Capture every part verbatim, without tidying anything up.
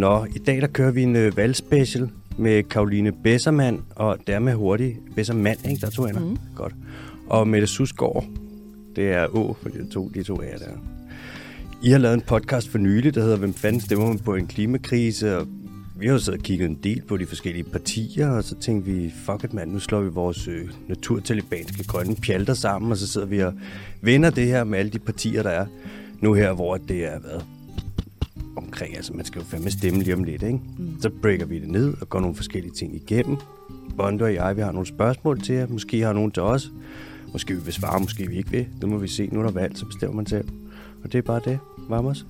Nå, i dag der kører vi en øh, valgspecial med Caroline Bessermann, og dermed hurtigt Bessermann, ikke? Der er to ender. Mm. Godt. Og Mette Susgaard, det er Å, for de to, de to er der. I har lavet en podcast for nylig, der hedder Hvem fanden stemmer man på en klimakrise? Og vi har jo siddet og kigget en del på de forskellige partier, og så tænkte vi, fuck it mand, nu slår vi vores øh, naturtalibanske grønne pjalter sammen, og så sidder vi og vender det her med alle de partier, der er nu her, hvor det er været omkring, altså man skal jo fandme stemme lige om lidt, ikke? Mm. Så breaker vi det ned og går nogle forskellige ting igennem. Bondo og jeg, vi har nogle spørgsmål til jer, måske har nogen til os, måske vi vil svare, måske vi ikke vil, det må vi se, nu er der valg, så bestemmer man selv. Og det er bare det, Vamos.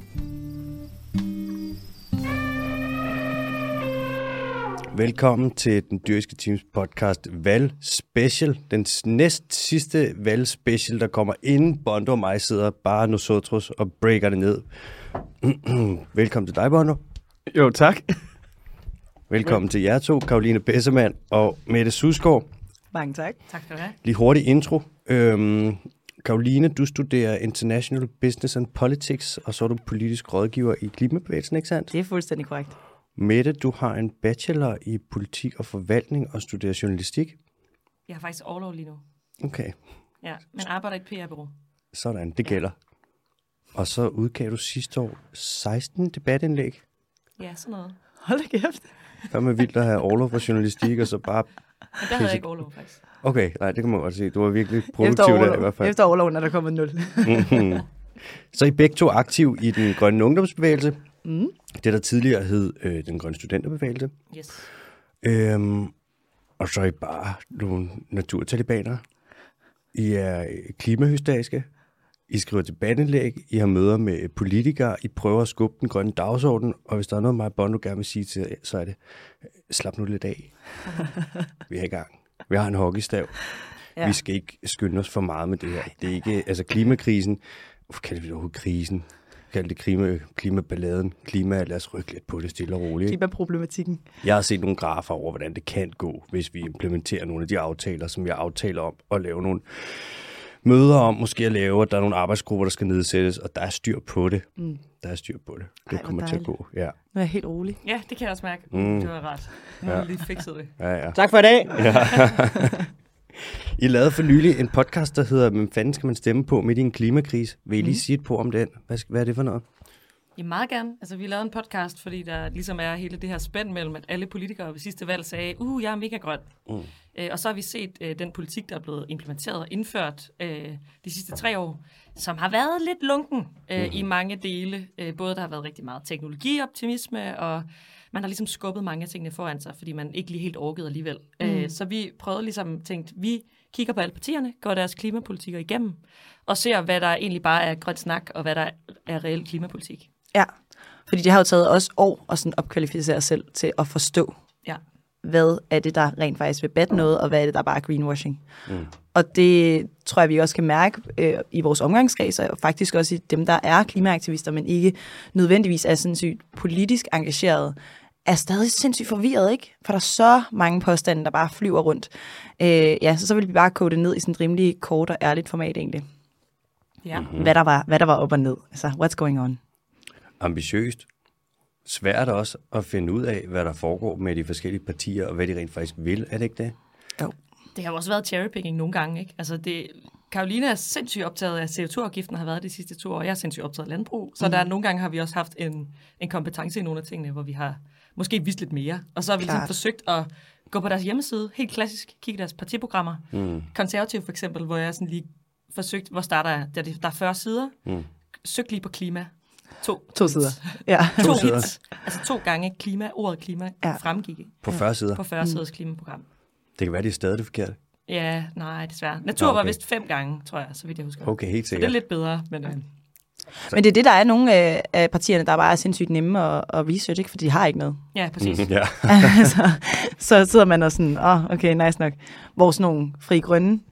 Velkommen til den Dyriske Teams podcast Valg Special. Den næst sidste Valg Special, der kommer inden Bondo og mig sidder bare nosotros og breaker det ned. Velkommen til dig, Bondo. Jo, tak. Velkommen til jer to, Caroline Bessermann og Mette Susgaard. Mange tak. Tak skal du have. Lige hurtig intro. Øhm, Caroline, du studerer International Business and Politics, og så er du politisk rådgiver i klimabevægelsen, ikke sandt? Det er fuldstændig korrekt. Mette, du har en bachelor i politik og forvaltning og studerer journalistik. Jeg har faktisk overlov lige nu. Okay. Ja, men arbejder i et P R-bureau. Sådan, det gælder. Og så udgav du sidste år seksten debatindlæg. Ja, sådan noget. Hold da kæft. Hvad med vildt at have overlov for journalistik, og så bare... Men der havde jeg ikke overlov, faktisk. Okay, nej, det kan man godt se. Du var virkelig produktiv der i hvert fald. Efter overloven er der kommet nul. Mm-hmm. Så er I begge to aktiv i den grønne ungdomsbevægelse. Mm. Det, der tidligere hed øh, den grønne studenterbevægelse. Yes. Øhm, og så er I bare nogle naturtalibanere. I er klimahysteriske. I skriver debatindlæg. I har møder med politikere. I prøver at skubbe den grønne dagsorden. Og hvis der er noget, mig og Bondo gerne vil sige til, så er det, slap nu lidt af. Vi er i gang. Vi har en hockeystav. Ja. Vi skal ikke skynde os for meget med det her. Det er ikke, altså klimakrisen. Hvorfor kalder vi det overhovedet krisen? Kald det klima, klimaballaden. Klima, lad os rykke lidt på det stille og roligt. Klimaproblematikken. Jeg har set nogle grafer over, hvordan det kan gå, hvis vi implementerer nogle af de aftaler, som jeg aftaler om, og lave nogle møder om, måske at lave, at der er nogle arbejdsgrupper, der skal nedsættes, og der er styr på det. Mm. Der er styr på det. Det Ej, kommer til at gå. Ja. Nu er jeg helt rolig. Ja, det kan jeg også mærke. Mm. Det var rart. Nu har ja. lige fikset det. Ja, ja. Tak for i dag. Ja. I lavede for nylig en podcast, der hedder, hvem fanden skal man stemme på midt i en klimakrise? Vil I lige mm. sige et på om den? Hvad, hvad er det for noget? Ja, meget gerne. Altså, vi lavede en podcast, fordi der ligesom er hele det her spænd mellem, at alle politikere ved sidste valg sagde, uh, jeg er mega grøn. Mm. Øh, og så har vi set øh, den politik, der er blevet implementeret og indført øh, de sidste tre år, som har været lidt lunken øh, mm. i mange dele. Øh, både der har været rigtig meget teknologioptimisme, og man har ligesom skubbet mange af tingene foran sig, fordi man ikke lige helt orkede alligevel. Mm. Øh, så vi prøvede ligesom tænkt, vi kigger på alle partierne, går deres klimapolitikker igennem, og ser, hvad der egentlig bare er grøn snak, og hvad der er reel klimapolitik. Ja, fordi det har jo taget os år at sådan opkvalificere os selv til at forstå, ja. Hvad er det, der rent faktisk vil batte noget, og hvad er det, der bare er greenwashing. Mm. Og det tror jeg, vi også kan mærke øh, i vores omgangskreds, og faktisk også i dem, der er klimaaktivister, men ikke nødvendigvis er sindssygt politisk engageret, er stadig sindssygt forvirret, ikke? For der er så mange påstande, der bare flyver rundt. Øh, ja, så, så vil vi bare kode det ned i sådan et rimelig kort og ærligt format egentlig. Ja. Mm-hmm. Hvad der var, hvad der var op og ned. Altså, what's going on? Ambitiøst. Svært også at finde ud af, hvad der foregår med de forskellige partier, og hvad de rent faktisk vil. Er det ikke det? Jo. Det har også været cherrypicking nogle gange, ikke? Altså, det... Caroline er sindssygt optaget af C O to afgiften, har været de sidste to år. Jeg er sindssygt optaget af landbrug. Så mm. der nogle gange har vi også haft en, en kompetence i nogle af tingene, hvor vi har måske vidst lidt mere. Og så har vi ligesom forsøgt at gå på deres hjemmeside, helt klassisk, kigge deres partiprogrammer. Mm. Konservativ for eksempel, hvor jeg sådan lige forsøgt, hvor starter jeg? Der, der er fyrre sider. Mm. Søg lige på klima. To, to sider. Ja. To, to sider. Hits. Altså to gange klima, ordet klima ja. fremgik. På fyrre sider? På fyrre siders mm. klimaprogram. Det kan være, det er stadig det forkerte. Ja, nej, desværre. Natur okay. var vist fem gange, tror jeg, så vidt jeg husker. Okay, helt sikkert. Så det er lidt bedre, men... Øh. Men det er det, der er nogle af, af partierne, der bare er sindssygt nemme at, at research, ikke? Fordi de har ikke noget. Ja, præcis. Mm, ja. så, så sidder man og sådan, åh, oh, okay, nice nok. Hvor sådan nogle Frie Grønne,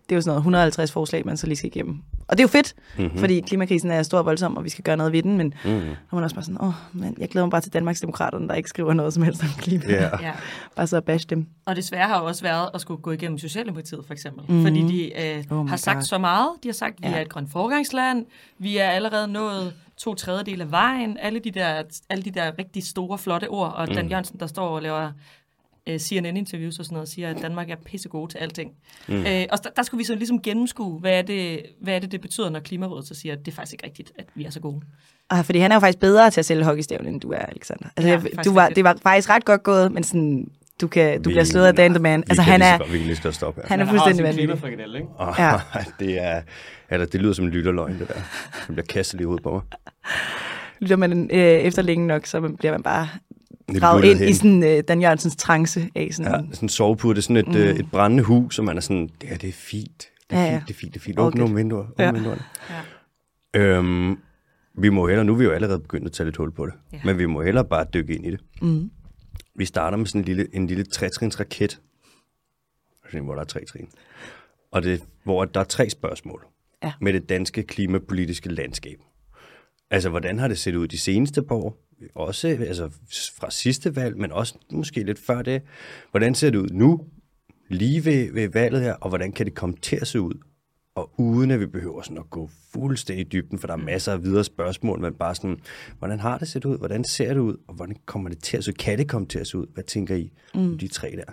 det er jo sådan noget et hundrede og halvtreds forslag, man så lige skal igennem. Og det er jo fedt, mm-hmm. fordi klimakrisen er stor og voldsom, og vi skal gøre noget ved den, men mm-hmm. når man også bare sådan, åh, man, jeg glæder mig bare til Danmarksdemokraterne, der ikke skriver noget som helst om klima. Yeah. Ja. Bare så at bash dem. Og det svære har jo også været at skulle gå igennem Socialdemokratiet, for eksempel. Mm-hmm. Fordi de øh, oh har sagt God. så meget. De har sagt, at vi ja. er et grønt foregangsland, vi er allerede nået to tredjedel af vejen, alle de der, alle de der rigtig store, flotte ord, og mm. Dan Jørgensen, der står og laver C N N-interviews og sådan noget, siger, at Danmark er pissegode til alting. Mm. Øh, og der, der skulle vi så ligesom gennemskue, hvad er, det, hvad er det, det betyder, når Klimarådet så siger, at det er faktisk ikke rigtigt, at vi er så gode. Ah, fordi han er jo faktisk bedre til at sælge hockeystaven, end du er, Alexander. Altså, ja, du var, det var faktisk ret godt gået, men sådan, du, kan, du vi, bliver slået af Dan the Man. Altså, han er, vi kan lige stå stoppe her. Han er fuldstændig vanvittig. Ikke? Oh, ja. det, er, eller, det lyder som en lytterløgn, det der. Det bliver kastet lige ud på mig. Lytter man øh, efter længe nok, så bliver man bare draget ind hen. i sådan uh, Dan Jørgensens trance af sådan. Ja, sådan en sovepude, sådan et, mm. øh, et brændende hus, som man er sådan, det her, det er fint. Det er ja, ja. fint, det er fint, det er fint. Åbne nogle vinduer. Åbne ja. vinduerne. Ja. Øhm, vi må hellere, nu er vi jo allerede begyndt at tage lidt hul på det, ja. men vi må hellere bare dykke ind i det. Mm. Vi starter med sådan en lille, en lille tretrins raket, hvor der er tre trin. Og det, hvor der er tre spørgsmål ja. med det danske klimapolitiske landskab. Altså, hvordan har det set ud de seneste par år? Også altså, fra sidste valg, men også måske lidt før det. Hvordan ser det ud nu, lige ved, ved valget her, og hvordan kan det komme til at se ud? Og uden at vi behøver sådan at gå fuldstændig i dybden, for der er masser af videre spørgsmål, men bare sådan, hvordan har det set ud? Hvordan ser det ud? Og hvordan kommer det til at se ud? Kan det komme til at se ud? Hvad tænker I mm. de tre der?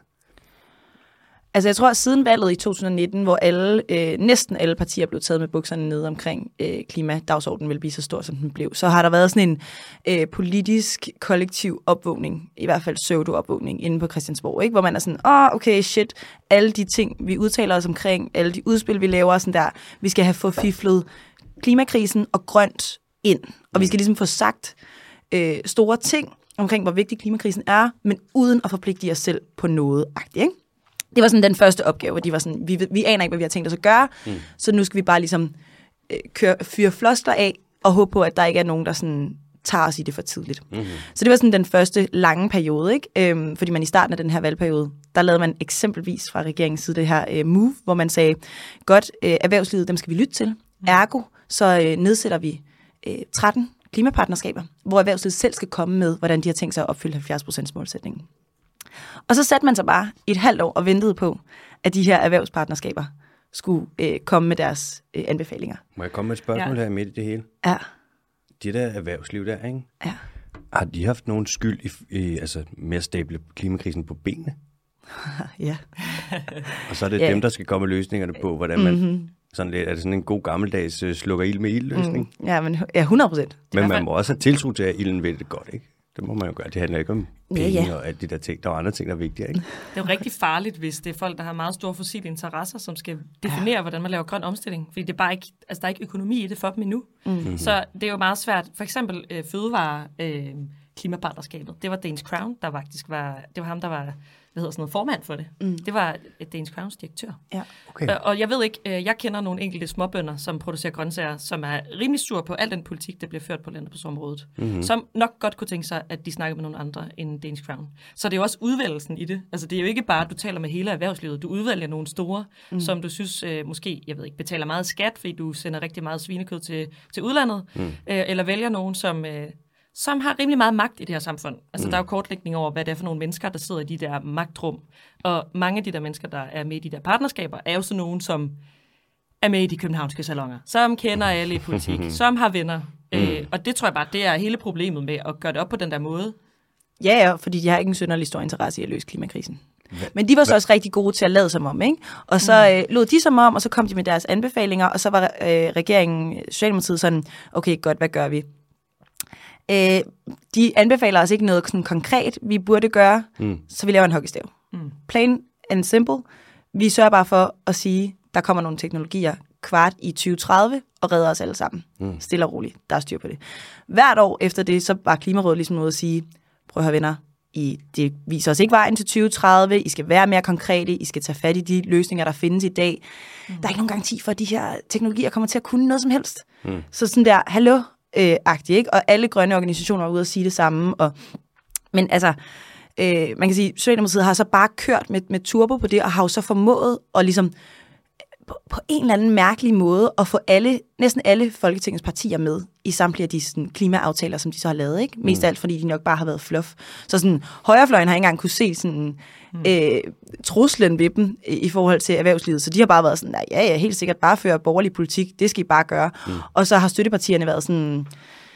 Altså jeg tror, at siden valget i to tusind nitten, hvor alle, øh, næsten alle partier blev taget med bukserne ned omkring øh, klimadagsordenen ville blive så stor, som den blev, så har der været sådan en øh, politisk kollektiv opvågning, i hvert fald pseudo-opvågning, inde på Christiansborg, ikke? Hvor man er sådan, åh, oh, okay, shit, alle de ting, vi udtaler os omkring, alle de udspil, vi laver, sådan der, vi skal have forfiflet klimakrisen og grønt ind, og vi skal ligesom få sagt øh, store ting omkring, hvor vigtig klimakrisen er, men uden at forpligte os selv på noget agtigt, ikke? Det var sådan den første opgave, hvor de var sådan, vi, vi aner ikke, hvad vi har tænkt os at gøre, mm. så nu skal vi bare ligesom øh, køre, fyre floster af, og håbe på, at der ikke er nogen, der sådan tager os i det for tidligt. Mm-hmm. Så det var sådan den første lange periode, ikke? Øhm, fordi man i starten af den her valgperiode, der lavede man eksempelvis fra regeringens side det her øh, move, hvor man sagde, godt, øh, erhvervslivet, dem skal vi lytte til. Mm. Ergo, så øh, nedsætter vi øh, tretten klimapartnerskaber, hvor erhvervslivet selv skal komme med, hvordan de har tænkt sig at opfylde halvfjerds procent målsætningen. Og så satte man sig bare et halvt år og ventede på, at de her erhvervspartnerskaber skulle øh, komme med deres øh, anbefalinger. Må jeg komme med et spørgsmål ja. her midt i det hele? Ja. Det der erhvervsliv der, ikke? Ja. Har de haft nogen skyld i, i altså, med at stable klimakrisen på benene? ja. Og så er det ja. dem, der skal komme med løsningerne på, hvordan man... Mm-hmm. Sådan lidt, er det sådan en god gammeldags uh, slukker ild med ild-løsning? Mm. Ja, men ja, hundrede procent. Men man må også have tiltro til, at ilden ved det godt, ikke? Det må man jo gøre. Det handler ikke om penge ja, ja. og alt de der ting. Der er andre ting, der er vigtige, ikke? Det er jo rigtig farligt, hvis det er folk, der har meget store fossile interesser, som skal definere, ja. hvordan man laver grøn omstilling. Fordi det er bare ikke, altså, der er ikke økonomi i det for dem endnu. Mm-hmm. Så det er jo meget svært. For eksempel øh, fødevare øh, klimapartnerskabet. Det var Danish Crown, der faktisk var... Det var ham, der var... hvad hedder sådan noget, formand for det. Mm. Det var Danish Crowns direktør. Ja. Okay. Og, og jeg ved ikke, jeg kender nogle enkelte småbønder, som producerer grøntsager, som er rimelig sur på al den politik, der bliver ført på landbrugsområdet, mm-hmm. som nok godt kunne tænke sig, at de snakker med nogle andre end Danish Crown. Så det er jo også udvælgelsen i det. Altså det er jo ikke bare, at du taler med hele erhvervslivet. Du udvælger nogle store, mm. som du synes øh, måske, jeg ved ikke, betaler meget skat, fordi du sender rigtig meget svinekød til, til udlandet, mm. øh, eller vælger nogen, som... Øh, som har rimelig meget magt i det her samfund. Altså, mm. der er jo kortlægning over, hvad det er for nogle mennesker, der sidder i de der magtrum. Og mange af de der mennesker, der er med i de der partnerskaber, er jo sådan nogen, som er med i de københavnske salonger, som kender alle i politik, som har venner. Mm. Øh, og det tror jeg bare, det er hele problemet med at gøre det op på den der måde. Ja, ja, fordi de har ikke en synderlig stor interesse i at løse klimakrisen. Hva? Men de var så også rigtig gode til at lade som om, ikke? Og så øh, lod de som om, og så kom de med deres anbefalinger, og så var øh, regeringen, Socialdemokratiet sådan, okay, godt, hvad gør vi? Øh, de anbefaler os ikke noget sådan konkret, vi burde gøre, mm. så vi laver en hockeystav. Mm. Plain and simple. Vi sørger bare for at sige, der kommer nogle teknologier kvart i tyve tredive og redder os alle sammen. Mm. Stille og roligt. Der er styr på det. Hvert år efter det, så var Klimarådet ligesom noget at sige, prøv at høre venner, I, det viser os ikke vejen til tyve tredive, I skal være mere konkrete, I skal tage fat i de løsninger, der findes i dag. Mm. Der er ikke nogen garanti for, at de her teknologier kommer til at kunne noget som helst. Mm. Så sådan der, hallo, Øh, agtig, ikke? Og alle grønne organisationer var ude at sige det samme. Og, men altså, øh, man kan sige, Socialdemokratiet har så bare kørt med, med turbo på det, og har jo så formået at ligesom på, på en eller anden mærkelig måde at få alle, næsten alle Folketingets partier med i samtlige af de sådan, klimaaftaler, som de så har lavet. Ikke? Mest af alt, fordi de nok bare har været fluff. Så sådan, højrefløjen har ikke engang kunne se sådan, mm. øh, truslen ved dem i forhold til erhvervslivet. Så de har bare været sådan, ja, ja, helt sikkert bare føre borgerlig politik. Det skal I bare gøre. Mm. Og så har støttepartierne været sådan,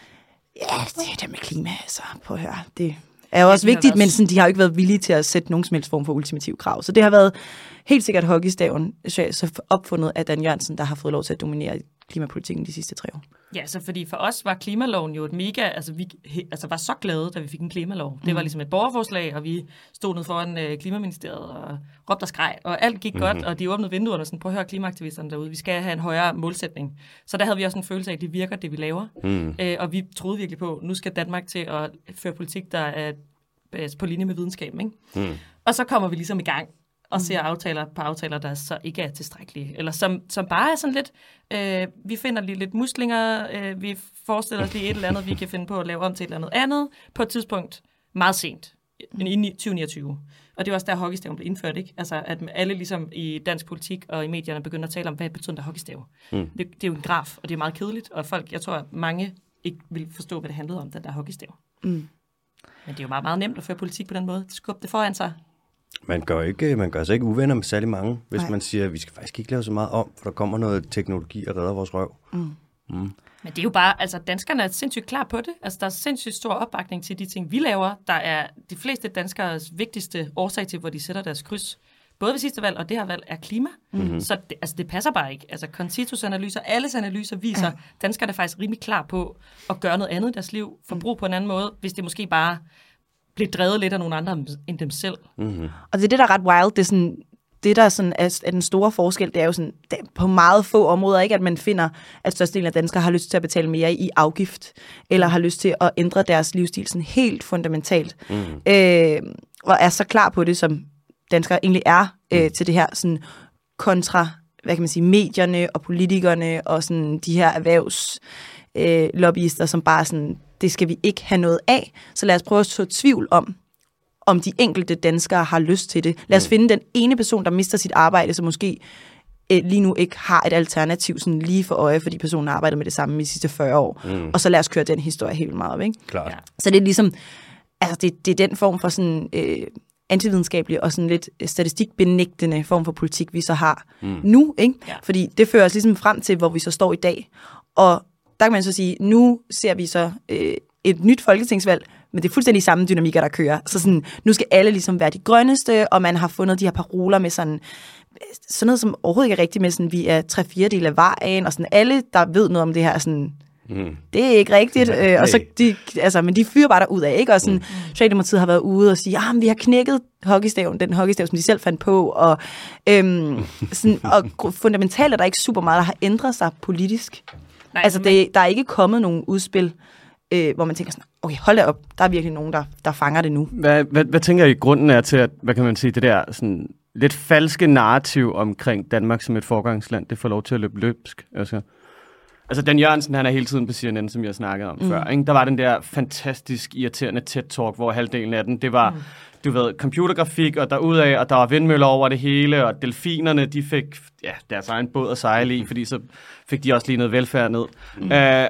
ja, det er det med klima, altså. Prøv at høre. Det er jo også ja, vigtigt, men sådan, de har jo ikke været villige til at sætte nogen som helst form for ultimativ krav. Så det har været helt sikkert hockeystaven, så opfundet af Dan Jørgensen, der har fået lov til at dominere klimapolitikken de sidste tre år. Ja, så fordi for os var klimaloven jo et mega, altså vi altså var så glade, da vi fik en klimalov. Mm. Det var ligesom et borgerforslag, og vi stod ned foran øh, Klimaministeriet og råbte og skreg, og alt gik mm-hmm. godt, og de åbnede vinduerne og sådan, prøv at høre klimaaktivisterne derude, vi skal have en højere målsætning. Så der havde vi også en følelse af, at det virker, det vi laver. Mm. Øh, og vi troede virkelig på, nu skal Danmark til at føre politik, der er på linje med videnskaben, ikke? Mm. Og så kommer vi ligesom i gang og ser aftaler på aftaler, der så ikke er tilstrækkelige. Eller som, som bare er sådan lidt, øh, vi finder lige lidt muslinger, øh, vi forestiller os lige et eller andet, vi kan finde på at lave om til et eller andet andet, på et tidspunkt meget sent, i tyve niogtyve. Og det var også der, hockeystaven blev indført, ikke? Altså, at alle ligesom i dansk politik og i medierne begynder at tale om, hvad betyder der hockeystave? Mm. Det, det er jo en graf, og det er meget kedeligt, og folk, jeg tror, at mange ikke vil forstå, hvad det handlede om, den der hockeystave. Mm. Men det er jo meget, meget nemt at føre politik på den måde. Skub det foran sig. Man gør, ikke, man gør sig ikke uvenner med særlig mange, hvis Nej. man siger, at vi skal faktisk ikke lave så meget om, for der kommer noget teknologi og redder vores røv. Mm. Mm. Men det er jo bare, altså danskerne er sindssygt klar på det. Altså der er sindssygt stor opbakning til de ting, vi laver. Der er de fleste danskers vigtigste årsag til, hvor de sætter deres kryds. Både ved sidste valg og det her valg er klima. Mm-hmm. Så det, altså det passer bare ikke. Altså Constitus analyser, alles analyser viser, at danskerne er faktisk rimelig klar på at gøre noget andet i deres liv, forbruge på en anden måde, hvis det måske bare bliver drevet lidt af nogle andre end dem selv. Mm-hmm. Og det er det, der er ret wild. Det er sådan, det, der sådan er, er den store forskel, det er jo sådan, det er på meget få områder, ikke, at man finder, at størstedelen af danskere har lyst til at betale mere i afgift, eller har lyst til at ændre deres livsstil sådan helt fundamentalt. Mm-hmm. Øh, og er så klar på det, som danskere egentlig er øh, mm. til det her sådan kontra, hvad kan man sige, medierne og politikerne og sådan de her erhvervslobbyister, øh, som bare sådan, det skal vi ikke have noget af. Så lad os prøve at så tvivl om, om de enkelte danskere har lyst til det. Lad os mm. finde den ene person, der mister sit arbejde, som måske øh, lige nu ikke har et alternativ sådan lige for øje, fordi personen har arbejdet med det samme i de sidste fyrre år. Mm. Og så lad os køre den historie helt meget op, ikke? Klart. Så det er ligesom, altså det, det er den form for sådan øh, antividenskabelig og sådan lidt statistikbenægtende form for politik, vi så har mm. nu, ikke? Ja. Fordi det fører os ligesom frem til, hvor vi så står i dag. Og der kan man så sige, nu ser vi så øh, et nyt folketingsvalg, men det er fuldstændig samme dynamikker, der kører. Så sådan, nu skal alle ligesom være de grønneste, og man har fundet de her paroler med sådan, sådan noget, som overhovedet ikke er rigtigt med, sådan, vi er tre fjerdedele af vejen, og sådan alle, der ved noget om det her, sådan, mm. det er ikke rigtigt. Øh, og så de, altså, men de fyrer bare derud af, ikke? Og sådan, mm. Socialdemokratiet har været ude og sige, ah, vi har knækket hockeystaven, den hockeystav, som de selv fandt på, og, øhm, sådan, og fundamentalt er der ikke super meget, der har ændret sig politisk. Nej, altså, det, der er ikke kommet nogen udspil, øh, hvor man tænker sådan, okay, hold da op, der er virkelig nogen, der, der fanger det nu. Hvad, hvad, hvad tænker I grunden er til, at, hvad kan man sige, det der sådan lidt falske narrativ omkring Danmark som et forgangsland, det får lov til at løbe løbsk? Altså, altså Dan Jørgensen, han er hele tiden på C N N, som jeg snakkede om mm. før, ikke? Der var den der fantastisk irriterende TED-talk, hvor halvdelen af den, det var, mm. du ved, computergrafik, og derudaf, og der var vindmøller over det hele, og delfinerne, de fik ja, deres egen båd at sejle i, fordi så fik de også lige noget velfærd ned. Mm. Uh,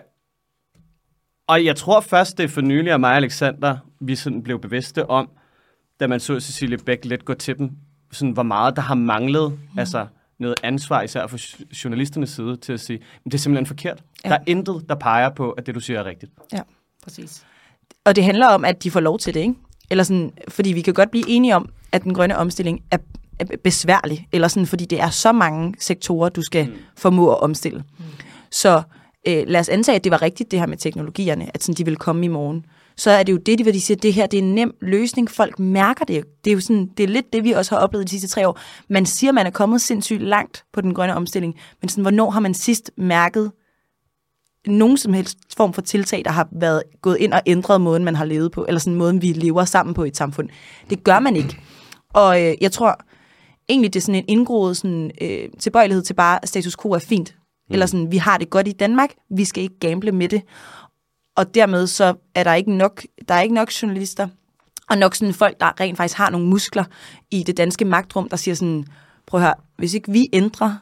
og jeg tror først, det er for nylig, at mig og Alexander, vi sådan blev bevidste om, da man så Cecilie Bæk let gå til dem, sådan hvor meget der har manglet, mm. altså noget ansvar, især for journalisternes side, til at sige, men det er simpelthen forkert. Ja. Der er intet, der peger på, at det, du siger, er rigtigt. Ja, præcis. Og det handler om, at de får lov til det, ikke? Eller sådan, fordi vi kan godt blive enige om, at den grønne omstilling er besværlig, eller sådan, fordi det er så mange sektorer, du skal mm. formå at omstille. Mm. Så øh, lad os antage, at det var rigtigt, det her med teknologierne, at sådan, de vil komme i morgen. Så er det jo det, de vil sige, at det her det er en nem løsning. Folk mærker det. Det er jo sådan, det er lidt det, vi også har oplevet de sidste tre år. Man siger, man er kommet sindssygt langt på den grønne omstilling, men sådan, hvornår har man sidst mærket nogen som helst form for tiltag, der har været gået ind og ændret måden, man har levet på, eller sådan måden, vi lever sammen på i et samfund. Det gør man ikke. Og øh, jeg tror egentlig, det er sådan en indgroet sådan, øh, tilbøjelighed til bare, status quo er fint. Mm. Eller sådan, vi har det godt i Danmark, vi skal ikke gamble med det. Og dermed så er der ikke nok, der er ikke nok journalister, og nok sådan folk, der rent faktisk har nogle muskler i det danske magtrum, der siger sådan, prøv at høre, hvis ikke vi ændrer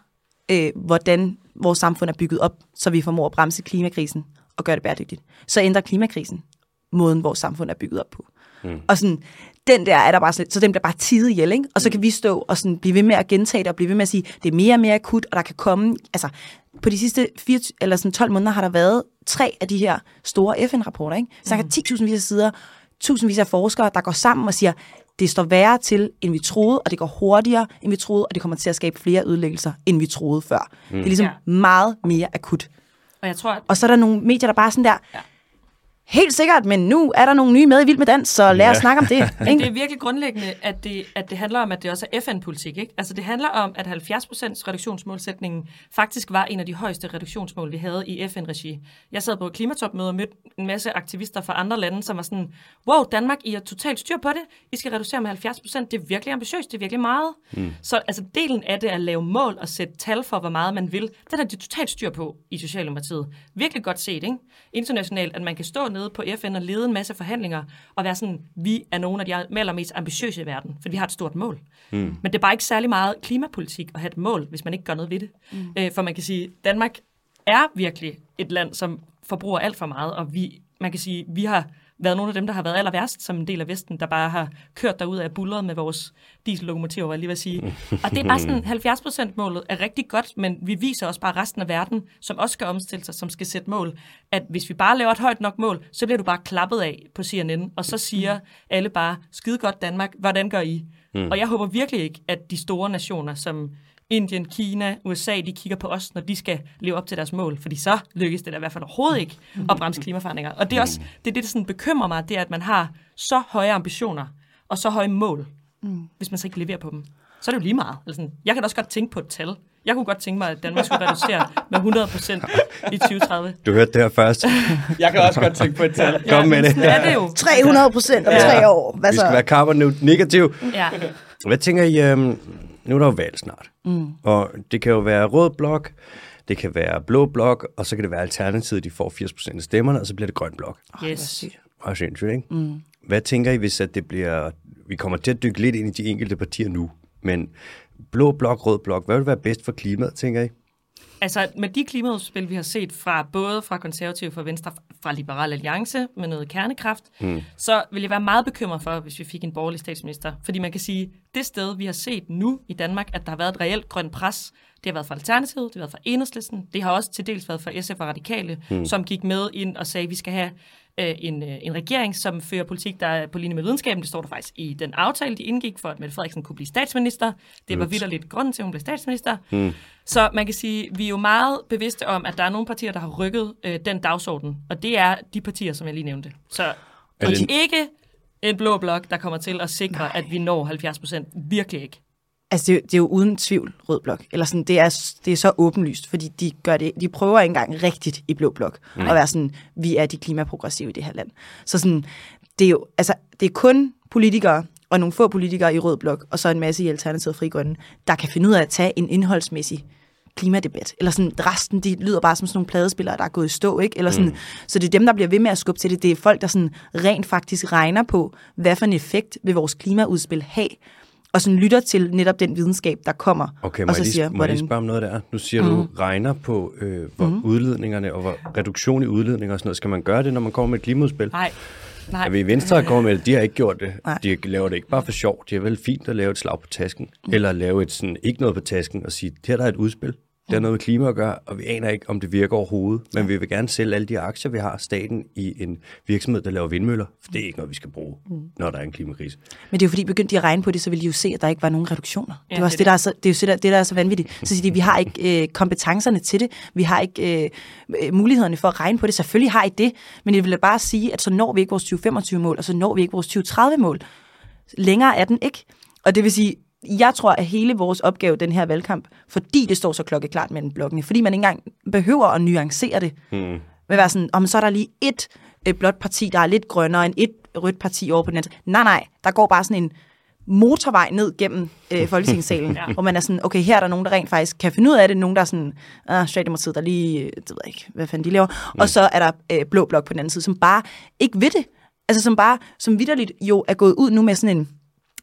øh, hvordan vores samfund er bygget op, så vi formår at bremse klimakrisen og gøre det bæredygtigt. Så ændrer klimakrisen måden, vores samfund er bygget op på. Mm. Og sådan, den der er der bare sådan, så den bliver bare tidet ihjel, ikke? Og så kan vi stå og sådan blive ved med at gentage det, og blive ved med at sige, det er mere og mere akut, og der kan komme, altså, på de sidste fire, eller sådan tolv måneder har der været tre af de her store F N-rapporter, ikke? Så der er ti tusind vis af sider, tusindvis af forskere, der går sammen og siger, det står værre til, end vi troede, og det går hurtigere, end vi troede, og det kommer til at skabe flere ødelæggelser, end vi troede før. Mm. Det er ligesom ja. meget mere akut. Og, jeg tror, at... og så er der nogle medier, der bare sådan der, ja. helt sikkert, men nu er der nogle nye med i Vild med Dans, så lad os ja. snakke om det. Ikke? Det er virkelig grundlæggende, at det, at det handler om, at det også er F N-politik. Ikke? Altså det handler om, at halvfjerds procent reduktionsmålsætningen faktisk var en af de højeste reduktionsmål, vi havde i F N-regi. Jeg sad på et klimatopmøde og mødte en masse aktivister fra andre lande, som var sådan, wow, Danmark, I har totalt styr på det. I skal reducere med halvfjerds procent. Det er virkelig ambitiøst, det er virkelig meget. Mm. Så altså delen af det at lave mål og sætte tal for, hvor meget man vil, den er det totalt styr på i Socialdemokratiet. Virkelig godt set, ikke? Internationalt, at man kan stå nede på F N og lede en masse forhandlinger og være sådan, vi er nogle af de allermest ambitiøse i verden, for vi har et stort mål. Mm. Men det er bare ikke særlig meget klimapolitik at have et mål, hvis man ikke gør noget ved det. Mm. Øh, for man kan sige, Danmark er virkelig et land, som forbruger alt for meget, og vi, man kan sige, vi har været nogle af dem, der har været aller værst som en del af Vesten, der bare har kørt derud af buldret med vores diesellokomotiver, hvad jeg lige vil sige. Og det er bare sådan, halvfjerds procent målet er rigtig godt, men vi viser også bare resten af verden, som også skal omstille sig, som skal sætte mål, at hvis vi bare laver et højt nok mål, så bliver du bare klappet af på C N N, og så siger alle bare, skide godt Danmark, hvordan gør I? Mm. Og jeg håber virkelig ikke, at de store nationer, som Indien, Kina, U S A, de kigger på os, når de skal leve op til deres mål, fordi så lykkes det da i hvert fald overhovedet ikke at bremse klimaforandringer. Og det er også det, er det der sådan bekymrer mig, det er, at man har så høje ambitioner og så høje mål, mm. hvis man så ikke leverer på dem. Så er det jo lige meget. Eller sådan, jeg kan også godt tænke på et tal. Jeg kunne godt tænke mig, at Danmark skulle reducere med hundrede procent i tyve tredive. Du hørte det her først. Jeg kan også godt tænke på et tal. Ja, kom med det. Er det jo. tre hundrede procent om ja. tre år. Hvad Vi så? skal være carbon negativ. Ja. Hvad tænker I... Um, nu er der jo valg snart. Mm. Og det kan jo være rød blok, det kan være blå blok, og så kan det være alternativet, de får firs procent af stemmerne, og så bliver det grøn blok. Yes. Og sindssygt, ikke? Mm. Hvad tænker I, hvis at det bliver... Vi kommer til at dykke lidt ind i de enkelte partier nu, men blå blok, rød blok, hvad vil være bedst for klimaet, tænker I? Altså med de klimaudspil, vi har set fra både fra Konservative, fra Venstre, fra Liberal Alliance med noget kernekraft, mm. så vil jeg være meget bekymret for, hvis vi fik en borgerlig statsminister. Fordi man kan sige, det sted, vi har set nu i Danmark, at der har været et reelt grønt pres, det har været fra Alternativet, det har været fra Enhedslisten, det har også til dels været fra S F og Radikale, mm. som gik med ind og sagde, at vi skal have øh, en, øh, en regering, som fører politik, der er på linje med videnskaben. Det står der faktisk i den aftale, de indgik for, at Mette Frederiksen kunne blive statsminister. Det var vitterligt grunden til, at hun blev statsminister. Mm. Så man kan sige, vi er jo meget bevidste om, at der er nogle partier, der har rykket øh, den dagsorden, og det er de partier, som jeg lige nævnte. Så det er ikke en blå blok, der kommer til at sikre, Nej. at vi når halvfjerds procent. Virkelig ikke. Altså, det er, jo, det er jo uden tvivl rød blok. Eller sådan, det er, det er så åbenlyst, fordi de gør det, de prøver ikke engang rigtigt i blå blok mm. at være sådan, vi er de klimaprogressive i det her land. Så sådan, det er jo, altså, det er kun politikere, og nogle få politikere i rød blok, og så en masse i Alternativet Fri Grønne, der kan finde ud af at tage en indholdsmæssig klimadebat. Eller sådan, resten, de lyder bare som sådan nogle pladespillere, der er gået i stå, ikke? Eller sådan, mm. så det er dem, der bliver ved med at skubbe til det. Det er folk, der sådan rent faktisk regner på, hvad for en effekt vil vores klimaudspil have, og sådan lytter til netop den videnskab, der kommer. Okay, må og så jeg lige, siger, må hvordan... jeg lige spørge om noget der? Nu siger mm. du, regner på, øh, hvor mm. udledningerne, og hvor reduktion i udledninger og sådan noget. Skal man gøre det, når man kommer med et klimaudspil? Nej. Nej. Ja, vi i Venstre kommer med det, de har ikke gjort det. Nej. De laver det ikke bare for sjov. Det er vel fint at lave et slag på tasken, mm. eller lave et sådan, ikke noget på tasken, og sige, her der er et udspil. Det har noget med klima at gøre, og vi aner ikke, om det virker overhovedet. Men ja. vi vil gerne sælge alle de aktier, vi har staten i en virksomhed, der laver vindmøller. For det er ikke noget, vi skal bruge, mm. når der er en klimakrise. Men det er jo fordi, begyndte de at regne på det, så ville de jo se, at der ikke var nogen reduktioner. Ja, det er også det, det, der er så, det, er jo det, der er så vanvittigt. Så siger de, vi har ikke øh, kompetencerne til det. Vi har ikke øh, mulighederne for at regne på det. Selvfølgelig har I det, men det vil bare sige, at så når vi ikke vores tyve femogtyve-mål, og så når vi ikke vores tyve tredive-mål. Længere er den ikke. Og det vil sige, jeg tror, at hele vores opgave, den her valgkamp, fordi det står så klokkeklart mellem blokkene, fordi man ikke engang behøver at nuancere det, mm. vil være sådan, om så er der lige et øh, blåt parti, der er lidt grønnere end et rødt parti over på den anden. Nej, nej, der går bare sådan en motorvej ned gennem øh, Folketingssalen, ja. hvor man er sådan, okay, her er der nogen, der rent faktisk kan finde ud af det, nogen, der er sådan, ah, Socialdemokratiet, der lige, det ved jeg ikke, hvad fanden de laver, mm. og så er der øh, blå blok på den anden side, som bare ikke ved det, altså som bare, som vitterligt jo er gået ud nu med sådan en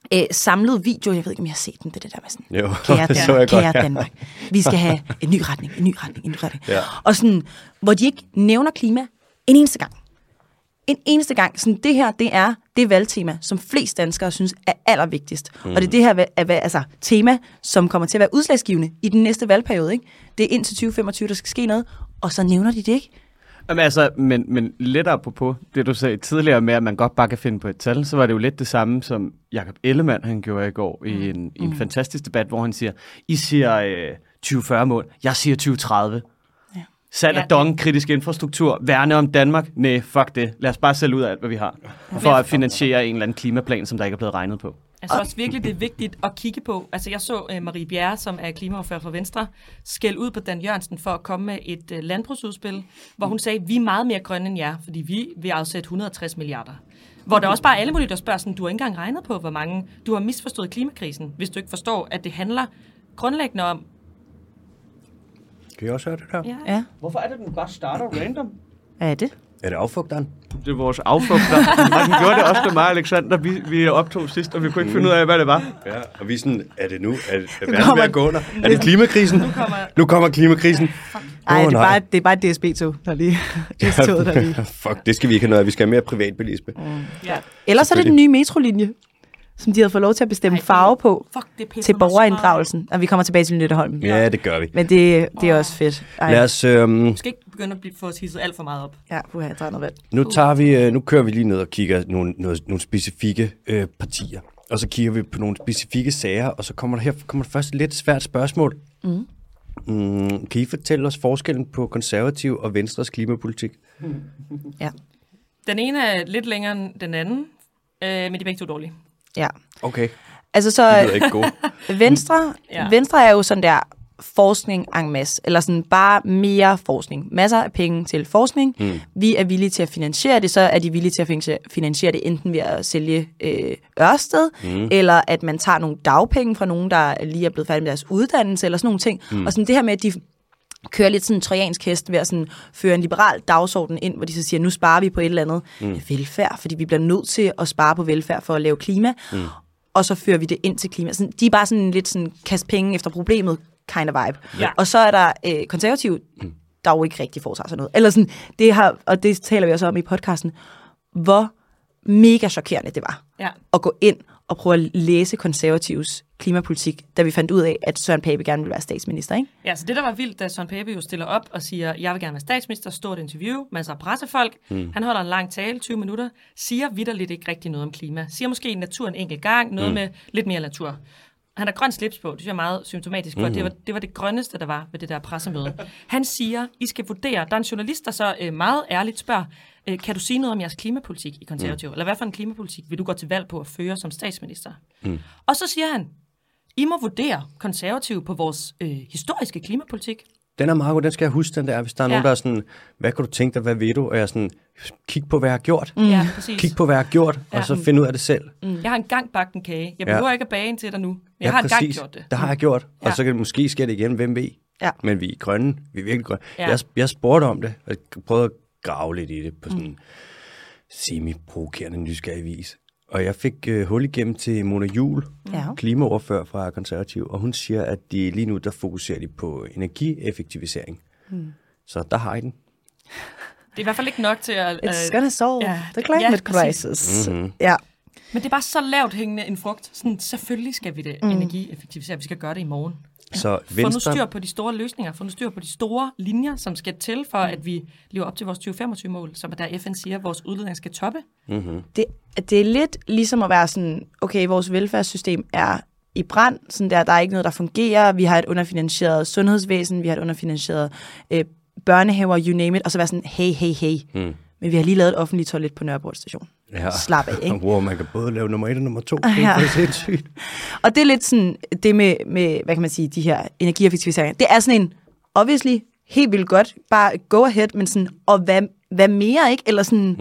øh, samlede videoer. Jeg ved ikke, om jeg har set den, det, det der med sådan, jo, kære, det så jeg kære godt, ja. Danmark, vi skal have en ny retning, en ny retning, en ny retning. Ja. Og sådan, hvor de ikke nævner klima en eneste gang. En eneste gang. Sådan, det her, det er det valgtema, som flest danskere synes er allervigtigst. Mm. Og det er det her altså, tema, som kommer til at være udslagsgivende i den næste valgperiode. Ikke? Det er indtil tyve femogtyve, der skal ske noget, og så nævner de det ikke. Jamen altså, men, men lidt apropos det, du sagde tidligere med, at man godt bare kan finde på et tal, så var det jo lidt det samme, som Jakob Ellemann, han gjorde i går mm. i, en, i en mm. fantastisk debat, hvor han siger, I siger øh, tyve fyrre mål, jeg siger tyve tredive. Ja. Salg af ja. Dong, kritisk infrastruktur, værne om Danmark, nej, fuck det. Lad os bare sælge ud af alt, hvad vi har, ja. for at finansiere en eller anden klimaplan, som der ikke er blevet regnet på. Jeg synes også virkelig, det er vigtigt at kigge på. Altså, jeg så uh, Marie Bjerre, som er klimaordfører for Venstre, skælde ud på Dan Jørgensen for at komme med et uh, landbrugsudspil, hvor hun sagde, vi er meget mere grønne end jer, fordi vi vil afsætte et hundrede og tres milliarder. Hvor der også bare alle mulige, der spørger sådan, du har ikke engang regnet på, hvor mange, du har misforstået klimakrisen, hvis du ikke forstår, at det handler grundlæggende om... Kan I også høre det der? Ja. ja. Hvorfor er det, den bare starter random? Hvad er det? Er det affugteren? Det er vores affugter. Og den gjorde det også med mig og Alexander. Vi, vi optog sidst, og vi kunne ikke finde ud af, hvad det var. Ja, og vi er sådan, er det nu? Er, er verden ved at gå under? Er det klimakrisen? Nu kommer, nu kommer klimakrisen. Nej, oh, det, det er bare et D S B-tog, der lige... D S B-toget, der lige. Fuck, det skal vi ikke have noget af. Vi skal have mere privatbilisme. Mm. Ja. Ellers er det den nye metrolinje, som de havde fået lov til at bestemme farve på Fuck, til borgerinddragelsen. Og vi kommer tilbage til Lytterholm. Ja, det gør vi. Men det, det er også fedt. Ej. Lad os... Øhm... Vi skal ikke begynde at blive, få os hisset alt for meget op. Ja, puha, jeg tager noget vand. Nu, tager vi, nu kører vi lige ned og kigger nogle, nogle, nogle specifikke øh, partier. Og så kigger vi på nogle specifikke sager, og så kommer der her kommer der først et lidt svært spørgsmål. Mm. Mm, kan I fortælle os forskellen på konservativ og Venstres klimapolitik? Ja. Den ene er lidt længere end den anden, øh, men de er begge to dårlige. Ja. Okay. Altså så det lyder ikke god. Venstre, ja. Venstre er jo sådan der forskning en masse, eller sådan bare mere forskning. Masser af penge til forskning. Mm. Vi er villige til at finansiere det, så er de villige til at finansiere det enten ved at sælge øh, Ørsted, mm. eller at man tager nogle dagpenge fra nogen, der lige er blevet færdige med deres uddannelse, eller sådan nogle ting. Mm. Og sådan det her med, at de kører lidt sådan en trojansk hest ved at sådan føre en liberal dagsorden ind, hvor de så siger, nu sparer vi på et eller andet mm. velfærd, fordi vi bliver nødt til at spare på velfærd for at lave klima, mm. og så fører vi det ind til klima. Sådan, de er bare sådan lidt sådan kast penge efter problemet kind of vibe. Ja. Og så er der øh, konservative, mm. der jo ikke rigtig foretager sig noget. Eller sådan, det har, og det taler vi også om i podcasten, hvor mega chokerende det var ja. At gå ind og prøve at læse konservatives klimapolitik, da vi fandt ud af, at Søren Pape gerne ville være statsminister, ikke? Ja, så det der var vildt, da Søren Pape jo stiller op og siger, jeg vil gerne være statsminister, stort interview, masser af pressefolk, mm. han holder en lang tale, tyve minutter, siger vitterligt ikke rigtig noget om klima, siger måske natur en enkelt gang, noget mm. med lidt mere natur. Han har grøn slips på, det synes jeg er meget symptomatisk for, mm-hmm. det, var, det var det grønneste, der var ved det der pressemøde. Han siger, I skal vurdere, der er en journalist, der så øh, meget ærligt spørger, øh, kan du sige noget om jeres klimapolitik i Konservative? Mm. Eller hvad for en klimapolitik vil du gå til valg på at føre som statsminister? Mm. Og så siger han, I må vurdere Konservative på vores øh, historiske klimapolitik. Den er meget god, den skal jeg huske, den der. Hvis der er ja. Nogen, der er sådan, hvad kan du tænke dig, hvad ved du? Og jeg er sådan, kig på, hvad jeg har gjort. Mm. Ja, præcis. Kig på, hvad jeg har gjort, ja. Og så finde ud af det selv. Mm. Jeg har engang bagt en kage. Jeg behøver ja. Ikke at bage en til dig nu. Men jeg ja, har engang gjort det. Det har jeg gjort. Og ja. Så kan det måske ske det igen, hvem ved. Ja. Men vi er grønne. Vi er virkelig grønne. Ja. Jeg, jeg spurgte om det, og jeg prøvede at grave lidt i det på sådan en mm. semi-provokerende nysgerrig vis. Og jeg fik øh, hul igennem til Mona Juhl, ja. Klimaordfører fra Konservativ, og hun siger, at de lige nu, der fokuserer de på energieffektivisering. Hmm. Så der har I den. Det er i hvert fald ikke nok til at... It's gonna solve ja, the climate ja, crisis. Mm-hmm. Ja. Men det er bare så lavt hængende en frugt. Sådan, selvfølgelig skal vi det mm. energieffektivisere. Vi skal gøre det i morgen. Så Venstre... Få nu styr på de store løsninger. Få nu styr på de store linjer, som skal til for, at vi lever op til vores tyve femogtyve-mål, som der F N siger, at vores udledning skal toppe. Mm-hmm. Det, det er lidt ligesom at være sådan, okay, vores velfærdssystem er i brand, sådan der, der er ikke noget, der fungerer, vi har et underfinansieret sundhedsvæsen, vi har et underfinansieret øh, børnehaver, you name it, og så være sådan, hey, hey, hey. Mm. Men vi har lige lavet et offentligt toilet på Nørreport station. Ja. Slap af, ikke? Wow, man kan både lave nummer et og nummer to. Det er sindssygt. Og det er lidt sådan, det med, med, hvad kan man sige, de her energieffektiviseringer. Det er sådan en, obviously, helt vildt godt, bare go ahead, men sådan, og hvad, hvad mere, ikke? Eller sådan,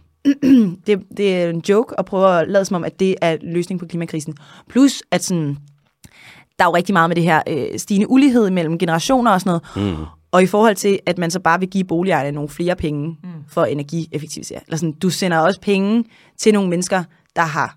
mm. det, det er en joke at prøve at lade som om, at det er løsning på klimakrisen. Plus, at sådan, der er jo rigtig meget med det her øh, stigende ulighed mellem generationer og sådan noget. Mm. Og i forhold til, at man så bare vil give boligejerne nogle flere penge mm. for at energieffektivisere. Eller sådan, du sender også penge til nogle mennesker, der har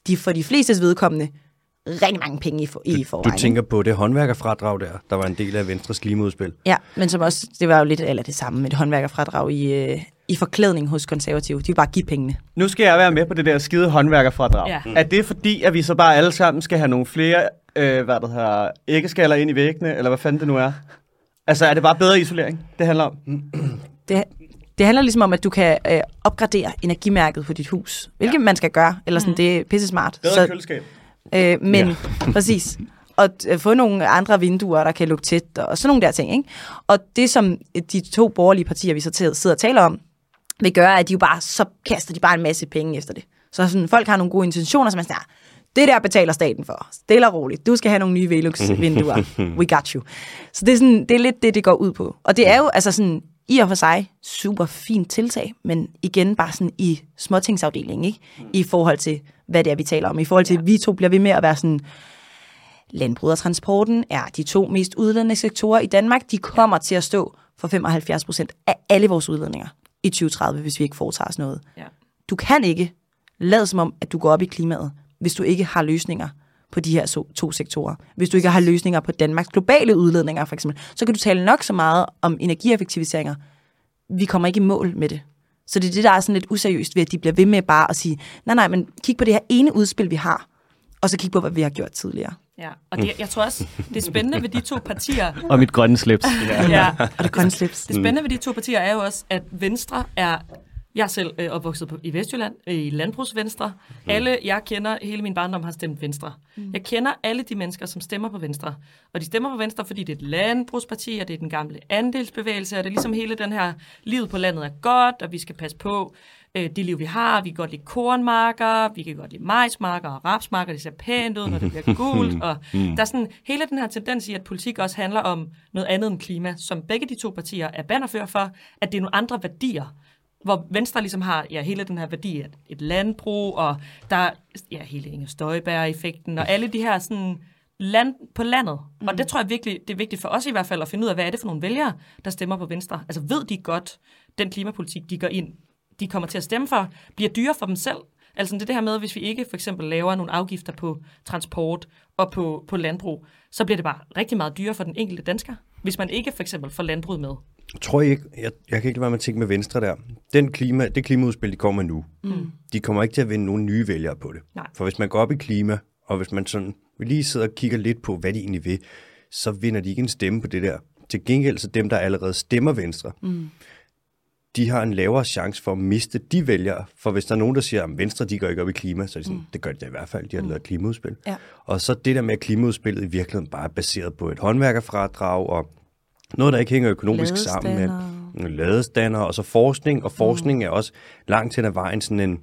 de for de flestes vedkommende rigtig mange penge i, for, i forvejen. Du tænker på det håndværkerfradrag der, der var en del af Venstres klimaudspil. Ja, men som også, det var jo lidt eller det samme med et håndværkerfradrag i, øh, i forklædning hos konservative. De vil bare give pengene. Nu skal jeg være med på det der skide håndværkerfradrag. Ja. Er det fordi, at vi så bare alle sammen skal have nogle flere øh, hvad det hedder, æggeskaller ind i væggene, eller hvad fanden det nu er? Altså, er det bare bedre isolering, det handler om? Det, det handler ligesom om, at du kan øh, opgradere energimærket på dit hus, hvilket ja. man skal gøre, eller sådan, mm. det er pisse smart. Bedre så, køleskab. Øh, men, ja. præcis. Og øh, få nogle andre vinduer, der kan lukke tæt, og sådan nogle der ting, ikke? Og det, som de to borgerlige partier, vi så sidder og taler om, vil gøre, at de jo bare, så kaster de bare en masse penge efter det. Så sådan, folk har nogle gode intentioner, som man siger, det der betaler staten for. Stille og roligt. Du skal have nogle nye Velux-vinduer. We got you. Så det er, sådan, det er lidt det, det går ud på. Og det er jo altså sådan, i og for sig super fint tiltag, men igen bare sådan i småtingsafdelingen, ikke? I forhold til, hvad det er, vi taler om. I forhold til, ja. vi to bliver ved med at være sådan, landbruget og transporten er de to mest udledende sektorer i Danmark. De kommer til at stå for femoghalvfjerds procent af alle vores udledninger i tyve tredive, hvis vi ikke foretager os noget. Ja. Du kan ikke lade som om, at du går op i klimaet, hvis du ikke har løsninger på de her to, to sektorer. Hvis du ikke har løsninger på Danmarks globale udledninger, for eksempel, så kan du tale nok så meget om energieffektiviseringer. Vi kommer ikke i mål med det. Så det er det, der er sådan lidt useriøst ved, at de bliver ved med bare at sige, nej, nej, men kig på det her ene udspil, vi har, og så kig på, hvad vi har gjort tidligere. Ja, og det, jeg tror også, det er spændende ved de to partier. Og mit grønne slips. Ja, ja. Og det grønne slips. Det spændende ved de to partier er jo også, at Venstre er... Jeg er selv øh, opvokset på, i Vestjylland, øh, i Landbrugsvenstre. Mm. Alle, jeg kender, hele min barndom har stemt Venstre. Mm. Jeg kender alle de mennesker, som stemmer på Venstre. Og de stemmer på Venstre, fordi det er et landbrugsparti, og det er den gamle andelsbevægelse, og det er ligesom hele den her, livet på landet er godt, og vi skal passe på øh, det liv, vi har. Vi kan godt lide kornmarker, vi kan godt lide majsmarker og rapsmarker, det ser pænt ud, når det bliver gult. Og mm. der er sådan hele den her tendens i, at politik også handler om noget andet end klima, som begge de to partier er bannerfører for, at det er nogle andre værdier, hvor Venstre ligesom har ja, hele den her værdi af et landbrug, og der er ja, hele Inger Støjberg-effekten, og alle de her sådan land på landet. Mm. Og det tror jeg virkelig, det er vigtigt for os i hvert fald at finde ud af, hvad er det for nogle vælgere, der stemmer på Venstre. Altså ved de godt, den klimapolitik, de går ind, de kommer til at stemme for, bliver dyre for dem selv. Altså det er det her med, hvis vi ikke for eksempel laver nogle afgifter på transport og på, på landbrug, så bliver det bare rigtig meget dyrere for den enkelte dansker, hvis man ikke for eksempel får landbruget med. Tror jeg ikke, jeg, jeg kan ikke lade være med at tænke med Venstre der. Den klima, det klimaudspil, de kommer nu, mm. de kommer ikke til at vinde nogle nye vælgere på det. Nej. For hvis man går op i klima, og hvis man sådan lige sidder og kigger lidt på, hvad de egentlig vil, så vinder de ikke en stemme på det der. Til gengæld så dem, der allerede stemmer Venstre, mm. de har en lavere chance for at miste de vælgere. For hvis der er nogen, der siger, at Venstre de går ikke op i klima, så er de sådan, mm. det gør de da i hvert fald, de har mm. lavet et klimaudspil. Ja. Og så det der med, at klimaudspillet i virkeligheden bare er baseret på et håndværkerfradrag og noget, der ikke hænger økonomisk sammen med ladestander, og så forskning, og forskning mm. er også langt hen ad vejen sådan en,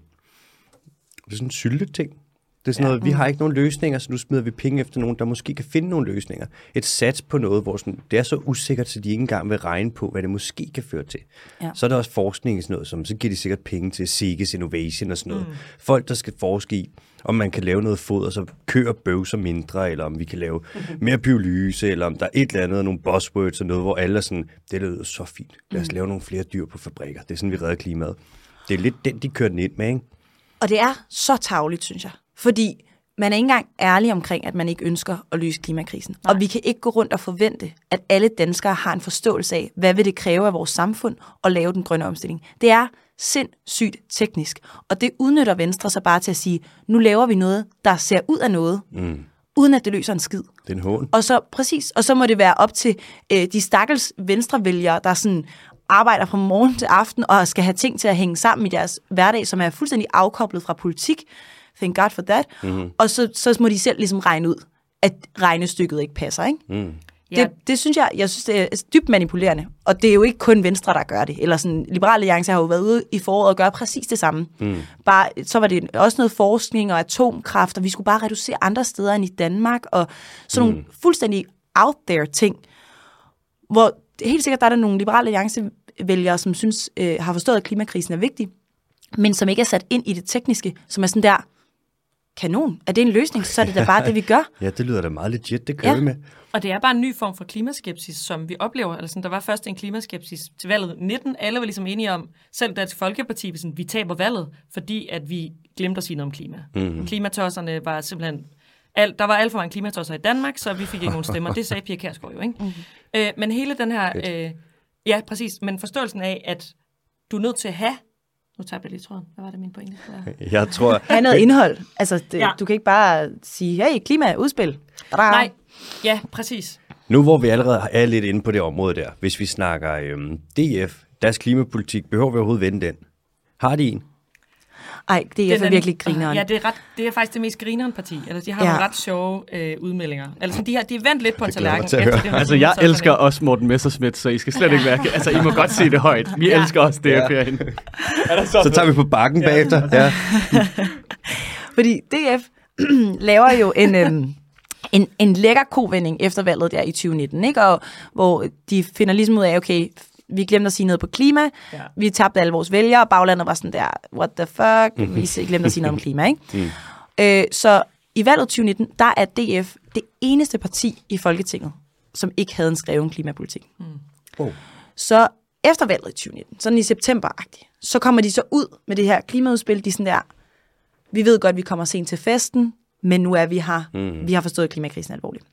det er sådan en sylteting. Det er sådan ja. noget, vi har ikke nogen løsninger, så nu smider vi penge efter nogen, der måske kan finde nogle løsninger. Et sats på noget, hvor sådan, det er så usikkert, så de ikke engang vil regne på, hvad det måske kan føre til. Ja. Så er der også forskning i sådan noget, som så giver de sikkert penge til Seges Innovation og sådan noget. Mm. Folk, der skal forske i, om man kan lave noget foder, så køer bøvser mindre, eller om vi kan lave mere pyrolyse, eller om der er et eller andet, nogle buzzwords og noget, hvor alle er sådan, det lyder så fint. Lad os mm. lave nogle flere dyr på fabrikker. Det er sådan, vi redder klimaet. Det er lidt den, de kører den ind med, ikke? Og det er så tarveligt, synes jeg. Fordi man er ikke engang ærlig omkring, at man ikke ønsker at løse klimakrisen. Nej. Og vi kan ikke gå rundt og forvente, at alle danskere har en forståelse af, hvad vil det kræve af vores samfund at lave den grønne omstilling. Det er sindssygt teknisk. Og det udnytter Venstre så bare til at sige, nu laver vi noget, der ser ud af noget, mm. uden at det løser en skid. Det er en hån. Og så, præcis, og så må det være op til øh, de stakkels venstrevælgere, der sådan arbejder fra morgen til aften, og skal have ting til at hænge sammen i deres hverdag, som er fuldstændig afkoblet fra politik. Thank God for that. Mm-hmm. Og så, så må de selv ligesom regne ud, at regnestykket ikke passer, ikke? Mm. Det, det synes jeg, jeg synes, det er dybt manipulerende. Og det er jo ikke kun Venstre, der gør det. Eller sådan, Liberal Alliance har jo været ude i foråret og gøre præcis det samme. Mm. Bare, så var det også noget forskning og atomkraft, og vi skulle bare reducere andre steder end i Danmark, og sådan mm. nogle fuldstændig out there ting, hvor helt sikkert der er der nogle Liberal Alliance-vælgere, som synes, øh, har forstået, at klimakrisen er vigtig, men som ikke er sat ind i det tekniske, som er sådan der, kanon, er det en løsning, så er det da bare det, vi gør. Ja, det lyder da meget legit, det kører ja. vi med. Og det er bare en ny form for klimaskepsis, som vi oplever. Altså, der var først en klimaskepsis til valget nitten. Alle var ligesom enige om, selv Dansk Folkeparti, sådan, vi taber valget, fordi at vi glemte at sige noget om klima. Mm. Klimatosserne var simpelthen... Al, der var alt for mange klimatosser i Danmark, så vi fik ikke nogen stemmer. Det sagde Pia Kjærsgaard jo, ikke? Mm. Øh, men hele den her... Øh, ja, præcis. Men forståelsen af, at du er nødt til at have... Nu tager jeg lige tråden. Hvad var det, min pointe? Jeg tror... have noget indhold. Altså, det, ja. Du kan ikke bare sige, hey, klimaudspil. Nej, ja, præcis. Nu hvor vi allerede er lidt inde på det område der, hvis vi snakker øhm, D F, deres klimapolitik, behøver vi overhovedet vende den? Har de en? Ej, D F er virkelig grineren. Ja, det er, ret, det er faktisk det mest grineren parti. Altså, de har ja. nogle ret sjove øh, udmeldinger. Altså, de, har, de er vendt lidt på en tallerken. Altså, jeg elsker også Morten Messerschmidt, så I skal slet ja. ikke mærke. Altså, I må godt sige det højt. Vi ja. elsker også D F ja. herinde. så, så tager vi på bakken ja. bagefter. Ja. Fordi D F laver jo en... Øhm, En, en lækker kovending efter valget der i tyve nitten, ikke? Og, hvor de finder ligesom ud af, okay, vi glemte at sige noget på klima, ja. vi tabte alle vores vælgere, og baglandet var sådan der, what the fuck, mm-hmm. vi glemte at sige noget om klima, ikke? Mm. Øh, så i valget tyve nitten, der er D F det eneste parti i Folketinget, som ikke havde en skreven klimapolitik. Mm. Oh. Så efter valget i tyve nitten, sådan i september-agtigt, så kommer de så ud med det her klimaudspil, de sådan der, vi ved godt, vi kommer sent til festen, men nu er vi her. Mm. Vi har forstået klimakrisen alvorligt.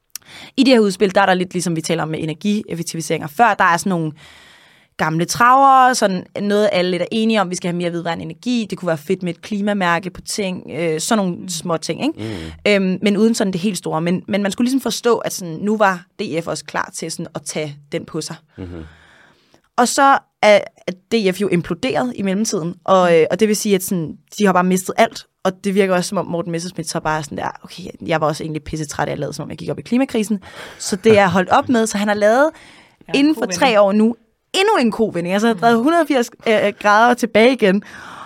I det her udspil, der er der lidt ligesom vi taler om med energieffektiviseringer før, der er sådan nogle gamle travere, sådan noget alle lidt er enige om, vi skal have mere vedvarende energi, det kunne være fedt med et klimamærke på ting, øh, sådan nogle små ting, ikke? Mm. Øhm, men uden sådan det helt store. Men, men man skulle ligesom forstå, at sådan, nu var D F også klar til sådan, at tage den på sig. Mm-hmm. Og så er D F jo imploderet i mellemtiden, og, øh, og det vil sige, at sådan, de har bare mistet alt. Og det virker også, som om Morten Messerschmidt så bare sådan der, okay, jeg var også egentlig pisse træt af at lade, som om jeg gik op i klimakrisen. Så det er holdt op med, så han har lavet ja, inden for tre år nu endnu en kovending. Altså har drevet et hundrede og firs øh, grader tilbage igen.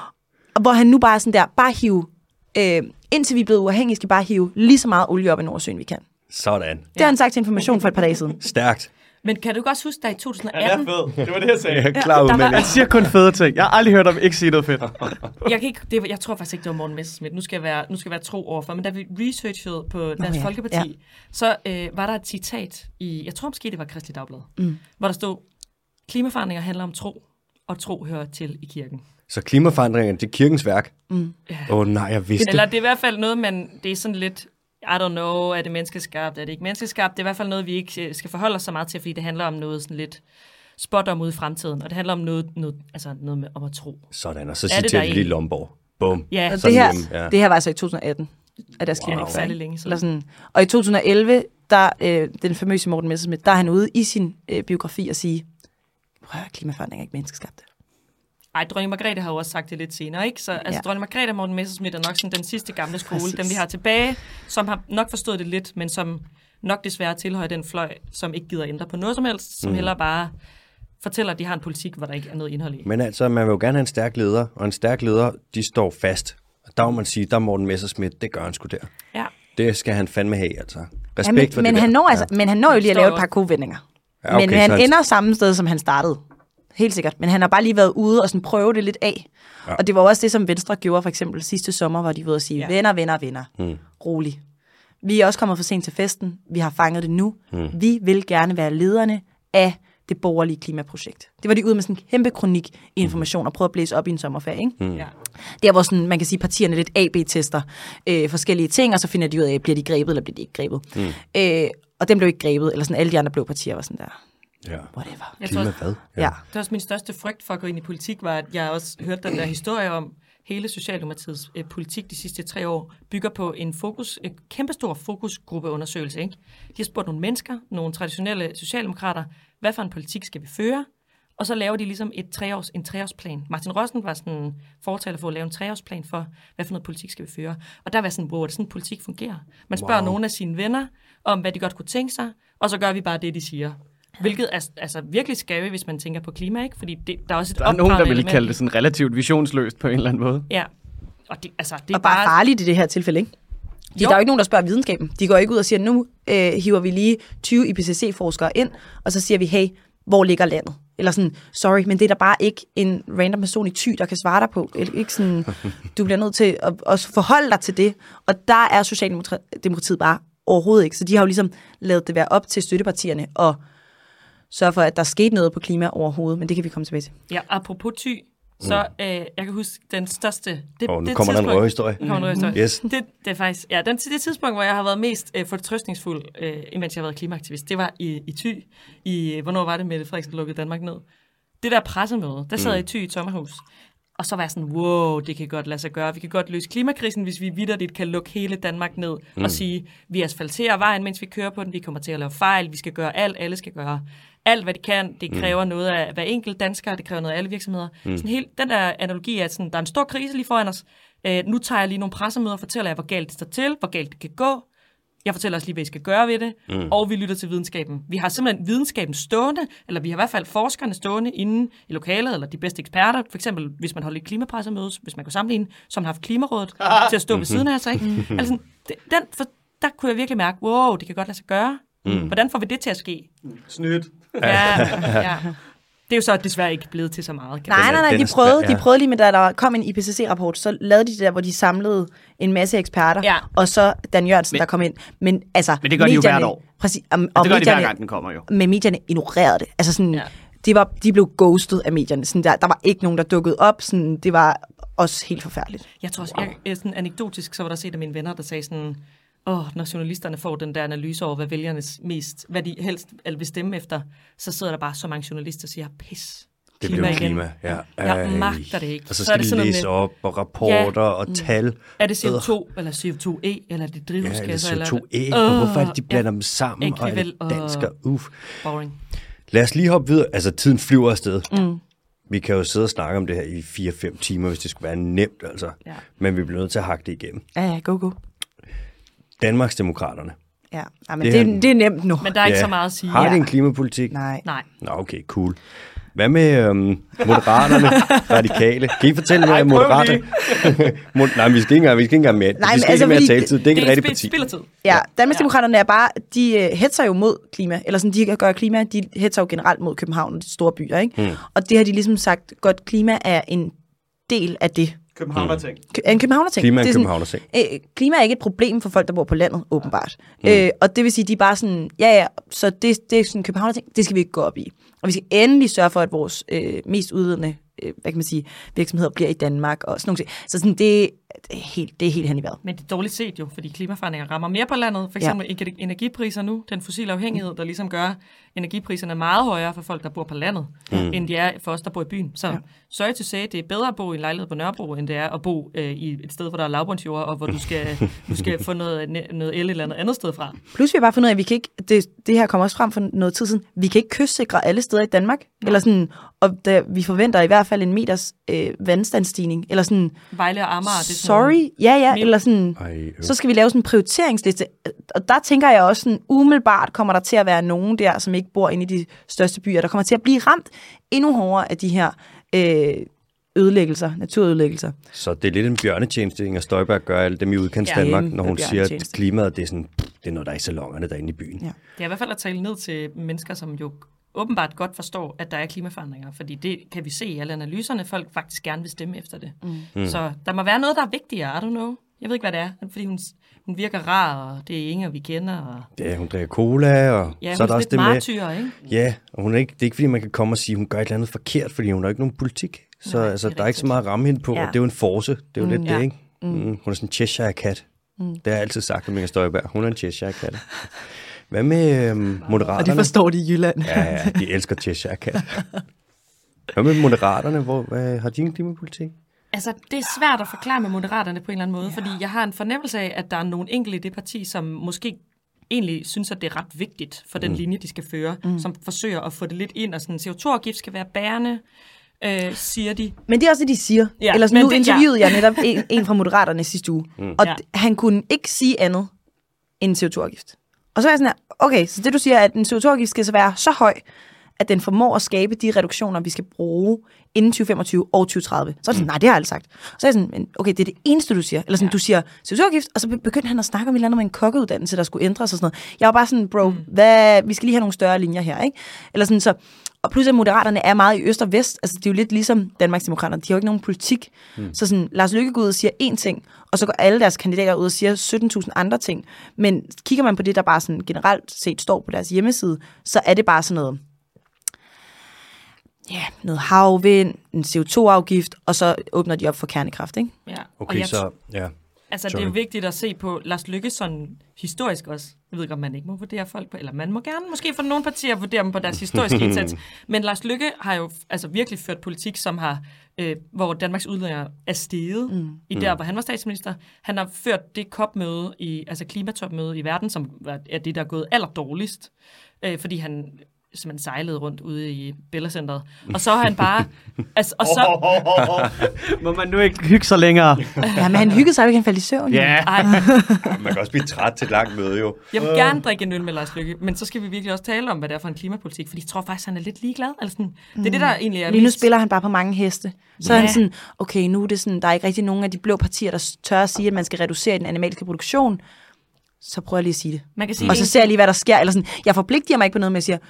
Hvor han nu bare sådan der, bare hive, øh, indtil vi er blevet uafhængige, skal bare hive lige så meget olie op i Nordsøen, vi kan. Sådan. Det har han sagt til Information for et par dage siden. Stærkt. Men kan du godt huske, der i to tusind atten... Ja, det er fedt. Det var det, jeg sagde. Jeg er klar ud, men... Han siger kun fede ting. Jeg har aldrig hørt om ikke sige noget fedt. jeg, kan ikke, det, jeg tror faktisk ikke, det var Morten Messerschmidt. Nu skal jeg være, nu skal jeg være tro overfor. Men da vi researchede på Dansk ja. Folkeparti, ja. så øh, var der et citat i... Jeg tror måske, det var Kristeligt Dagblad. Mm. Hvor der stod, klimaforandringer handler om tro, og tro hører til i kirken. Så klimaforandringer, det er kirkens værk? Åh mm. ja. oh, nej, jeg vidste Eller det er i hvert fald noget, man... Det er sådan lidt... I don't know, er det menneskeskabt, er det ikke menneskeskabt? Det er i hvert fald noget, vi ikke skal forholde os så meget til, fordi det handler om noget sådan lidt spot om ude i fremtiden, og det handler om noget, noget, altså noget med, om at tro. Sådan, og så citerer vi lige Lomborg. Bum. Ja. Det her, ja. det her var altså i to tusind atten, af deres wow. Ikke særlig længe Eller sådan. Og i to tusind og elleve, der, øh, den famøse Morten Messerschmidt, der er han ude i sin øh, biografi og sige, prøv at klimaforandring er ikke menneskeskabte. Ej, dronning Margrethe har jo også sagt det lidt senere, ikke? Så altså, ja. dronning Margrethe og Morten Messerschmidt er nok sådan den sidste gamle skole, Præcis. dem vi har tilbage, som har nok forstået det lidt, men som nok desværre tilhører den fløj, som ikke gider ændre på noget som helst, som mm. heller bare fortæller, at de har en politik, hvor der ikke er noget indhold i. Men altså, man vil jo gerne have en stærk leder, og en stærk leder, de står fast. Og der må man sige, der er Morten Messerschmidt, det gør han sgu der. Ja. Det skal han fandme have, altså. Respekt ja, men, for men det han når, altså, ja. Men han når jo lige at lave et par kovendinger. Ja, okay, men han, han ender samme sted, som han startede. Helt sikkert. Men han har bare lige været ude og sådan prøve det lidt af. Ja. Og det var også det, som Venstre gjorde for eksempel sidste sommer, hvor de var ude og sige, ja. venner, venner, venner. Mm. Rolig. Vi er også kommet for sent til festen. Vi har fanget det nu. Mm. Vi vil gerne være lederne af det borgerlige klimaprojekt. Det var de ude med sådan en kæmpe kronik i Information og prøvede at blæse op i en sommerferie. Ikke? Mm. Ja. Der hvor sådan, man kan sige, partierne lidt A B-tester øh, forskellige ting, og så finder de ud af, bliver de grebet, eller bliver de ikke grebet. Mm. Øh, og dem blev ikke grebet, eller sådan alle de andre blå partier var sådan der. Ja. Whatever. Jeg tror, hvad? Ja. Ja. Det var også min største frygt for at gå ind i politik, var, at jeg også hørte den der historie om, hele Socialdemokratiets øh, politik de sidste tre år bygger på en fokus, en kæmpestor fokusgruppeundersøgelse. Ikke? De har spurgt nogle mennesker, nogle traditionelle socialdemokrater, hvad for en politik skal vi føre? Og så laver de ligesom et treårs, en treårsplan. Martin Rossen var sådan fortaler for at lave en treårsplan for, hvad for noget politik skal vi føre. Og der var sådan, hvor det sådan politik fungerer. Man spørger wow. nogle af sine venner om, hvad de godt kunne tænke sig, og så gør vi bare det, de siger. Hvilket er altså virkelig scary, hvis man tænker på klima, ikke? Fordi det, der er også et der er nogen, der vil kalde det sådan relativt visionsløst på en eller anden måde. Ja. Og, det, altså, det er og bare, bare farligt i det her tilfælde, ikke? De, der er jo ikke nogen, der spørger videnskaben. De går ikke ud og siger, nu øh, hiver vi lige tyve I P C C-forskere ind, og så siger vi, hey, hvor ligger landet? Eller sådan, sorry, men det er der bare ikke en random person i Thy, der kan svare dig på. Eller ikke sådan, du bliver nødt til at, at forholde dig til det. Og der er Socialdemokratiet bare overhovedet ikke. Så de har jo ligesom lavet det være op til støttepartierne og sørge for, at der skete noget på klima overhovedet, men det kan vi komme tilbage til. Ja, apropos Thy, så øh, jeg kan huske den største... Det, og nu det kommer der en røverhistorie. Nu kommer en røverhistorie. Yes. Det, det er faktisk... Ja, den, det tidspunkt, hvor jeg har været mest øh, fortrøstningsfuld, øh, imens jeg har været klimaaktivist, det var i, i Thy. I, hvornår var det, Mette Frederiksen lukkede Danmark ned? Det der pressemøde, der sad jeg mm. i Thy i et sommerhus. Og så var jeg sådan, wow, det kan godt lade sig gøre. Vi kan godt løse klimakrisen, hvis vi vitterligt kan lukke hele Danmark ned mm. og sige, vi asfalterer vejen, mens vi kører på den. Vi kommer til at lave fejl. Vi skal gøre alt. Alle skal gøre alt, hvad de kan. Det kræver mm. noget af hver enkelt dansker. Det kræver noget af alle virksomheder. Mm. Sådan helt, den der analogi er, at sådan, der er en stor krise lige foran os. Øh, nu tager jeg lige nogle pressemøder og fortæller jer, hvor galt det står til, hvor galt det kan gå. Jeg fortæller os lige, hvad I skal gøre ved det, mm. og vi lytter til videnskaben. Vi har simpelthen videnskaben stående, eller vi har i hvert fald forskerne stående inde i lokalet, eller de bedste eksperter, for eksempel hvis man holder et klimapressemøde, hvis man kan sammenligne, som har haft Klimarådet til at stå ved siden af sig. Ikke? Mm. Altså, den, for, der kunne jeg virkelig mærke, wow, det kan godt lade sig gøre. Mm. Hvordan får vi det til at ske? Snydt. Ja, ja. Det er jo så desværre ikke blevet til så meget. Kan nej, nej, nej, de prøvede, de prøvede lige med, da der kom en I P C C-rapport, så lavede de det der, hvor de samlede en masse eksperter, ja. og så Dan Jørgensen, men, der kom ind. Men, altså, men det gør medierne, de jo hvert år. Præcis, og, og det gør medierne, de hver gang, den kommer jo. Men medierne ignorerede det. Altså sådan, ja. de, var, de blev ghostet af medierne. Sådan der, der var ikke nogen, der dukkede op. Sådan, det var også helt forfærdeligt. Jeg tror også, wow. jeg, sådan anekdotisk, så var der set af mine venner, der sagde sådan, åh, når journalisterne får den der analyse over, hvad vælgernes mest, hvad de helst vil stemme efter, så sidder der bare så mange journalister og siger, pis. Det bliver klima, ja. Jeg magter det ikke. Og så skal så de læse med, op og rapporter ja, og tal. Er det C O to, eller C O to E, eller er det drivhusgasser? Ja, eller C O to E, og hvorfor er det, de blander ja, dem sammen, og er det dansker? Uff. Boring. Lad os lige hoppe videre. Altså, tiden flyver afsted. Mm. Vi kan jo sidde og snakke om det her i fire fem timer, hvis det skulle være nemt, altså. Ja. Men vi bliver nødt til at hakke det igennem. Ja, ja, go, go. Danmarksdemokraterne. Ja, ja men det, det, er, det er nemt nu. Men der er ikke ja. så meget at sige. Har de en klimapolitik? Nej. Nej. Nå, okay, cool. Hvad med øhm, Moderaterne, Radikale? Kan I fortælle mig om Moderaterne? Mod, nej, vi skal ikke engang, vi skal ikke engang med. Nej, vi skal altså, ikke mere taletid. Det er ikke et rigtigt parti. Spilletid. Ja, Danmarksdemokraterne er bare, de uh, hetser jo mod klima, eller sådan, de gør klima, de hetser jo generelt mod København og de store byer, ikke? Hmm. Og det har de ligesom sagt, godt, klima er en del af det. Københavner-ting. En københavner-ting. Klima er en københavner-ting. Øh, klima er ikke et problem for folk, der bor på landet, åbenbart. Mm. Øh, og det vil sige, de er bare sådan, ja ja, så det, det er sådan en københavner-ting, det skal vi ikke gå op i. Og vi skal endelig sørge for, at vores øh, mest udledende øh, hvad kan man sige, virksomheder bliver i Danmark og sådan noget. Så sådan, det, det, er helt, det er helt hen i vejret. Men det er dårligt set jo, fordi klimaforandringer rammer mere på landet. For eksempel ja. energipriser nu, den fossile afhængighed, der ligesom gør energipriserne meget højere for folk, der bor på landet, mm. end de er for os, der bor i byen. Så ja. sorry to say, det er bedre at bo i en lejlighed på Nørrebro, end det er at bo øh, i et sted, hvor der er lavbundsjord, og hvor du skal, du skal få noget, noget el eller andet andet sted fra. Plus vi har bare fundet ud af, at vi kan ikke, det, det her kommer også frem for noget tid siden, vi kan ikke kystsikre alle steder i Danmark. Ja. Eller sådan, og da, vi forventer i hvert fald en meters øh, vandstandsstigning. Eller sådan, Vejle og Amager. Det er sorry, ja ja, eller sådan, Ej, så skal vi lave sådan en prioriteringsliste. Og der tænker jeg også sådan, umiddelbart kommer der til at være nogen der, som ikke bor inde i de største byer, der kommer til at blive ramt endnu hårdere af de her øh, ødelæggelser, naturødelæggelser. Så det er lidt en bjørnetjeneste, Inger Støjberg gør alle dem i udkants ja, Danmark, når hun siger, at klimaet det er, sådan, det er noget, der er i salongerne derinde i byen. Ja. Det er i hvert fald at tale ned til mennesker, som jo åbenbart godt forstår, at der er klimaforandringer, fordi det kan vi se i alle analyserne, folk faktisk gerne vil stemme efter det. Mm. Mm. Så der må være noget, der er vigtigere, I don't know. Jeg ved ikke, hvad det er, fordi hun, hun virker rar, og det er Inger, vi kender. Og ja, hun drikker cola, og ja, så er der også det martyr, med. Ikke? Ja, og hun er ikke, det er ikke, fordi man kan komme og sige, at hun gør et eller andet forkert, fordi hun har ikke nogen politik. Så nej, altså, er der er ikke så meget at ramme hende på, ja. og det er jo en force. Det er jo mm, lidt ja. det, ikke? Mm. Mm, hun er sådan en Cheshire-kat. Mm. Det har jeg altid sagt om Inger Støjberg. Hun er en Cheshire-kat. Hvad med øhm, Moderaterne? Og de forstår det i Jylland. ja, ja, de elsker Cheshire-kat. Hvad med Moderaterne? Hvor, hvad, har de en klimapolitik? Altså, det er svært at forklare med Moderaterne på en eller anden måde, ja. fordi jeg har en fornemmelse af, at der er nogle enkelte i det parti, som måske egentlig synes, at det er ret vigtigt for den mm. linje, de skal føre, mm. som forsøger at få det lidt ind, og sådan en C O to afgift skal være bærende, øh, siger de. Men det er også det, de siger. Ja, Eller sådan, nu det, interviewede ja. jeg netop en, en fra Moderaterne sidste uge, mm. og ja. han kunne ikke sige andet end C O to afgift. Og så er jeg sådan her, okay, så det du siger, at en C O to afgift skal så være så høj, at den formår at skabe de reduktioner, vi skal bruge inden tyve femogtyve og tyve tredive. Så er det sådan, nej, det har jeg aldrig sagt. Så er jeg sådan, okay, det er det eneste, du siger. Eller sådan, ja. du siger C O to afgift, og så begyndte han at snakke om et eller andet med en kokkeuddannelse, der skulle ændres og sådan noget. Jeg var bare sådan, bro, mm. hvad, vi skal lige have nogle større linjer her, ikke? Eller sådan, så, og pludselig Moderaterne er meget i øst og vest. Altså, det er jo lidt ligesom Danmarksdemokraterne. De har jo ikke nogen politik. Mm. Så sådan, Lars Løkke går ud og siger én ting, og så går alle deres kandidater ud og siger sytten tusind andre ting. Men kigger man på det, der bare sådan generelt set står på deres hjemmeside, så er det bare sådan noget. ja, noget havvind, en C O to afgift, og så åbner de op for kernekraft, ikke? Ja. Okay, så... Ja. Altså, Sorry. Det er jo vigtigt at se på Lars Løkke sådan historisk også. Jeg ved ikke, om man ikke må vurdere folk på, eller man må gerne, måske for nogle partier, vurdere dem på deres historiske indsats. Men Lars Løkke har jo altså virkelig ført politik, som har, øh, hvor Danmarks udledninger er steget mm. i der, hvor han var statsminister. Han har ført det C O P-møde, i, altså klimatopmøde i verden, som er det, der er gået allerdårligst, øh, fordi han... som han sejlede rundt ude i Bella Centeret. Og så har han bare... altså, og så... Oh, oh, oh, oh. Må man nu ikke hygge sig længere? Ja, men han hyggede sig, ikke han faldt i søvn. Ja. Yeah. Man kan også blive træt til et langt møde, jo. Jeg vil gerne drikke en øl med Lars Løkke, men så skal vi virkelig også tale om, hvad det er for en klimapolitik, fordi jeg tror faktisk, han er lidt ligeglad. Altså sådan, det er det, der egentlig er... Lige nu spiller han bare på mange heste. Så ja. er han sådan, okay, nu er det sådan, der er ikke rigtig nogen af de blå partier, der tør at sige, at man skal reducere den animalske produktion. Så prøver jeg lige at sige det. Man kan sige og så ser jeg lige, hvad der sker. Eller sådan, jeg forpligter mig ikke på noget med at sige,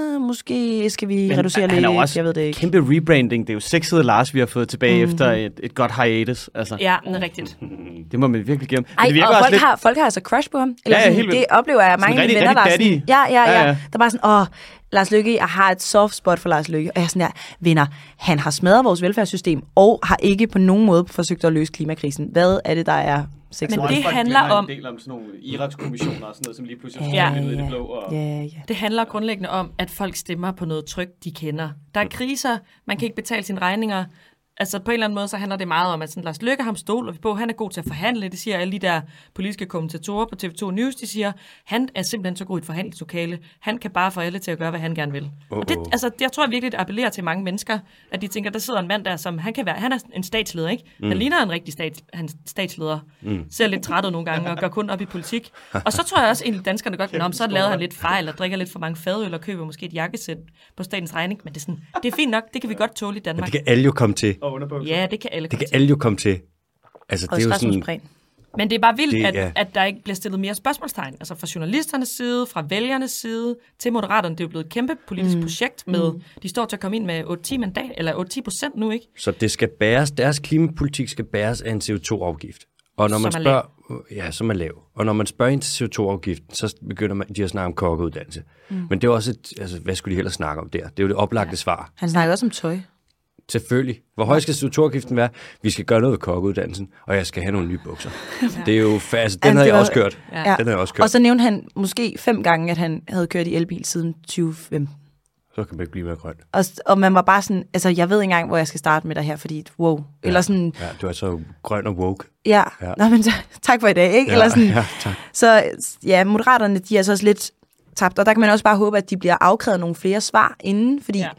måske skal vi men reducere lidt. Han er også jeg ved det ikke. Kæmpe rebranding. Det er jo sexede Lars, vi har fået tilbage mm-hmm. efter et, et godt hiatus. Altså. Ja, det er rigtigt. Det må man virkelig give ham. Ej, det og folk, lidt... har, folk har altså crush på ham. Eller ja, ja, sådan, det oplever jeg mange rigtig, venner, der er sådan, ja, ja, ja, ja, ja. Der er bare sådan, åh, Lars Løkke, jeg har et soft spot for Lars Løkke. Og jeg er sådan der, venner, han har smadret vores velfærdssystem, og har ikke på nogen måde forsøgt at løse klimakrisen. Hvad er det, der er sexet? Men det handler om... en del om sådan nogle Iraks-kommissioner og sådan noget, som lige pludselig ja, ja, ud i det blå. Og... Ja, ja. Det handler grundlæggende om, at folk stemmer på noget tryk, de kender. Der er kriser, man kan ikke betale sine regninger. Altså på en eller anden måde, så handler det meget om, at sådan, Lars Løkke, ham stoler vi på, han er god til at forhandle. Det siger alle de der politiske kommentatorer på T V to News, de siger, han er simpelthen så god i et forhandlingslokale. Han kan bare få alle til at gøre, hvad han gerne vil. Uh-oh. Og det, altså, jeg tror virkelig, det appellerer til mange mennesker, at de tænker, der sidder en mand der, som han kan være, han er en statsleder, ikke? Mm. Han ligner en rigtig stats, han statsleder. Mm. Ser lidt træt ud nogle gange og går kun op i politik. Og så tror jeg også, at danskerne godt, om så lavede han lidt fejl og drikker lidt for mange fadøl og køber måske et jakkesæt på statens regning. Men det er, sådan, det er fint nok, det kan vi godt tåle i Danmark. Men det kan alle jo komme til. Ja, det kan alle Det kan alle jo komme til. Altså, og det er jo sådan... Men det er bare vildt, det, at, ja. at der ikke bliver stillet mere spørgsmålstegn. Altså fra journalisternes side, fra vælgernes side, til Moderaterne. Det er jo blevet et kæmpe politisk mm. projekt med, mm. de står til at komme ind med otte til ti mandat, eller otte til ti procent nu, ikke? Så det skal bæres, deres klimapolitik skal bæres af en C O to afgift. Og når man som spørger, ja, som er lav. Og når man spørger ind til C O to afgiften, så begynder man, de at snakke om kokkeuddannelse. Mm. Men det er også et, altså, hvad skulle de hellere snakke om der? Det er jo det oplagte ja. svar. Han snakker også om tøj. Selvfølgelig. Hvor høj skal C O to afgiften være? Vi skal gøre noget ved kokkeuddannelsen, og jeg skal have nogle nye bukser. Ja. Det er jo altså, den havde jeg også kørt. Ja. Den havde jeg også kørt. Og så nævnte han måske fem gange, at han havde kørt i elbil siden tyve femten. Så kan man ikke blive mere grøn. Og, og man var bare sådan, altså jeg ved ikke engang, hvor jeg skal starte med det her, fordi wow. Ja. Eller sådan, ja, du er så grøn og woke. Ja, ja. Nå, men tak for i dag, ikke? Ja, Eller sådan, ja, tak. Så ja, Moderaterne, de er så også lidt tabt, og der kan man også bare håbe, at de bliver afkrævet nogle flere svar inden, fordi ja.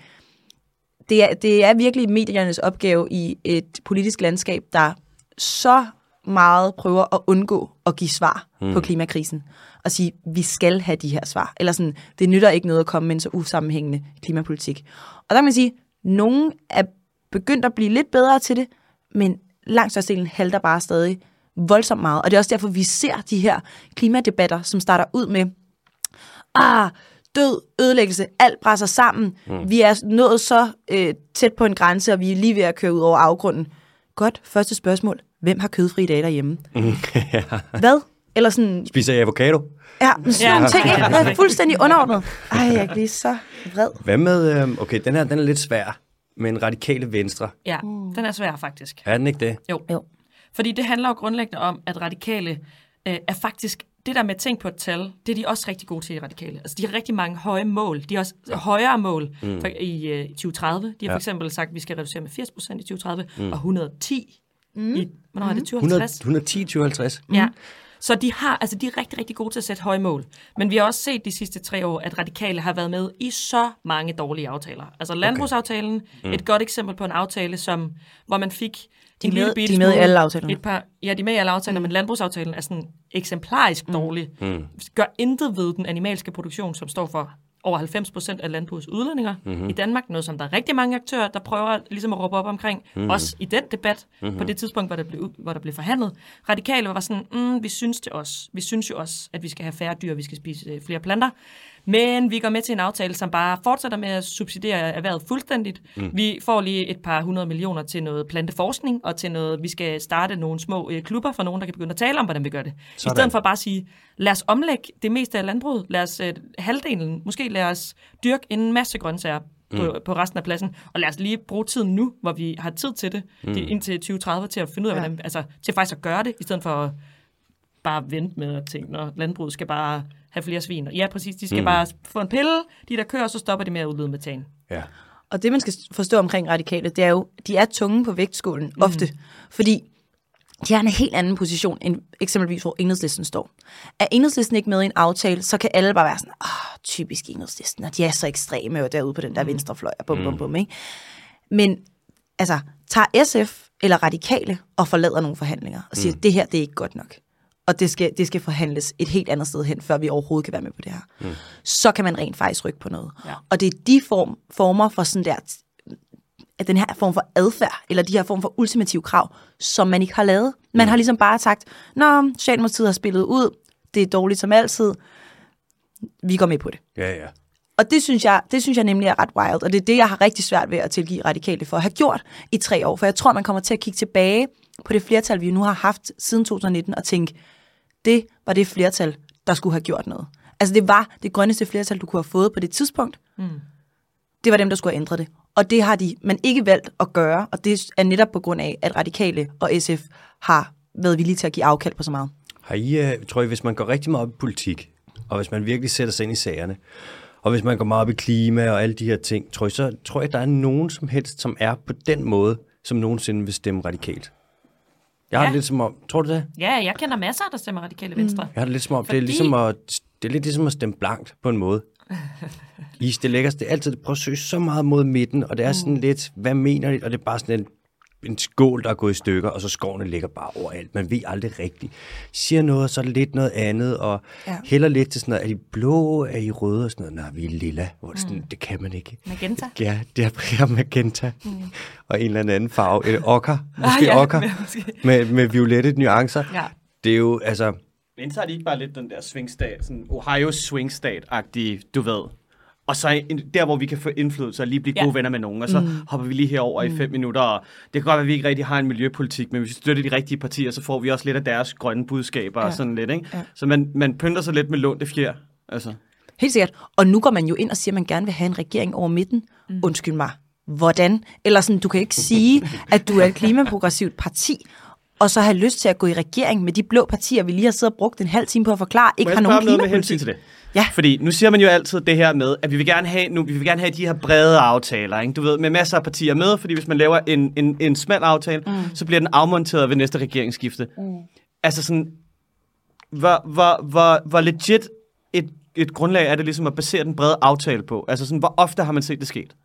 det, er, det er virkelig mediernes opgave i et politisk landskab, der så meget prøver at undgå at give svar hmm. på klimakrisen, og sige, vi skal have de her svar. Eller sådan, det nytter ikke noget at komme med en så usammenhængende klimapolitik. Og der kan man sige, nogen er begyndt at blive lidt bedre til det, men langt størstedelen halter bare stadig voldsomt meget. Og det er også derfor, vi ser de her klimadebatter, som starter ud med, ah, død, ødelæggelse, alt brænder sammen. Mm. Vi er nået så øh, tæt på en grænse, og vi er lige ved at køre ud over afgrunden. Godt, første spørgsmål. Hvem har kødfri dage derhjemme? Mm. ja. Hvad? Eller sådan... Spiser I avocado? Ja, men sådan ja. nogle ting, ikke? Det er fuldstændig underordnet. Ej, jeg bliver så vred. Hvad med... Øh, okay, den her den er lidt svær, men radikale venstre. Ja, mm. den er svær faktisk. Er den ikke det? Jo. jo. Fordi det handler jo grundlæggende om, at radikale øh, er faktisk... Det der med at tænke på et tal, det er de også rigtig gode til i radikale. Altså, de har rigtig mange høje mål. De har også ja. højere mål mm. for, i uh, tyve tredive. De har ja. for eksempel sagt, at vi skal reducere med firs procent i tyve tredive, mm. og et hundrede og ti mm. i, hvornår er det, tyve halvtreds? et hundrede og ti tyve halvtreds. Mm. Ja. Så de, har, altså, de er rigtig, rigtig gode til at sætte høje mål. Men vi har også set de sidste tre år, at radikale har været med i så mange dårlige aftaler. Altså landbrugsaftalen, okay. mm. et godt eksempel på en aftale, som, hvor man fik... De er med, de er med i alle aftalerne. Et par, ja, de er med i alle aftalerne, mm. men landbrugsaftalen er sådan eksemplarisk mm. dårlig. Mm. Gør intet ved den animalske produktion, som står for over halvfems procent af landbrugets udledninger mm-hmm. i Danmark. Noget, som der er rigtig mange aktører, der prøver ligesom at råbe op omkring. Mm-hmm. Også i den debat, mm-hmm. på det tidspunkt, hvor der blev, hvor der blev forhandlet. Radikale var sådan, mm, vi synes det også. Vi synes jo også, at vi skal have færre dyr, vi skal spise øh, flere planter. Men vi går med til en aftale, som bare fortsætter med at subsidiere erhvervet fuldstændigt. Mm. Vi får lige et par hundrede millioner til noget planteforskning, og til noget, vi skal starte nogle små øh, klubber for nogen, der kan begynde at tale om, hvordan vi gør det. Sådan. I stedet for bare at sige, lad os omlægge det meste af landbruget, lad os øh, halvdelen, måske lad os dyrke en masse grøntsager mm. på, på resten af pladsen. Og lad os lige bruge tiden nu, hvor vi har tid til det, mm. det indtil tyve tredive, til at finde ud af, ja. hvordan, altså til faktisk at gøre det, i stedet for at bare vente med at tænke, når landbruget skal bare have flere svin. Ja, præcis, de skal mm. bare få en pille, de der kører, så stopper de med at udlede metan. Ja. Og det, man skal forstå omkring radikale, det er jo, de er tunge på vægtskålen mm. ofte, fordi de har en helt anden position, end eksempelvis hvor Enhedslisten står. Er Enhedslisten ikke med i en aftale, så kan alle bare være sådan, åh, typisk Enhedslisten, og de er så ekstreme og derude på den der mm. venstrefløj, bum, bum, bum, ikke? Men, altså, tager S F eller radikale og forlader nogle forhandlinger, og siger, mm. det her, det er ikke godt nok, og det skal, det skal forhandles et helt andet sted hen, før vi overhovedet kan være med på det her, mm. så kan man rent faktisk rykke på noget. Ja. Og det er de form, former for sådan der, at den her form for adfærd, eller de her form for ultimative krav, som man ikke har lavet. Man mm. har ligesom bare sagt, nå, Socialdemokratiet har spillet ud, det er dårligt som altid, vi går med på det. Ja, ja. Og det synes jeg, det synes jeg nemlig er ret wild, og det er det, jeg har rigtig svært ved at tilgive radikale for at have gjort i tre år, for jeg tror, man kommer til at kigge tilbage på det flertal, vi nu har haft siden to tusind nitten, og tænke, det var det flertal, der skulle have gjort noget. Altså det var det grønneste flertal, du kunne have fået på det tidspunkt. Mm. Det var dem, der skulle have ændret det. Og det har de man ikke valgt at gøre, og det er netop på grund af, at radikale og S F har været villige til at give afkald på så meget. Har I, uh, tror I, hvis man går rigtig meget op i politik, og hvis man virkelig sætter sig ind i sagerne, og hvis man går meget op i klima og alle de her ting, tror I, så tror jeg, der er nogen som helst, som er på den måde, som nogensinde vil stemme radikalt? Jeg har ja. det lidt som om, tror du det? Ja, jeg kender masser, der stemmer radikale venstre. Mm. Jeg har det lidt som om, Fordi... det er ligesom at, det er lidt ligesom at stemme blankt på en måde. Is, det lækkers, det er altid, det prøver at søge så meget mod midten, og det er sådan mm. lidt, hvad mener de? Og det er bare sådan en, en skål, der er gået i stykker, og så skovene ligger bare overalt. Man ved aldrig rigtigt. Siger noget, så er det lidt noget andet, og ja. hælder lidt til sådan noget, er de blå, er I røde, og sådan noget, nej, vi er lilla. Hvor det, sådan, mm. det kan man ikke. Magenta. Ja, det er magenta. Mm. Og en eller anden farve, eller okker, måske ah, ja, okker, med, med violette nuancer. Ja. Det er jo, altså... Men så er de ikke bare lidt den der swingstat, sådan Ohio swingstat-agtige, du ved. Og så der, hvor vi kan få indflydelse og lige blive gode ja. venner med nogen, og så mm. hopper vi lige herover mm. i fem minutter. Og det kan godt være, at vi ikke rigtig har en miljøpolitik, men hvis vi støtter de rigtige partier, så får vi også lidt af deres grønne budskaber ja. og sådan lidt, ikke? Ja. Så man, man pynter sig lidt med lånte fjer, altså. Helt sikkert. Og nu går man jo ind og siger, at man gerne vil have en regering over midten. Mm. Undskyld mig. Hvordan? Eller sådan, du kan ikke sige, at du er et klimaprogressivt parti, og så have lyst til at gå i regering med de blå partier, vi lige har siddet og brugt en halv time på at forklare, ikke har nogen klimapolitik. Til det? Ja. Fordi nu siger man jo altid det her med, at vi vil gerne have, nu, vi vil gerne have de her brede aftaler, ikke? Du ved, med masser af partier med, fordi hvis man laver en, en, en smal aftale, mm. så bliver den afmonteret ved næste regeringsskifte. Mm. Altså sådan, hvor, hvor, hvor, hvor legit et, et grundlag er det ligesom at basere den brede aftale på? Altså sådan, hvor ofte har man set det sket?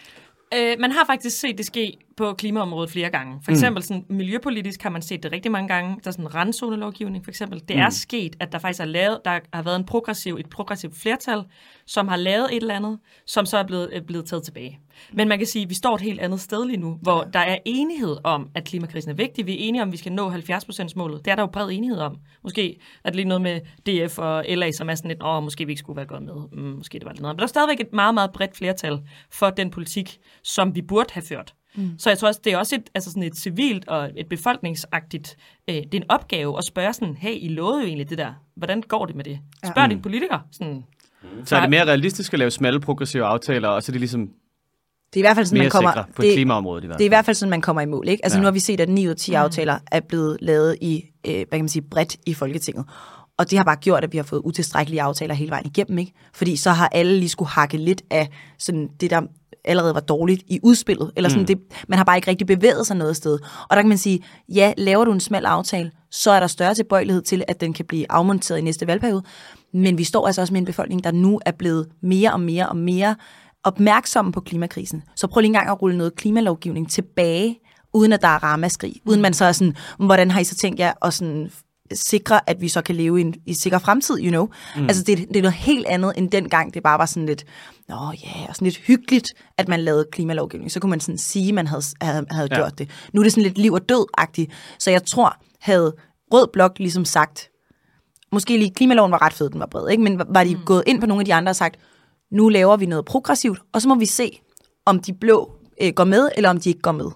Øh, man har faktisk set det ske på klimaområdet flere gange. For eksempel sådan, miljøpolitisk har man set det rigtig mange gange. Der er sådan en randzonelovgivning for eksempel. Det mm. er sket, at der faktisk er lavet, der har været en progressiv, et progressivt flertal, som har lavet et eller andet, som så er blevet, er blevet taget tilbage. Men man kan sige, at vi står et helt andet sted lige nu, hvor der er enighed om, at klimakrisen er vigtig. Vi er enige om, at vi skal nå halvfjerds procent målet. Det er der jo bred enighed om. Måske er det lige noget med D F og L A, som er sådan lidt, åh, måske vi ikke skulle være gået med. Mm, måske det var lidt noget. Men der er stadigvæk et meget, meget bredt flertal for den politik, som vi burde have ført. Mm. Så jeg tror også, det er også et, altså sådan et civilt og et befolkningsagtigt, øh, det er en opgave at spørge sådan, hey, I lovede jo egentlig det der. Hvordan går det med det? Spørg ja. dine politikere. Sådan, mm. Så er det mere realistisk at lave smalle progressive aftaler, og så er det ligesom det er i hvert fald sådan, man kommer på det, klimaområdet i hvert fald. Det er i hvert fald sådan, man kommer i mål, ikke? Altså ja. Nu har vi set, at ni ud af ti aftaler er blevet lavet i, øh, hvad kan man sige, bredt i Folketinget. Og det har bare gjort, at vi har fået utilstrækkelige aftaler hele vejen igennem, ikke? Fordi så har alle lige skulle hakke lidt af sådan det, der allerede var dårligt i udspillet. Eller sådan mm. det, man har bare ikke rigtig bevæget sig noget sted. Og der kan man sige, ja, laver du en smal aftale, så er der større tilbøjelighed til, at den kan blive afmonteret i næste valgperiode. Men vi står altså også med en befolkning, der nu er blevet mere og mere og mere opmærksomme på klimakrisen. Så prøv lige engang at rulle noget klimalovgivning tilbage, uden at der er ramaskrig. Uden man så er sådan, hvordan har I så tænkt jer at sådan sikre, at vi så kan leve i en i sikker fremtid, you know? Mm. Altså, det, det er noget helt andet, end dengang det bare var sådan lidt, nå ja, yeah, og sådan lidt hyggeligt, at man lavede klimalovgivning. Så kunne man sådan sige, at man havde, havde, havde ja. gjort det. Nu er det sådan lidt liv og død-agtigt. Så jeg tror, havde Rød Blok ligesom sagt, måske lige klimaloven var ret fed, den var bred, ikke? Men var de mm. gået ind på nogle af de andre og sagt, nu laver vi noget progressivt, og så må vi se, om de blå øh, går med, eller om de ikke går med.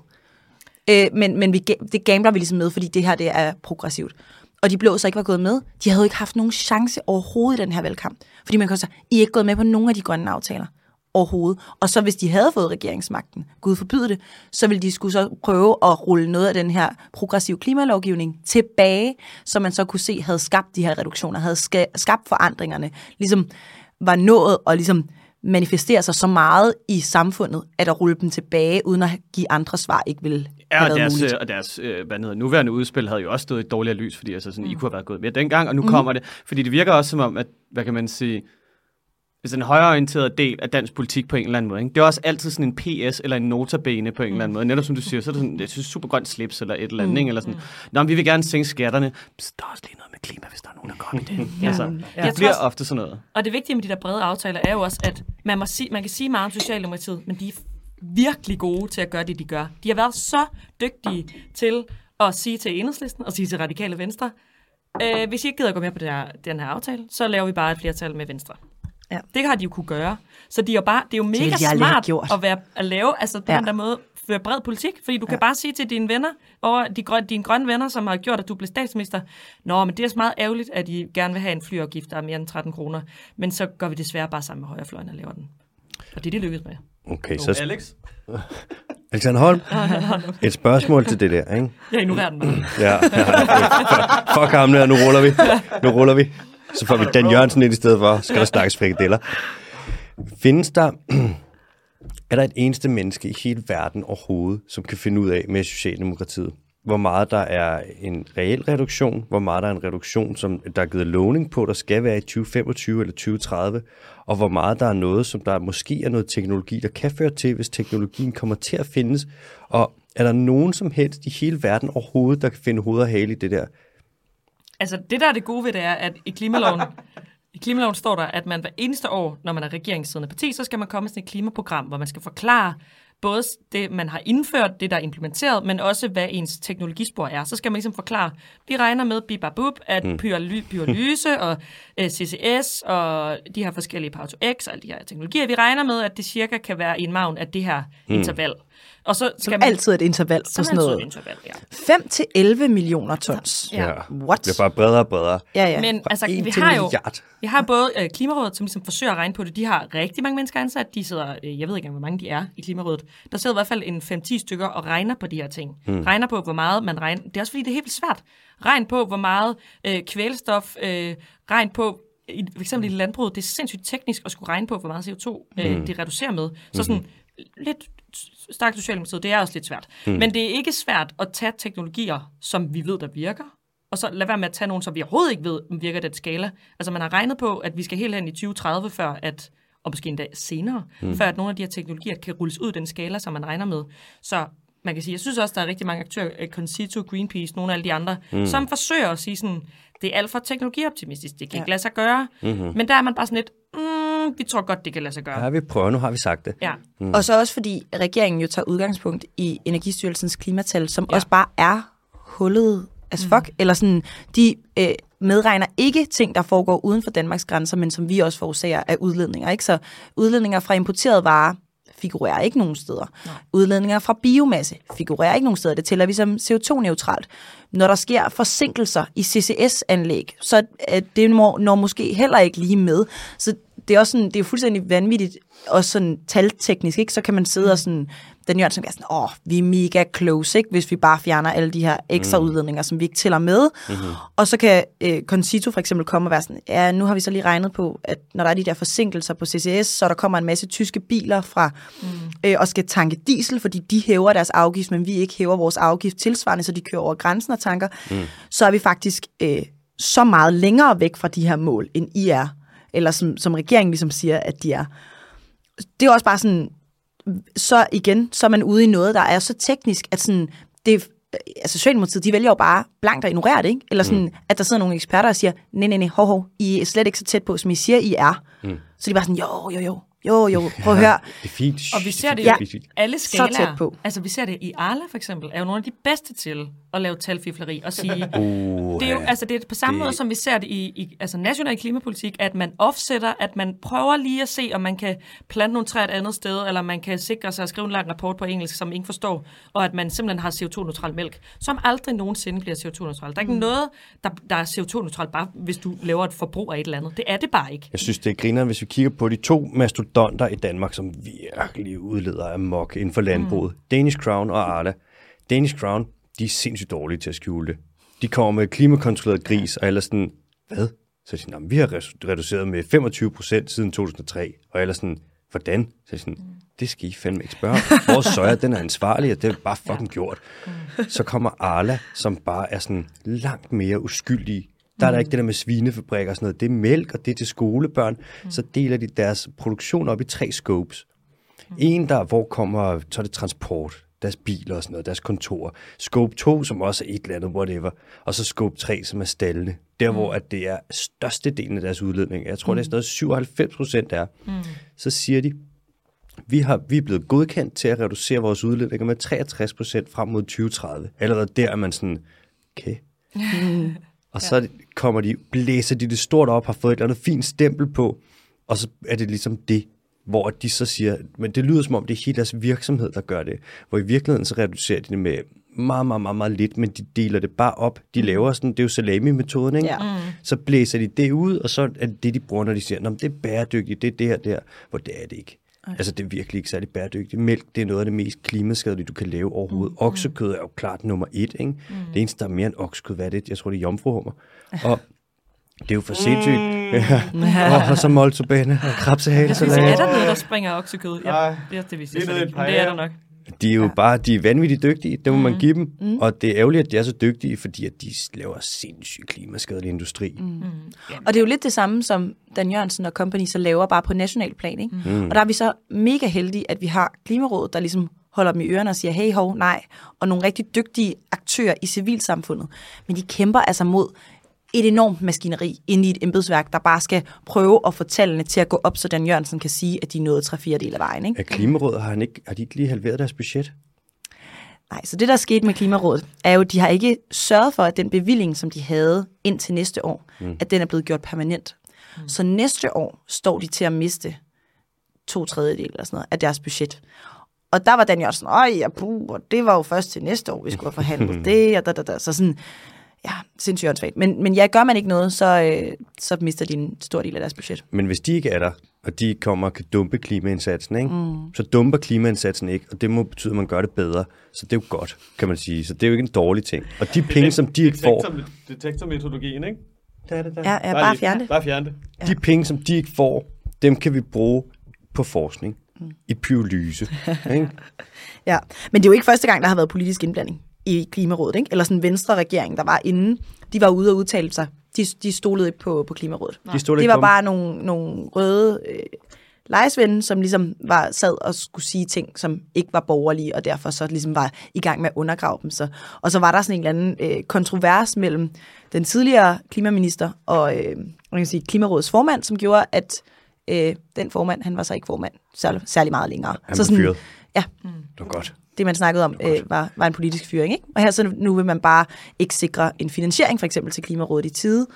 Øh, men men vi, det gambler vi ligesom med, fordi det her det er progressivt. Og de blå så ikke var gået med, de havde jo ikke haft nogen chance overhovedet i den her valgkamp. Fordi man kan sige, I er ikke gået med på nogen af de grønne aftaler. overhovedet. Og så hvis de havde fået regeringsmagten, Gud forbyde det, så ville de skulle så prøve at rulle noget af den her progressive klimalovgivning tilbage, så man så kunne se, havde skabt de her reduktioner, havde skabt forandringerne, ligesom var nået og ligesom manifestere sig så meget i samfundet, at at rulle dem tilbage, uden at give andre svar, ikke ville ja, have været deres, muligt. og deres øh, hvad hedder, nuværende udspil havde jo også stået i dårligere lys, fordi altså, sådan, mm. I kunne have været gået med dengang, og nu mm. kommer det. Fordi det virker også som om, at, hvad kan man sige, hvis en højreorienteret del af dansk politik på en eller anden måde. Ikke? Det er også altid sådan en P S eller en notabene på en mm. eller anden måde. Netop som du siger, så er det sådan, det er super grønt slips eller et eller andet, mm. eller sådan. Nå, men vi vil gerne sænke skatterne. Så der er også lige noget med klima, hvis der er nogen, der går i det. ja. Altså, ja. Det bliver også, ofte sådan noget. Og det vigtige med de der brede aftaler er jo også, at man, må sige, man kan sige meget om Socialdemokratiet, men de er virkelig gode til at gøre det, de gør. De har været så dygtige til at sige til Enhedslisten og sige til Radikale Venstre, øh, hvis I ikke gider at gå med på det her, den her aftale, så laver vi bare et flertal med Venstre. Ja. Det har de jo kunne gøre. Så det er jo, bare, det er jo mega det smart at, være, at lave altså på ja. den der måde føre bred politik, fordi du ja. kan bare sige til dine venner, over de grøn, dine grønne venner, som har gjort, at du blev statsminister, nå, men det er så meget ærgerligt, at I gerne vil have en flyafgift, der er mere end tretten kroner, men så gør vi desværre bare sammen med højrefløjen og laver den. Og det er det lykkedes med. Okay, så... Alex? Alexander Holm, et spørgsmål til det der, ikke? Jeg ignorerer den bare. ja, ja, fuck, fuck ham der, nu ruller vi. Nu ruller vi. Så får vi Dan Jørgensen ind i stedet for, skal der snakkes frikadeller. Findes der, er der et eneste menneske i hele verden overhovedet, som kan finde ud af med Socialdemokratiet, hvor meget der er en reel reduktion, hvor meget der er en reduktion, som der er givet lovning på, der skal være i tyve femogtyve eller tyve tredive, og hvor meget der er noget, som der måske er noget teknologi, der kan føre til, hvis teknologien kommer til at findes, og er der nogen som helst i hele verden overhovedet, der kan finde hoved og hale i det der? Altså, det der er det gode ved det er, at i klimaloven, i klimaloven står der, at man hver eneste år, når man er regeringssiddende parti, så skal man komme med sådan et klimaprogram, hvor man skal forklare både det, man har indført, det, der er implementeret, men også, hvad ens teknologispor er. Så skal man ligesom forklare, vi regner med bibabub, at mm. pyrolyse og uh, C C S og de her forskellige Power to X og alle de her teknologier, vi regner med, at det cirka kan være i en maven af det her mm. interval. Og så skal man altid et interval på sådan noget. Interval, ja. fem til elleve millioner tons. Ja. What? Det er bare bredere og bredere. Ja, ja. Men altså, vi har jo vi har både øh, Klimarådet, som ligesom forsøger at regne på det. De har rigtig mange mennesker ansat. De sidder, øh, jeg ved ikke engang, hvor mange de er i Klimarådet. Der sidder i hvert fald en fem til ti stykker og regner på de her ting. Hmm. Regner på, hvor meget man regner. Det er også fordi, det er helt vildt svært. Regn på, hvor meget øh, kvælstof, øh, regn på, i, for eksempel i landbruget, det er sindssygt teknisk at skulle regne på, hvor meget C O to øh, hmm. det reducerer med. Så sådan hmm. lidt stærkt Socialdemokratiet, det er også lidt svært. Hmm. Men det er ikke svært at tage teknologier, som vi ved, der virker, og så lad være med at tage nogen, som vi overhovedet ikke ved, om virker den skala. Altså man har regnet på, at vi skal helt hen i tyve tredive, før at, og måske endda senere, hmm. før at nogle af de her teknologier kan rulles ud i den skala, som man regner med. Så man kan sige, jeg synes også, der er rigtig mange aktører, Concito, Greenpeace, nogle af alle de andre, hmm. som forsøger at sige sådan, det er alt for teknologioptimistisk, det kan ja. ikke lade sig gøre. Mm-hmm. Men der er man bare sådan lidt, mm, vi tror godt, det kan lade sig gøre. Ja, vi prøver, nu har vi sagt det. Ja. Mm. Og så også fordi regeringen jo tager udgangspunkt i Energistyrelsens klimatal, som ja. også bare er hullet as fuck, mm. eller sådan, de øh, medregner ikke ting, der foregår uden for Danmarks grænser, men som vi også forårsager af udledninger. Ikke? Så udledninger fra importerede varer figurerer ikke nogen steder. Nej. Udledninger fra biomasse figurerer ikke nogen steder. Det tæller vi som C O to neutralt. Når der sker forsinkelser i C C S-anlæg, så er det når måske heller ikke lige med. Så det er også sådan, det er jo fuldstændig vanvittigt, også sådan talteknisk, ikke? Så kan man sidde og sådan, den Jørgensen bliver sådan, åh, vi er mega close, ikke? Hvis vi bare fjerner alle de her ekstra mm. udledninger, som vi ikke tæller med. Mm-hmm. Og så kan øh, Concito for eksempel komme og være sådan, ja, nu har vi så lige regnet på, at når der er de der forsinkelser på C C S, så der kommer en masse tyske biler fra mm. øh, og skal tanke diesel, fordi de hæver deres afgift, men vi ikke hæver vores afgift tilsvarende, så de kører over grænsen og tanker. Mm. Så er vi faktisk øh, så meget længere væk fra de her mål, end I er. Eller som, som regeringen ligesom siger, at de er. Det er også bare sådan, så igen, så er man ude i noget, der er så teknisk, at sådan, det, altså Socialdemokratiet, de vælger jo bare blankt at ignorere det, ikke? Eller sådan, mm. at der sidder nogle eksperter og siger, nej, nej, nej, hov, hov, I er slet ikke så tæt på, som I siger, I er. Mm. Så de er bare sådan, jo, jo, jo. Jo, jo, prøv at høre. Det er fint. Og vi ser det jo ja, alle skalaer. Altså, vi ser det i Arla, for eksempel, er jo nogle af de bedste til at lave talfifleri og sige, uh, det er jo, altså, det er på samme det... måde, som vi ser det i, i altså, national klimapolitik, at man offsetter, at man prøver lige at se, om man kan plante nogle træer et andet sted, eller man kan sikre sig at skrive en lang rapport på engelsk, som ingen forstår, og at man simpelthen har C O to neutral mælk, som aldrig nogensinde bliver C O to neutral. Der er ikke mm. noget, der, der er C O to neutral, bare hvis du laver et forbrug af et eller andet. Det er det bare ikke. Jeg synes, det er grineren, hvis vi kigger på de to mastodonter mastodonter i Danmark, som virkelig udleder amok inden for landbruget. Mm. Danish Crown og Arla. Danish Crown, de er sindssygt dårlige til at skjule det. De kommer med klimakontrolleret gris, og ellers sådan, hvad? Så siger de, vi har reduceret med femogtyve procent siden to tusind og tre, og ellers sådan, hvordan? Så jeg sådan, det skal I fandme ikke spørge. Vores soja, den er ansvarlig, og det er bare fucking gjort. Så kommer Arla, som bare er sådan langt mere uskyldig. Der er der ikke det der med svinefabrikker og sådan noget. Det er mælk, og det er til skolebørn. Så deler de deres produktion op i tre scopes. En der, hvor kommer, så er det transport, deres biler og sådan noget, deres kontorer. Scope to, som også er et eller andet, whatever. Og så scope tre, som er stallene. Der, mm. hvor at det er størstedelen af deres udledning. Jeg tror, mm. det er sådan noget syvoghalvfems procent er. Mm. Så siger de, vi, har, vi er blevet godkendt til at reducere vores udledninger med treogtres procent frem mod tyve tredive. Allerede der er man sådan, okay. Mm. Og så kommer de, blæser de det stort op, har fået et eller andet fint stempel på, og så er det ligesom det, hvor de så siger, men det lyder som om, det er hele deres virksomhed, der gør det. Hvor i virkeligheden så reducerer de det med meget, meget, meget, meget lidt, men de deler det bare op. De laver sådan, det er jo salami-metoden, ikke? Ja. Så blæser de det ud, og så er det det, de bruger, når de siger, det er bæredygtigt, det er det her, det her. Hvor det er det ikke. Okay. Altså, det er virkelig ikke særlig bæredygtigt. Mælk, det er noget af det mest klimaskadelige, du kan lave overhovedet. Mm. Oksekød er jo klart nummer et, ikke? Mm. Det eneste, der er mere end oksekød, hvad er det? Jeg tror, det er jomfruhummer. Og det er jo for sindssygt. Mm. Ja. Og så moltobane og krabsehale. Så er der noget, der springer oksekød? Ja, det er det, vi siger. Det, det, det er der nok. De er jo ja. bare, de er vanvittigt dygtige, det må mm. man give dem. Mm. Og det er ærgerligt, at de er så dygtige, fordi at de laver sindssygt klimaskadelig industri. Mm. Mm. Og det er jo lidt det samme, som Dan Jørgensen og company så laver bare på national plan, ikke? Mm. Og der er vi så mega heldige, at vi har Klimarådet, der ligesom holder dem i ørerne og siger, hey, hov, nej. Og nogle rigtig dygtige aktører i civilsamfundet. Men de kæmper altså mod et enormt maskineri inde i et embedsværk, der bare skal prøve at få tallene til at gå op, så Dan Jørgensen kan sige, at de er nået tre fjerdedel af vejen. Ikke? Er Klimarådet, har, han ikke, har de ikke lige halveret deres budget? Nej, så det, der er sket med Klimarådet, er jo, at de har ikke sørget for, at den bevilling, som de havde ind til næste år, mm. at den er blevet gjort permanent. Mm. Så næste år står de til at miste to tredjedel eller sådan noget af deres budget. Og der var Dan Jørgensen, øj, ja, puh, og det var jo først til næste år, vi skulle have forhandlet det, og da, da, da. Så sådan, ja, sindssygt åndssvagt. Men, men ja, gør man ikke noget, så, øh, så mister de en stor del af deres budget. Men hvis de ikke er der, og de kommer og kan dumpe klimaindsatsen, ikke? Mm. så dumper klimaindsatsen ikke, og det må betyde, at man gør det bedre. Så det er jo godt, kan man sige. Så det er jo ikke en dårlig ting. Og de penge, som de ikke får... Detektormetodologien, ikke? Der er det der. Ja, ja, bare fjerne det. Bare fjerne det. Ja. De penge, som de ikke får, dem kan vi bruge på forskning. Mm. I pyrolyse. Ikke? Ja, men det er jo ikke første gang, der har været politisk indblanding i Klimarådet, ikke? Eller sådan en Venstre-regering, der var inde. De var ude og udtale sig. De, de stolede ikke på, på Klimarådet. De stolede det ikke var bare nogle, nogle røde øh, lejesvende, som ligesom var, sad og skulle sige ting, som ikke var borgerlige, og derfor så ligesom var i gang med at undergrave dem. Så. Og så var der sådan en eller anden øh, kontrovers mellem den tidligere klimaminister og øh, man kan sige, Klimarådets formand, som gjorde, at øh, den formand, han var så ikke formand særlig, særlig meget længere. Han så sådan, fyret. Ja. Det var godt. Det, man snakkede om, øh, var, var en politisk fyring. Ikke? Og her så nu vil man bare ikke sikre en finansiering, for eksempel til Klimarådet i tide.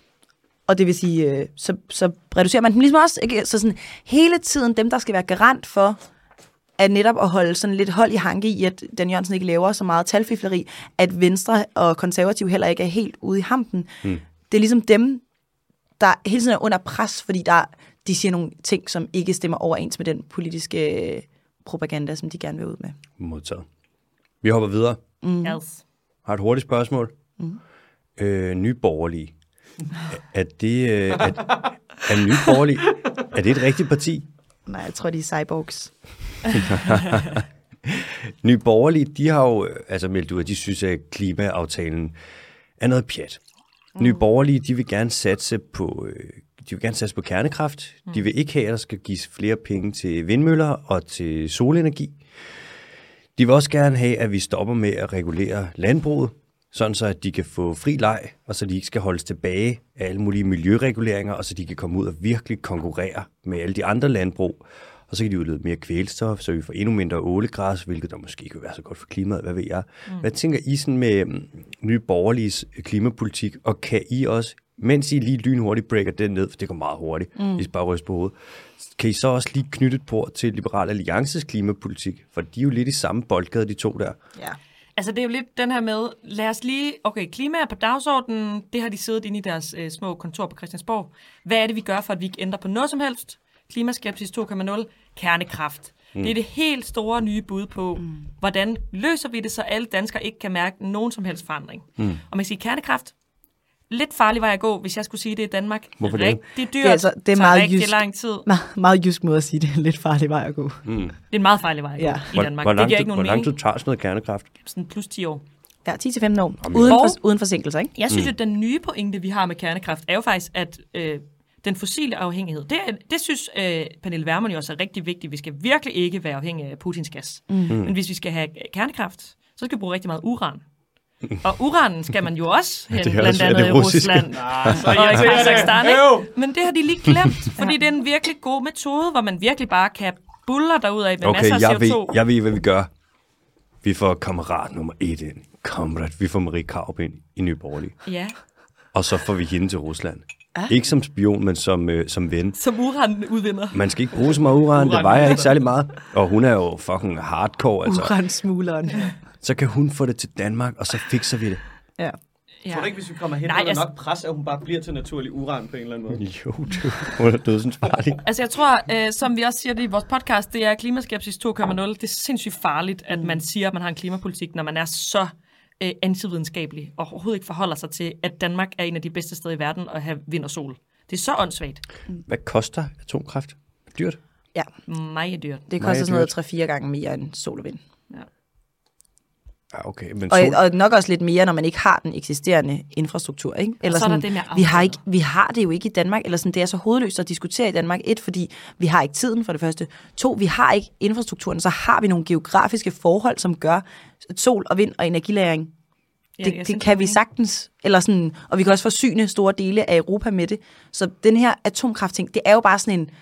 Og det vil sige, øh, så, så reducerer man dem ligesom også. Ikke? Så sådan hele tiden, dem der skal være garant for, at netop at holde sådan lidt hold i hanke i, at Dan Jørgensen ikke laver så meget talfifleri, at Venstre og Konservative heller ikke er helt ude i hampen. Hmm. Det er ligesom dem, der hele tiden er under pres, fordi der, de siger nogle ting, som ikke stemmer overens med den politiske øh, propaganda, som de gerne vil ud med. Modtaget. Vi hopper videre. Mm. Yes. Har et hurtigt spørgsmål. Mm. Øh, Nye Borgerlige. Er det øh, er, er Nye Borgerlige, er det et rigtigt parti? Nej, jeg tror, de er cyborgs. Nye Borgerlige, de har jo altså meldt ud, at de synes, at klimaaftalen er noget pjat. Mm. Nye Borgerlige, de vil gerne satse på, de vil gerne satse på kernekraft. Mm. De vil ikke have, at der skal gives flere penge til vindmøller og til solenergi. De vil også gerne have, at vi stopper med at regulere landbruget, sådan så at de kan få fri leg, og så de ikke skal holdes tilbage af alle mulige miljøreguleringer, og så de kan komme ud og virkelig konkurrere med alle de andre landbrug. Og så kan de udlede mere kvælstof, så vi får endnu mindre ålegræs, hvilket der måske ikke vil være så godt for klimaet, hvad ved jeg. Mm. Hvad tænker I sådan med um, Nye Borgerliges klimapolitik, og kan I også, mens I lige lynhurtigt breaker den ned, for det går meget hurtigt, mm. hvis I bare ryster på hovedet, kan I så også lige knytte et port til Liberal Alliances klimapolitik, for de er jo lidt i samme boldgade, de to der. Ja. Altså det er jo lidt den her med, lad os lige, okay, klima er på dagsordenen, det har de siddet inde i deres øh, små kontor på Christiansborg. Hvad er det, vi gør for, at vi ikke ændrer på noget som helst? klimaskepsis to punkt nul, kernekraft. Mm. Det er det helt store nye bud på, mm. hvordan løser vi det, så alle danskere ikke kan mærke nogen som helst forandring. Mm. Og man kan sige, kernekraft, lidt farlig vej at gå, hvis jeg skulle sige det i Danmark. Hvorfor det? Rigtig dyrt, det er, altså, det er meget rigtig jysk, lang tid. Meget, meget jysk måde at sige det. Lidt farlig vej at gå. Mm. Det er en meget farlig vej at gå ja. i Danmark. Hvor, hvor det giver lang, ikke nogen hvor lang tid mening. tager sådan noget kernekraft? Sådan plus ti år. Ja, ti til femten år. Uden, for, uden forsinkelser, ikke? Jeg synes, mm. at den nye pointe, vi har med kernekraft, er jo faktisk, at øh, den fossile afhængighed, det, det synes øh, Pernille Vermund jo også er rigtig vigtigt. Vi skal virkelig ikke være afhængige af Putins gas. Mm. Men hvis vi skal have kernekraft, så skal vi bruge rigtig meget uran. Og uranen skal man jo også hen, blandt også, andet i Rusland Nah, og i Kazakhstan. Men det har de lige glemt, fordi det er en virkelig god metode, hvor man virkelig bare kan buller derud af med okay, masser af jeg C O to. Ved, jeg ved, hvad vi gør. Vi får kammerat nummer et ind. Kammerat. Vi får Marie Krarup ind i Nye Borgerlige. Ja. Og så får vi hende til Rusland. Ah. Ikke som spion, men som, øh, som ven. Som uran udvinder. Man skal ikke bruge så meget uran, uran. Det vejer ikke særlig meget. Og hun er jo fucking hardcore. Altså. Uransmugleren. Så kan hun få det til Danmark, og så fikser vi det. Ja. Jeg tror ikke, hvis vi kommer hen, Nej, er altså, nok pres, at hun bare bliver til naturlig uran på en eller anden måde. Jo, det hun er dødsens farlig. Altså jeg tror, øh, som vi også siger det i vores podcast, det er klimaskepsis to punkt nul. Det er sindssygt farligt, at man siger, at man har en klimapolitik, når man er så øh, antividenskabelig og overhovedet ikke forholder sig til, at Danmark er en af de bedste steder i verden at have vind og sol. Det er så åndssvagt. Hvad koster atomkraft? Dyrt? Ja. Meget dyrt. Det koster sådan noget tre fire gange mere end sol og vind. Ja. Ja, okay. Men Og, sol... og nok også lidt mere, når man ikke har den eksisterende infrastruktur, ikke? Eller så er der sådan, det med vi har ikke, vi har det jo ikke i Danmark, eller sådan, det er så hovedløst at diskutere i Danmark. Et, fordi vi har ikke tiden for det første. To, vi har ikke infrastrukturen, så har vi nogle geografiske forhold, som gør sol og vind og energilagring. Ja, det, det kan vi sagtens, eller sådan, og vi kan også forsyne store dele af Europa med det. Så den her atomkraftting, det er jo bare sådan en,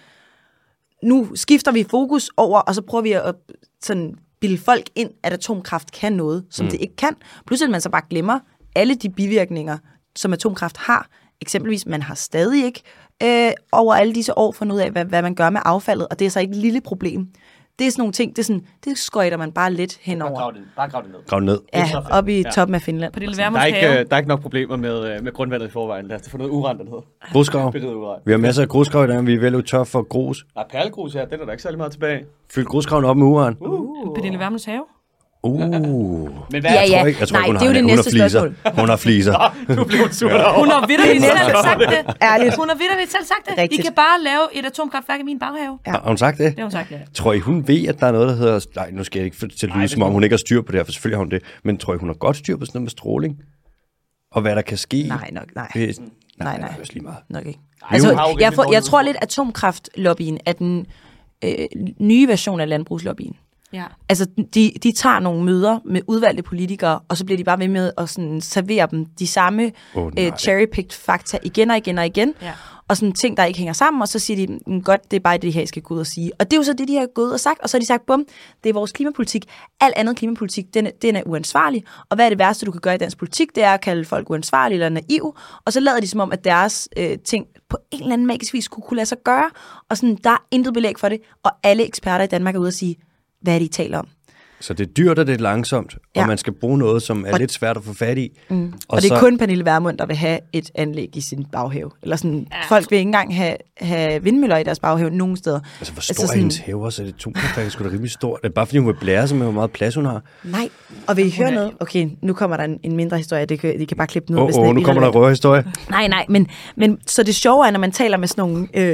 nu skifter vi fokus over, og så prøver vi at sådan bilde folk ind, at atomkraft kan noget, som mm. det ikke kan. Pludselig man så bare glemmer alle de bivirkninger, som atomkraft har. Eksempelvis, man har stadig ikke øh, over alle disse år fundet ud af, hvad, hvad man gør med affaldet, og det er så ikke et lille problem. Det er sådan nogle ting, det, er sådan, det skøjter man bare lidt henover. Bare grav det, bare grav det ned. Grav ned. Ja, op i ja. toppen af Finland. På det Der er, ikke, der er ikke nok problemer med, med grundvandet i forvejen. Lad os få noget uran dernede. Grusgrav. Vi har masser af grusgrav i dag, vi er vel tør for grus. Der er perlegrus her, den er der ikke særlig meget tilbage. Fyld grusgraven op med uran. Uh. Pernille Vermunds have. Uh. Men hvad Ja, ja. Jeg tror ikke, jeg tror, Nej, hun det er jo har, det hun næste har fliser. spørgsmål. Hun har fliser. du blev sur Hun har vitterligt selv sagt det. Ærligt. Hun har vitterligt selv sagt det. Rigtigt. I kan bare lave et atomkraftværk i min baghave. Ja. Har hun sagt det? Det har hun sagt, ja. Tror I, hun ved, at der er noget, der hedder... Nej, nu skal jeg ikke få det til at lyde, som om hun ikke har styr på det her, for selvfølgelig har hun det. Men tror I, hun har godt styr på sådan noget med stråling? Og hvad der kan ske? Nej, nok, nej. Hvis... Nej, Nej, nej. det er lige meget. Nok ikke. Ej, Altså, hun har jo jeg, rimelig for, jeg dårlig tror lidt, at atomkraftlobbyen er den øh, nye version af landbrugslobbyen. Ja. Altså, de, de tager nogle møder med udvalgte politikere, og så bliver de bare ved med at sådan, servere dem de samme Oh, øh, cherry-picked fakta igen og igen og igen. Ja. Og sådan ting, der ikke hænger sammen, og så siger de, "Mm, godt, det er bare det her, I skal gå ud og sige." Og det er jo så det, de har gået og sagt, og så har de sagt, bum, det er vores klimapolitik. Al andet klimapolitik, den, den er uansvarlig, og hvad er det værste, du kan gøre i dansk politik? Det er at kalde folk uansvarlige eller naive, og så lader de som om, at deres øh, ting på en eller anden magisk vis kunne, kunne lade sig gøre, og sådan, der er intet belæg for det, og alle eksperter i Danmark er ude og sige, hvad er det, I taler om? Så det er dyrt, og det er langsomt, Ja. og man skal bruge noget, som er Og- lidt svært at få fat i. Mm. Og, Og det er så, kun Pernille Vermund, der vil have et anlæg i sin baghave. Eller sådan, Ja. folk vil ikke engang have, have vindmøller i deres baghave nogen steder. Altså, hvor stor Altså altså, er sådan- hendes have også? Er det atomkraftværk? Er sgu da rimelig stort. Det er bare fordi, hun vil blære sig med, hvor meget plads hun har. Nej, og vil I høre er- noget? Okay, nu kommer der en, en mindre historie. Det kan, de kan bare klippe den ud. Åh, hvis oh, den er oh, nu kommer der irrelevant. røverhistorie. Nej, nej, men, men så det sjove er, når man taler med sådan nogle... Øh,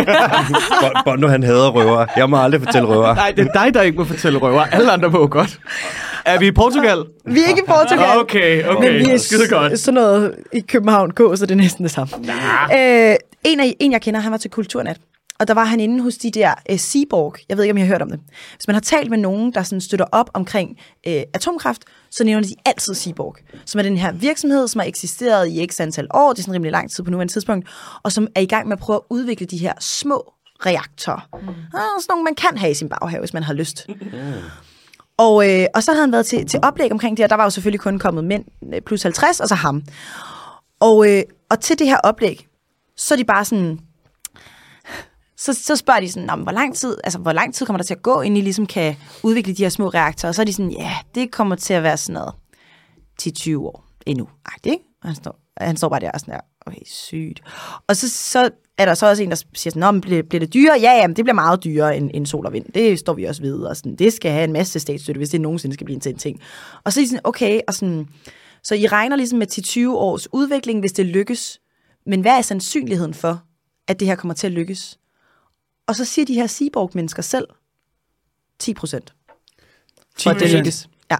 Bon- Bondo, han hader røver. Jeg må aldrig fortælle røver. Nej, det er dig, der ikke må fortælle røver. Alle andre må godt. Er vi i Portugal? vi er ikke i Portugal. Okay, okay. Men vi er Skide godt. sådan noget i København K, så det er næsten det samme. Øh, en, af, en, jeg kender, han var til Kulturnat. Og der var han inde hos de der uh, Seaborg. Jeg ved ikke, om I har hørt om det. Hvis man har talt med nogen, der sådan støtter op omkring uh, atomkraft, så nævner de altid Seaborg, som er den her virksomhed, som har eksisteret i x antal år. Det er sådan rimelig lang tid på nuværende tidspunkt. Og som er i gang med at prøve at udvikle de her små reaktorer. Mm. Ah, sådan nogle, man kan have i sin baghave, hvis man har lyst. Mm. Og, øh, og så havde han været til, til oplæg omkring det, og der var jo selvfølgelig kun kommet mænd øh, plus halvtreds, og så ham. Og, øh, og til det her oplæg, så er de bare sådan... Så, så spørger de sådan, "Nå, men hvor lang tid, altså hvor lang tid kommer der til at gå, inden I ligesom kan udvikle de her små reaktorer?" Og så er de sådan, ja, det kommer til at være sådan noget ti til tyve år endnu. Ej, det ikke? Og han står, han står bare der og sådan der, okay, sygt. Og så, så er der så også en, der siger sådan, men bliver, bliver det dyrere? Ja, jamen, det bliver meget dyrere end, end sol og vind. Det står vi også ved. Og sådan, det skal have en masse statsstøtte, hvis det nogensinde skal blive en ting. Og så er I sådan, okay, og sådan, så I regner ligesom med ti til tyve års udvikling, hvis det lykkes. Men hvad er sandsynligheden for, at det her kommer til at lykkes? Og så siger de her Seaborg-mennesker selv, ti procent. For at det lykkes. Ja.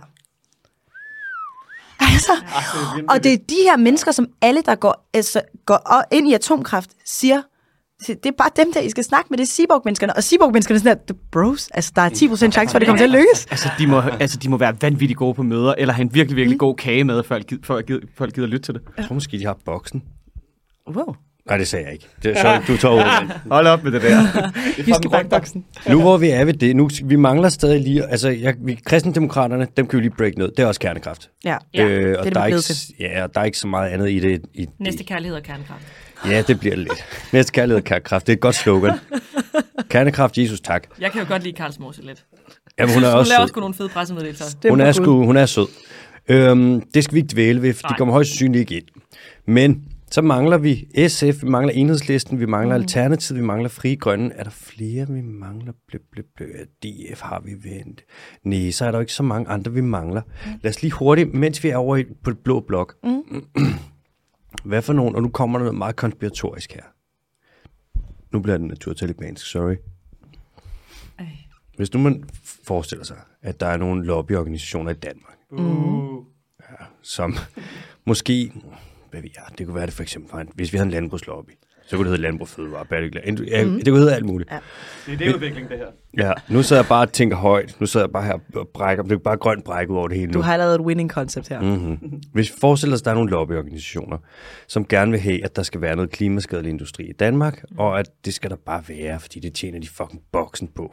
Altså, og det er de her mennesker, som alle, der går, altså, går ind i atomkraft, siger, det er bare dem, der I skal snakke med, det er Seaborg-menneskerne. Og Seaborg-menneskerne er sådan her, bros, altså der er ti procent chance for, at det kommer til at lykkes. Altså de, må, altså, de må være vanvittigt gode på møder, eller have en virkelig, virkelig god kage med, før folk gider, folk gider lytte til det. Jeg tror måske, de har boksen. Wow. Nej, det sagde jeg ikke. Det, sorry, du tager ordet. Hold op med det der. Vi skal bare boksen. Nu hvor vi er ved det, nu, vi mangler stadig lige, altså jeg, vi, kristendemokraterne, dem kan vi lige break ned. Det er også kernekraft. Ja, øh, og det er det, der er ikke, til. ja, og der er ikke så meget andet i det. I, Næste kærlighed og kernekraft. Ja, det bliver det lidt. Næste kærlighed og kernekraft, det er et godt slogan. Kernekraft, Jesus, tak. Jeg kan jo godt lide Karls Mose lidt. Jamen, hun er hun også laver sød. sgu nogle fede pressemeddelelser. Hun er, sgu, hun er sød. Øhm, det skal vi ikke dvæle ved, for de kommer højst sandsynligt ikke ind. Men så mangler vi S F, vi mangler Enhedslisten, vi mangler mm. Alternativet, vi mangler Frie Grønne. Er der flere, vi mangler? Blø, blø, blø. D F har vi vendt. Nej, så er der jo ikke så mange andre, vi mangler. Lad os lige hurtigt, mens vi er over på det blå blok. Mm. Hvad for nogen? Og nu kommer der noget meget konspiratorisk her. Nu bliver det naturtalibansk, sorry. Ej. Hvis nu man forestiller sig, at der er nogle lobbyorganisationer i Danmark, mm. ja, som måske... Hvad ved jeg, det kunne være det for eksempel, hvis vi havde en landbrugslobby, så kunne det hedde Landbrug Fødevare, bæredygtig. Ja, mm. Det kunne hedde alt muligt. Ja. Det er det udvikling, det her. Ja, nu sidder jeg bare og tænker højt. Nu sidder jeg bare her og brækker. Det er bare grønt bræk ud over det hele nu. Du har lavet et winning concept her. Mm-hmm. Hvis vi forestiller os, at der er nogle lobbyorganisationer, som gerne vil have, at der skal være noget klimaskadelig industri i Danmark, mm. og at det skal der bare være, fordi det tjener de fucking boksen på.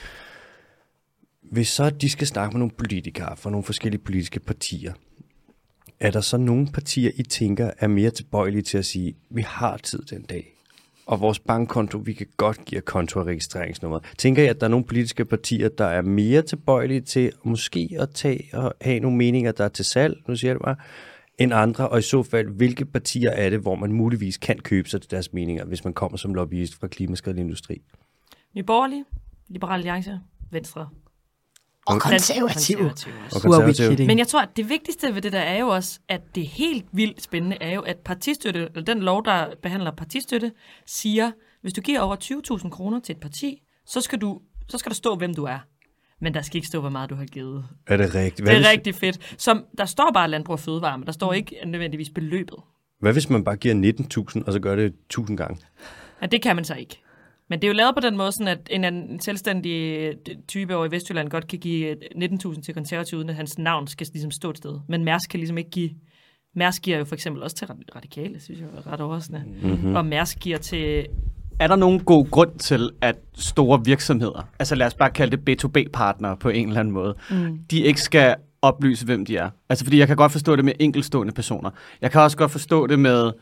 Hvis så de skal snakke med nogle politikere fra nogle forskellige politiske partier, er der så nogle partier, I tænker, er mere tilbøjelige til at sige, vi har tid den dag, og vores bankkonto, vi kan godt give konto- og registreringsnummer. Tænker I, at der er nogle politiske partier, der er mere tilbøjelige til måske at tage og have nogle meninger, der er til salg, nu siger jeg det bare, end andre, og i så fald, hvilke partier er det, hvor man muligvis kan købe sig til deres meninger, hvis man kommer som lobbyist fra klimaskadelig industri? Nye Borgerlige, Liberal Alliance, Venstre. Og konservative. Og konservative. Men jeg tror, at det vigtigste ved det der er jo også, at det helt vildt spændende er jo, at partistøtte, eller den lov, der behandler partistøtte, siger, hvis du giver over tyve tusind kroner til et parti, så skal, du, så skal der stå, hvem du er. Men der skal ikke stå, hvor meget du har givet. Er det rigtigt? Hvad det er hvis... rigtig fedt. Som, der står bare Landbrug og Fødevare, men der står ikke nødvendigvis beløbet. Hvad hvis man bare giver nitten tusind, og så gør det tusind gange? Ja, det kan man så ikke. Men det er jo lavet på den måde, sådan at en, en selvstændig type over i Vestjylland godt kan give nitten tusind til konservative, uden at hans navn skal ligesom stå et sted. Men Mærsk kan ligesom ikke give... Mærsk giver jo for eksempel også til radikale, synes jeg er ret overraskende. Mm-hmm. Og Mærsk giver til... Er der nogen god grund til, at store virksomheder, altså lad os bare kalde det B to B-partnere på en eller anden måde, mm. de ikke skal oplyse, hvem de er? Altså fordi jeg kan godt forstå det med enkeltstående personer. Jeg kan også godt forstå det med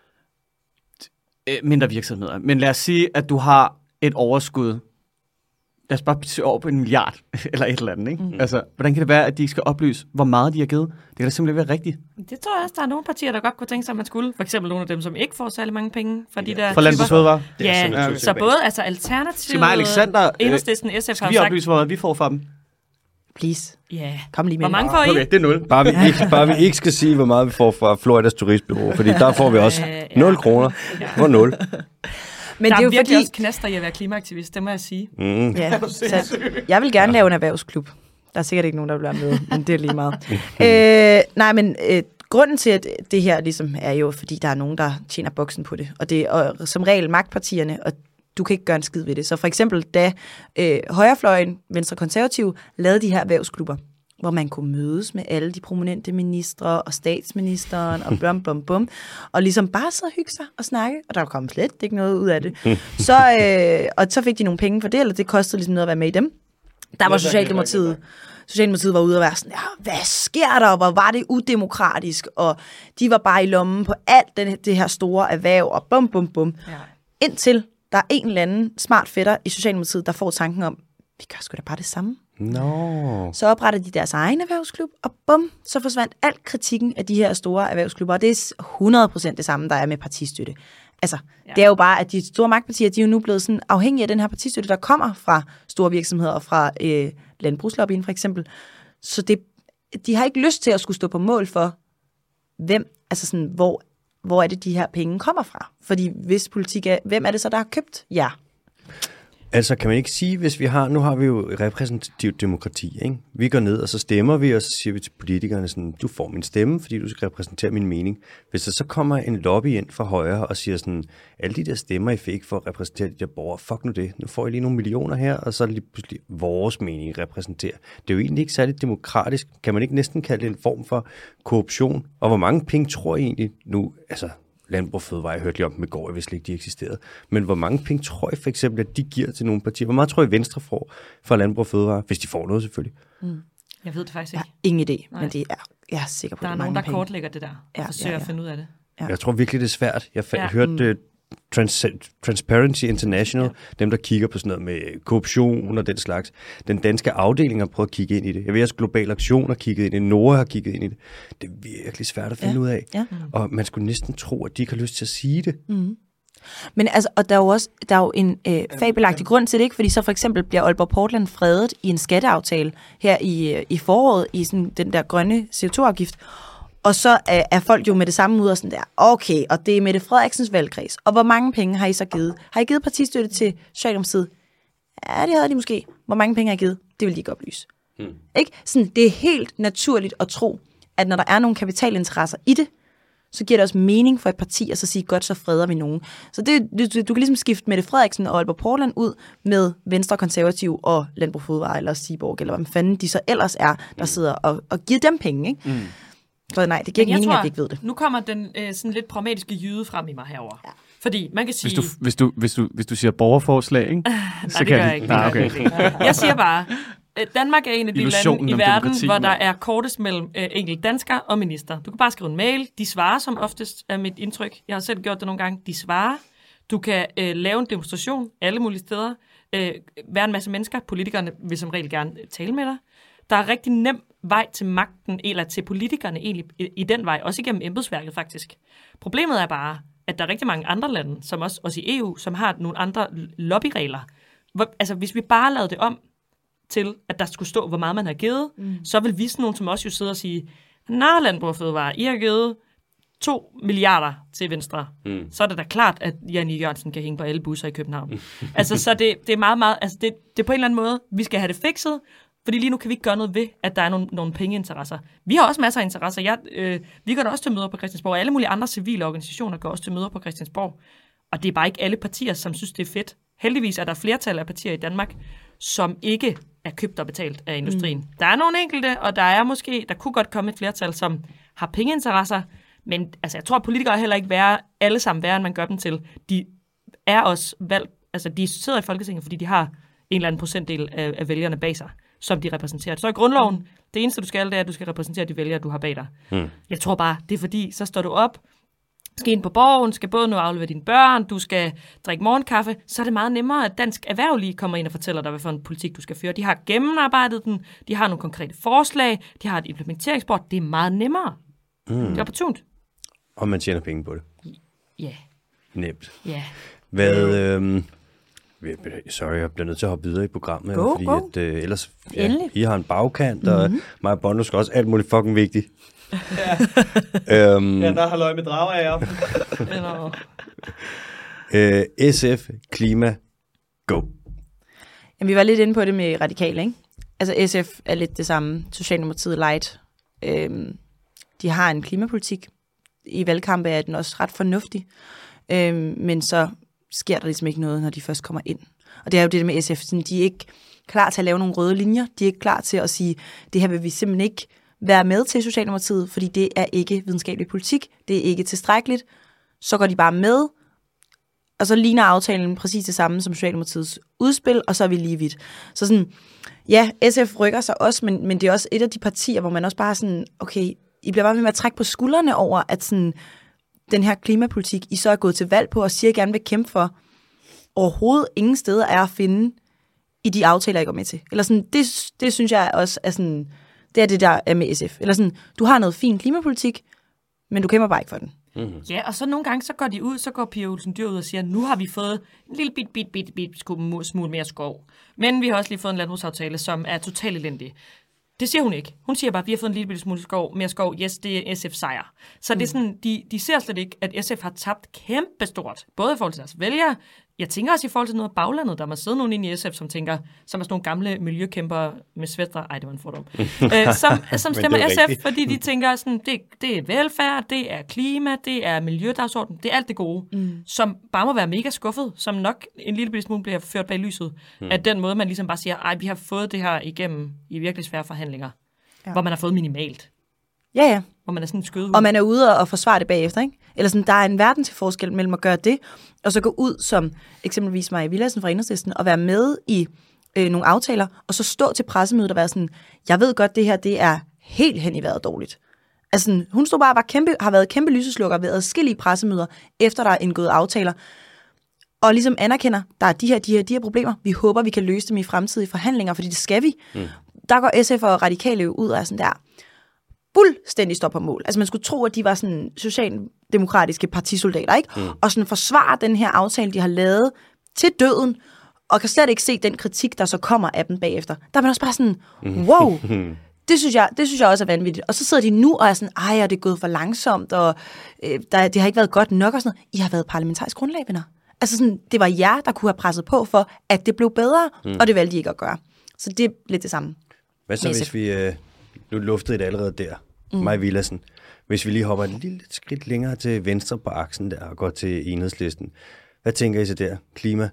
mindre virksomheder. Men lad os sige, at du har et overskud. Lad os bare se over på en milliard, eller et eller andet, ikke? Mm. Altså, hvordan kan det være, at de ikke skal oplyse, hvor meget de har givet? Det kan da simpelthen være rigtigt. Det tror jeg også, der er nogle partier, der godt kunne tænke sig, at man skulle. For eksempel nogle af dem, som ikke får særlig mange penge. For de der for Landbrug Fødevare? Ja, ja, så både altså Alternativet, Alexander, Enhedslisten, S F har sagt... Skal vi oplyse, hvor meget vi får fra dem? Please. Ja. Yeah. Kom lige med. Hvor mange får I? Okay, det er nul. Bare vi, ikke, bare vi ikke skal sige, hvor meget vi får fra Floridas turistbureau, fordi der får vi også nul kroner. Hvor nul. Men der det er jo virkelig fordi... også knaster i at være klimaaktivist, det må jeg sige. Mm. Ja, så jeg vil gerne lave en erhvervsklub. Der er sikkert ikke nogen, der bliver med, men det er lige meget. øh, nej, men øh, grunden til, at det her ligesom er jo, fordi der er nogen, der tjener boksen på det. Og det er og, som regel magtpartierne, og du kan ikke gøre en skid ved det. Så for eksempel, da øh, højrefløjen, Venstre Konservative, lavede de her erhvervsklubber, hvor man kunne mødes med alle de prominente ministre og statsministeren og bum, bum, bum, og ligesom bare sidde og hygge sig og snakke, og der kom slet ikke noget ud af det. Så, øh, og så fik de nogle penge for det, eller det kostede ligesom noget at være med i dem. Der var Socialdemokratiet, Socialdemokratiet var ude og være sådan, ja, hvad sker der, og hvor var det udemokratisk, og de var bare i lommen på alt det, det her store erhverv, og bum, bum, bum. Ja. Indtil der er en eller anden smart fætter i Socialdemokratiet, der får tanken om, vi gør sgu da bare det samme. No. Så oprettede de deres egen erhvervsklub, og bum, så forsvandt al kritikken af de her store erhvervsklubber, og det er hundrede procent det samme, der er med partistøtte. Altså, ja. Det er jo bare, at de store magtpartier, de er jo nu blevet sådan afhængige af den her partistøtte, der kommer fra store virksomheder og fra øh, landbrugslobbyen for eksempel. Så det, de har ikke lyst til at skulle stå på mål for, hvem, altså sådan, hvor, hvor er det, de her penge kommer fra. Fordi hvis politik er, hvem er det så, der har købt jer? Altså kan man ikke sige, hvis vi har, nu har vi jo repræsentativt demokrati, ikke? Vi går ned, og så stemmer vi, og så siger vi til politikerne sådan, du får min stemme, fordi du skal repræsentere min mening. Hvis der så kommer en lobby ind fra højre og siger sådan, alle de der stemmer, I fik for at repræsentere de der borgere, fuck nu det, nu får I lige nogle millioner her, og så er det lige pludselig vores mening, I repræsenterer. Det er jo egentlig ikke særlig demokratisk. Kan man ikke næsten kalde det en form for korruption? Og hvor mange penge tror I egentlig nu, altså Landbrug Fødevare, jeg hørte lige om dem i går, jeg vidste ikke, de eksisterede. Men hvor mange penge tror I for eksempel, at de giver til nogle partier? Hvor meget tror I Venstre får fra Landbrug Fødevare, hvis de får noget selvfølgelig? Mm. Jeg ved det faktisk ikke. Jeg har ingen idé, Nej. men det er, jeg er sikker på, der det er nogen, der penge. kortlægger det der, og ja, forsøger ja, ja. at finde ud af det. Ja. Jeg tror virkelig, det er svært. Jeg fa- ja. hørte mm. Trans- Transparency International, ja. dem der kigger på sådan noget med korruption og den slags. Den danske afdeling har prøvet at kigge ind i det. Jeg ved også, Global Aktion har kigget ind i det. Nora har kigget ind i det. Det er virkelig svært at finde ja. ud af. Ja. Og man skulle næsten tro, at de ikke har lyst til at sige det. Mm. Men altså, og der er jo også der er jo en øh, fabelagtig grund til det, ikke? Fordi så for eksempel bliver Aalborg Portland fredet i en skatteaftale her i, i foråret i sådan den der grønne C O to afgift. Og så er, er folk jo med det samme ud og sådan der, okay, og det er Mette Frederiksens valgkreds. Og hvor mange penge har I så givet? Har I givet partistøtte til Socialdemokratiet? Ja, det havde de måske. Hvor mange penge har I givet? Det vil de ikke oplyse. Hmm. Ikke? Sådan, det er helt naturligt at tro, at når der er nogle kapitalinteresser i det, så giver det også mening for et parti at så sige, godt, så freder vi nogen. Så det, du, du kan ligesom skifte Mette Frederiksen og Aalborg Portland ud med Venstre, Konservativ og Landbrug Fødevare eller Seaborg, eller hvad fanden de så ellers er, der sidder og, og giver dem penge, ikke? Mm. Så nej, det giver ikke mening, tror, at vi ikke ved det. Nu kommer den øh, sådan lidt pragmatiske jyde frem i mig herover. Ja. Fordi man kan sige... Hvis du, hvis du, hvis du, hvis du siger borgerforslag, ikke? Uh, så nej, det gør jeg ikke. Nej, okay. Jeg siger bare, Danmark er en af de lande i verden, hvor der er kortest mellem øh, enkelte danskere og minister. Du kan bare skrive en mail. De svarer som oftest, er mit indtryk. Jeg har selv gjort det nogle gange. De svarer. Du kan øh, lave en demonstration alle mulige steder. Øh, være en masse mennesker. Politikerne vil som regel gerne tale med dig. Der er rigtig nem vej til magten, eller til politikerne egentlig i, i den vej, også igennem embedsværket faktisk. Problemet er bare, at der er rigtig mange andre lande, som også, også i E U, som har nogle andre lobbyregler. Hvor, altså hvis vi bare lavede det om til, at der skulle stå, hvor meget man har givet, mm. så vil vi sådan nogen som også jo sidde og sige, nå, Landbrug Fødevare, I har givet to milliarder til Venstre. Mm. Så er det da klart, at Jan E. Jørgensen kan hænge på alle busser i København. altså, så det, det er meget, meget, altså det, det er på en eller anden måde, vi skal have det fikset, fordi lige nu kan vi ikke gøre noget ved, at der er nogle, nogle pengeinteresser. Vi har også masser af interesser. Jeg, øh, vi går da også til møder på Christiansborg, og alle mulige andre civile organisationer går også til møder på Christiansborg. Og det er bare ikke alle partier, som synes, det er fedt. Heldigvis er der flertal af partier i Danmark, som ikke er købt og betalt af industrien. Mm. Der er nogle enkelte, og der er måske, der kunne godt komme et flertal, som har pengeinteresser, men altså, jeg tror, at politikere heller ikke være alle sammen værre, end man gør dem til. De er også valgt, altså de sidder i Folketinget, fordi de har en eller anden procentdel af, af vælgerne bag sig, som de repræsenterer. Så i grundloven, det eneste du skal, det er, at du skal repræsentere de vælgere, du har bag dig. Mm. Jeg tror bare, det er fordi, så står du op, skal ind på borgen, skal både nu aflevere dine børn, du skal drikke morgenkaffe, så er det meget nemmere, at Dansk Erhverv lige kommer ind og fortæller dig, hvad for en politik du skal føre. De har gennemarbejdet den, de har nogle konkrete forslag, de har et implementeringsbord. Det er meget nemmere. Mm. Det er opportunt. Og man tjener penge på det. Ja. Yeah. Nemt. Ja. Yeah. Hvad... Øhm Sorry, jeg bliver nødt til at hoppe videre i programmet, go, fordi go. At, øh, ellers ja, I har en bagkant, mm-hmm. og mig og Bondo skal også alt muligt fucking vigtigt. Ja, øhm, ja der har løg med drager af aften. øh, S F, klima, go. Jamen, vi var lidt inde på det med radikale, ikke? Altså S F er lidt det samme, Socialdemokratiet light. Øhm, de har en klimapolitik. I valgkampe er den også ret fornuftig. Øhm, men så sker der ligesom ikke noget, når de først kommer ind. Og det er jo det med S F, sådan, de er ikke klar til at lave nogle røde linjer, de er ikke klar til at sige, det her vil vi simpelthen ikke være med til Socialdemokratiet, fordi det er ikke videnskabelig politik, det er ikke tilstrækkeligt. Så går de bare med, og så ligner aftalen præcis det samme som Socialdemokratiets udspil, og så er vi lige vidt. Så sådan, ja, S F rykker sig også, men, men det er også et af de partier, hvor man også bare sådan, okay, I bliver bare ved med at trække på skuldrene over, at sådan, den her klimapolitik, I så er gået til valg på, og siger, at I gerne vil kæmpe for, overhovedet ingen steder er at finde i de aftaler, I går med til. Eller sådan, det, det synes jeg også er sådan, det er det, der er med S F. Eller sådan, du har noget fin klimapolitik, men du kæmper bare ikke for den. Mm-hmm. Ja, og så nogle gange, så går de ud, så går Pia Olsen Dyhr ud og siger, nu har vi fået en lille bit, bit, bit, bit smule mere skov. Men vi har også lige fået en landbrugsaftale, som er totalt elendig. Det siger hun ikke. Hun siger bare, at vi har fået en lille bit smule skov, mere skov. Yes, det er S F sejr. Så mm. det er sådan, de, de ser slet ikke, at S F har tabt kæmpestort. Både i forhold til deres vælgere. Jeg tænker også i forhold til noget af baglandet. Der må sidde nogen inde i S F, som tænker, som er sådan nogle gamle miljøkæmper med svætter. Ej, det var en fordom. øh, som som stemmer S F, rigtigt. Fordi de tænker, sådan, det, det er velfærd, det er klima, det er miljødagsorden, det er alt det gode. Mm. Som bare må være mega skuffet, som nok en lille bitte smule bliver ført bag lyset. Mm. At den måde, man ligesom bare siger, ej, vi har fået det her igennem i virkelig svære forhandlinger. Ja. Hvor man har fået minimalt. Ja, ja. Hvor man er sådan skød. Og man er ude og forsvare det bagefter, ikke? Eller sådan, der er en verden til forskel mellem at gøre det, og så gå ud som eksempelvis Mai Villadsen fra Enhedslisten, og være med i øh, nogle aftaler, og så stå til pressemødet og være sådan, jeg ved godt, det her, det er helt hen i vejret dårligt. Altså sådan, hun stod bare og var kæmpe, har været kæmpe lyseslukker ved adskillige pressemøder, efter der er indgået aftaler, og ligesom anerkender, der er de her, de her, de her problemer, vi håber, vi kan løse dem i fremtidige forhandlinger, fordi det skal vi. Mm. Der går S F og Radikale ud og er sådan der, fuldstændig står på mål. Altså man skulle tro, at de var sådan socialdemokratiske partisoldater, ikke? Mm. Og sådan forsvare den her aftale, de har lavet til døden, og kan slet ikke se den kritik, der så kommer af dem bagefter. Der er man også bare sådan, wow, det synes jeg, det synes jeg også er vanvittigt. Og så sidder de nu og er sådan, ej, er det gået for langsomt, og øh, der, det har ikke været godt nok, og sådan noget. I har været parlamentarisk grundlag, venner. Altså sådan, det var jer, der kunne have presset på for, at det blev bedre, mm. og det valgte de ikke at gøre. Så det er lidt det samme. Hvad så, hvis vi øh, nu luftede det allerede der? Mm. Mai Villadsen. Hvis vi lige hopper et lille skridt længere til venstre på aksen der og går til Enhedslisten. Hvad tænker I så der? Klima?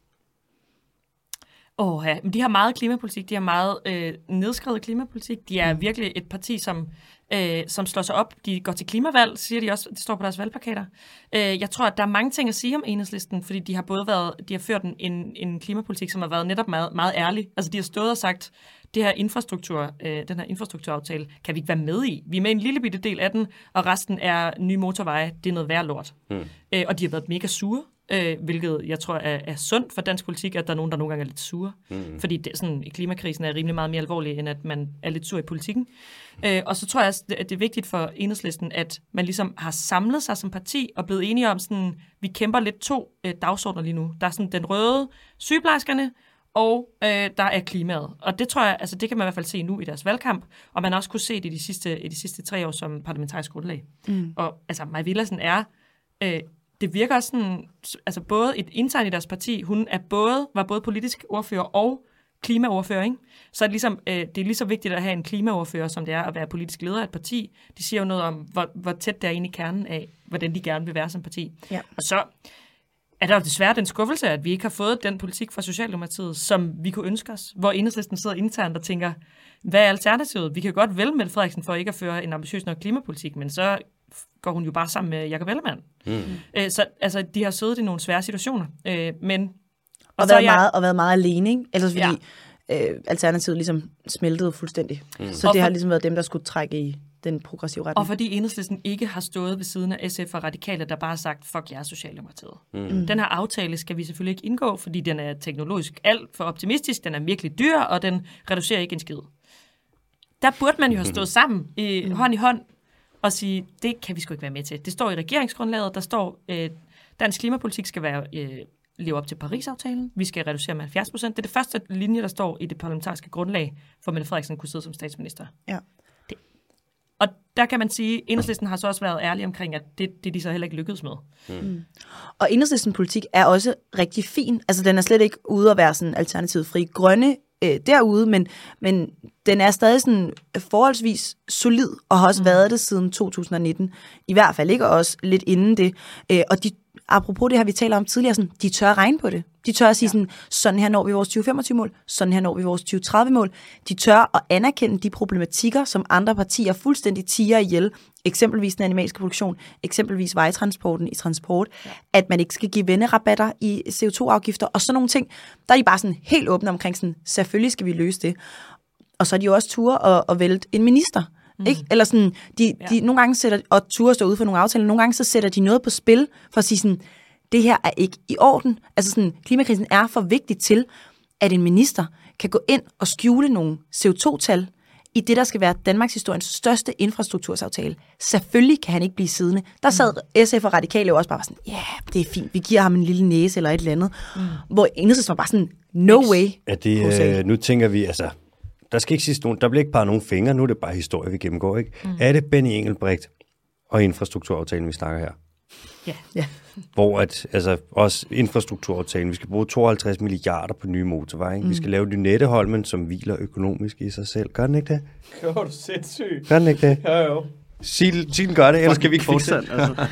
Åh ja, men de har meget klimapolitik. De har meget øh, nedskrevet klimapolitik. De er mm. virkelig et parti, som, øh, som slår sig op. De går til klimavalg, siger de også. Det står på deres valgplakater. Øh, jeg tror, at der er mange ting at sige om Enhedslisten, fordi de har både været, de har ført en, en klimapolitik, som har været netop meget, meget ærlig. Altså de har stået og sagt, det her infrastruktur, øh, den her infrastrukturaftale, kan vi ikke være med i. Vi er med en lille bitte del af den, og resten er nye motorveje. Det er noget værd lort. Mm. Øh, og de har været mega sure, øh, hvilket jeg tror er, er sundt for dansk politik, at der er nogen, der nogle gange er lidt sure. Mm. Fordi det, sådan, klimakrisen er rimelig meget mere alvorlig, end at man er lidt sur i politikken. Øh, og så tror jeg også, at det er vigtigt for Enhedslisten, at man ligesom har samlet sig som parti og blevet enige om, sådan, vi kæmper lidt to øh, dagsordner lige nu. Der er sådan den røde sygeplejerskerne, og øh, der er klimaet. Og det tror jeg, altså det kan man i hvert fald se nu i deres valgkamp, og man har også kunne se det i de sidste, i de sidste tre år som parlamentarisk grundlag. Mm. Og altså Mai Villadsen er, øh, det virker også sådan, altså både et internt i deres parti, hun er både, var både politisk ordfører og klimaordfører, ikke? Så er det, ligesom, øh, det er lige så vigtigt at have en klimaordfører, som det er at være politisk leder af et parti. De siger jo noget om, hvor, hvor tæt det er inde i kernen af, hvordan de gerne vil være som parti. Ja. Og så er der jo desværre den skuffelse, at vi ikke har fået den politik fra Socialdemokratiet, som vi kunne ønske os. Hvor Enhedslisten sidder internt og tænker, hvad er alternativet? Vi kan godt vælge Mette Frederiksen for ikke at føre en ambitiøs nok klimapolitik, men så går hun jo bare sammen med Jakob Ellemann. Mm. Øh, så altså, de har siddet i nogle svære situationer. Øh, men, og, og, været jeg, meget, og været meget alene, ikke? Altså fordi ja. øh, Alternativet ligesom smeltede fuldstændig. Mm. Så det for, har ligesom været dem, der skulle trække i den progressive retning. Og fordi Enhedslisten ikke har stået ved siden af S F og Radikale, der bare har sagt, fuck jer, Socialdemokratiet. Mm. Den her aftale skal vi selvfølgelig ikke indgå, fordi den er teknologisk alt for optimistisk, den er virkelig dyr, og den reducerer ikke en skid. Der burde man jo have stået sammen i mm. hånd i hånd og sige, det kan vi sgu ikke være med til. Det står i regeringsgrundlaget, der står, øh, dansk klimapolitik skal være øh, leve op til Paris-aftalen. Vi skal reducere med halvfjerds procent. Det er det første linje, der står i det parlamentariske grundlag, for Mette Frederiksen kunne sidde som statsminister. Ja. Det. Og der kan man sige, at Enhedslisten har så også været ærlig omkring, at det, det de så heller ikke lykkedes med. Mm. Og Enhedslisten politik er også rigtig fin. Altså den er slet ikke ude at være sådan alternativt fri grønne øh, derude, men, men den er stadig sådan forholdsvis solid, og har også mm. været det siden to tusind nitten. I hvert fald ikke, og også lidt inden det. Øh, og de, apropos det her, vi taler om tidligere, sådan, de tør at regne på det. De tør at sige ja. sådan, sådan her når vi vores tyve femogtyve-mål, sådan her når vi vores tyve tredive-mål. De tør at anerkende de problematikker, som andre partier fuldstændig tiger ihjel. Eksempelvis den animalske produktion, eksempelvis vejtransporten i transport, ja. At man ikke skal give vennerabatter i C O to afgifter, og sådan nogle ting. Der er de bare sådan helt åbne omkring sådan, selvfølgelig skal vi løse det. Og så er de jo også ture og, og vælte en minister. Mm. Ikke? Eller sådan, de, ja. de nogle gange sætter, og ture står ude for nogle aftaler, nogle gange så sætter de noget på spil, for at sige sådan, det her er ikke i orden. Altså sådan, klimakrisen er for vigtig til, at en minister kan gå ind og skjule nogle C O to tal, i det, der skal være Danmarks historiens største infrastruktursaftale. Selvfølgelig kan han ikke blive siddende. Der sad S F og Radikale jo også bare sådan, ja, yeah, det er fint, vi giver ham en lille næse eller et eller andet. Mm. Hvor Enhedslisten var bare sådan, no way. Ja, det, øh, nu tænker vi, altså, der skal ikke sidst nogen, der bliver ikke bare nogen fingre, nu er det bare historie, vi gennemgår, ikke? Mm. Er det Benny Engelbrecht og infrastrukturaftalen, vi snakker her? Ja. Ja. Hvor at, altså, også infrastrukturaftalen, vi skal bruge tooghalvtreds milliarder på nye motorveje, mm. vi skal lave Lynetteholmen, som hviler økonomisk i sig selv. Gør den ikke det? Jo, du er sindssyg. Gør den ikke det? Jo, jo. Sil, Sil gør det, ellers skal vi ikke fortsætte. Altså.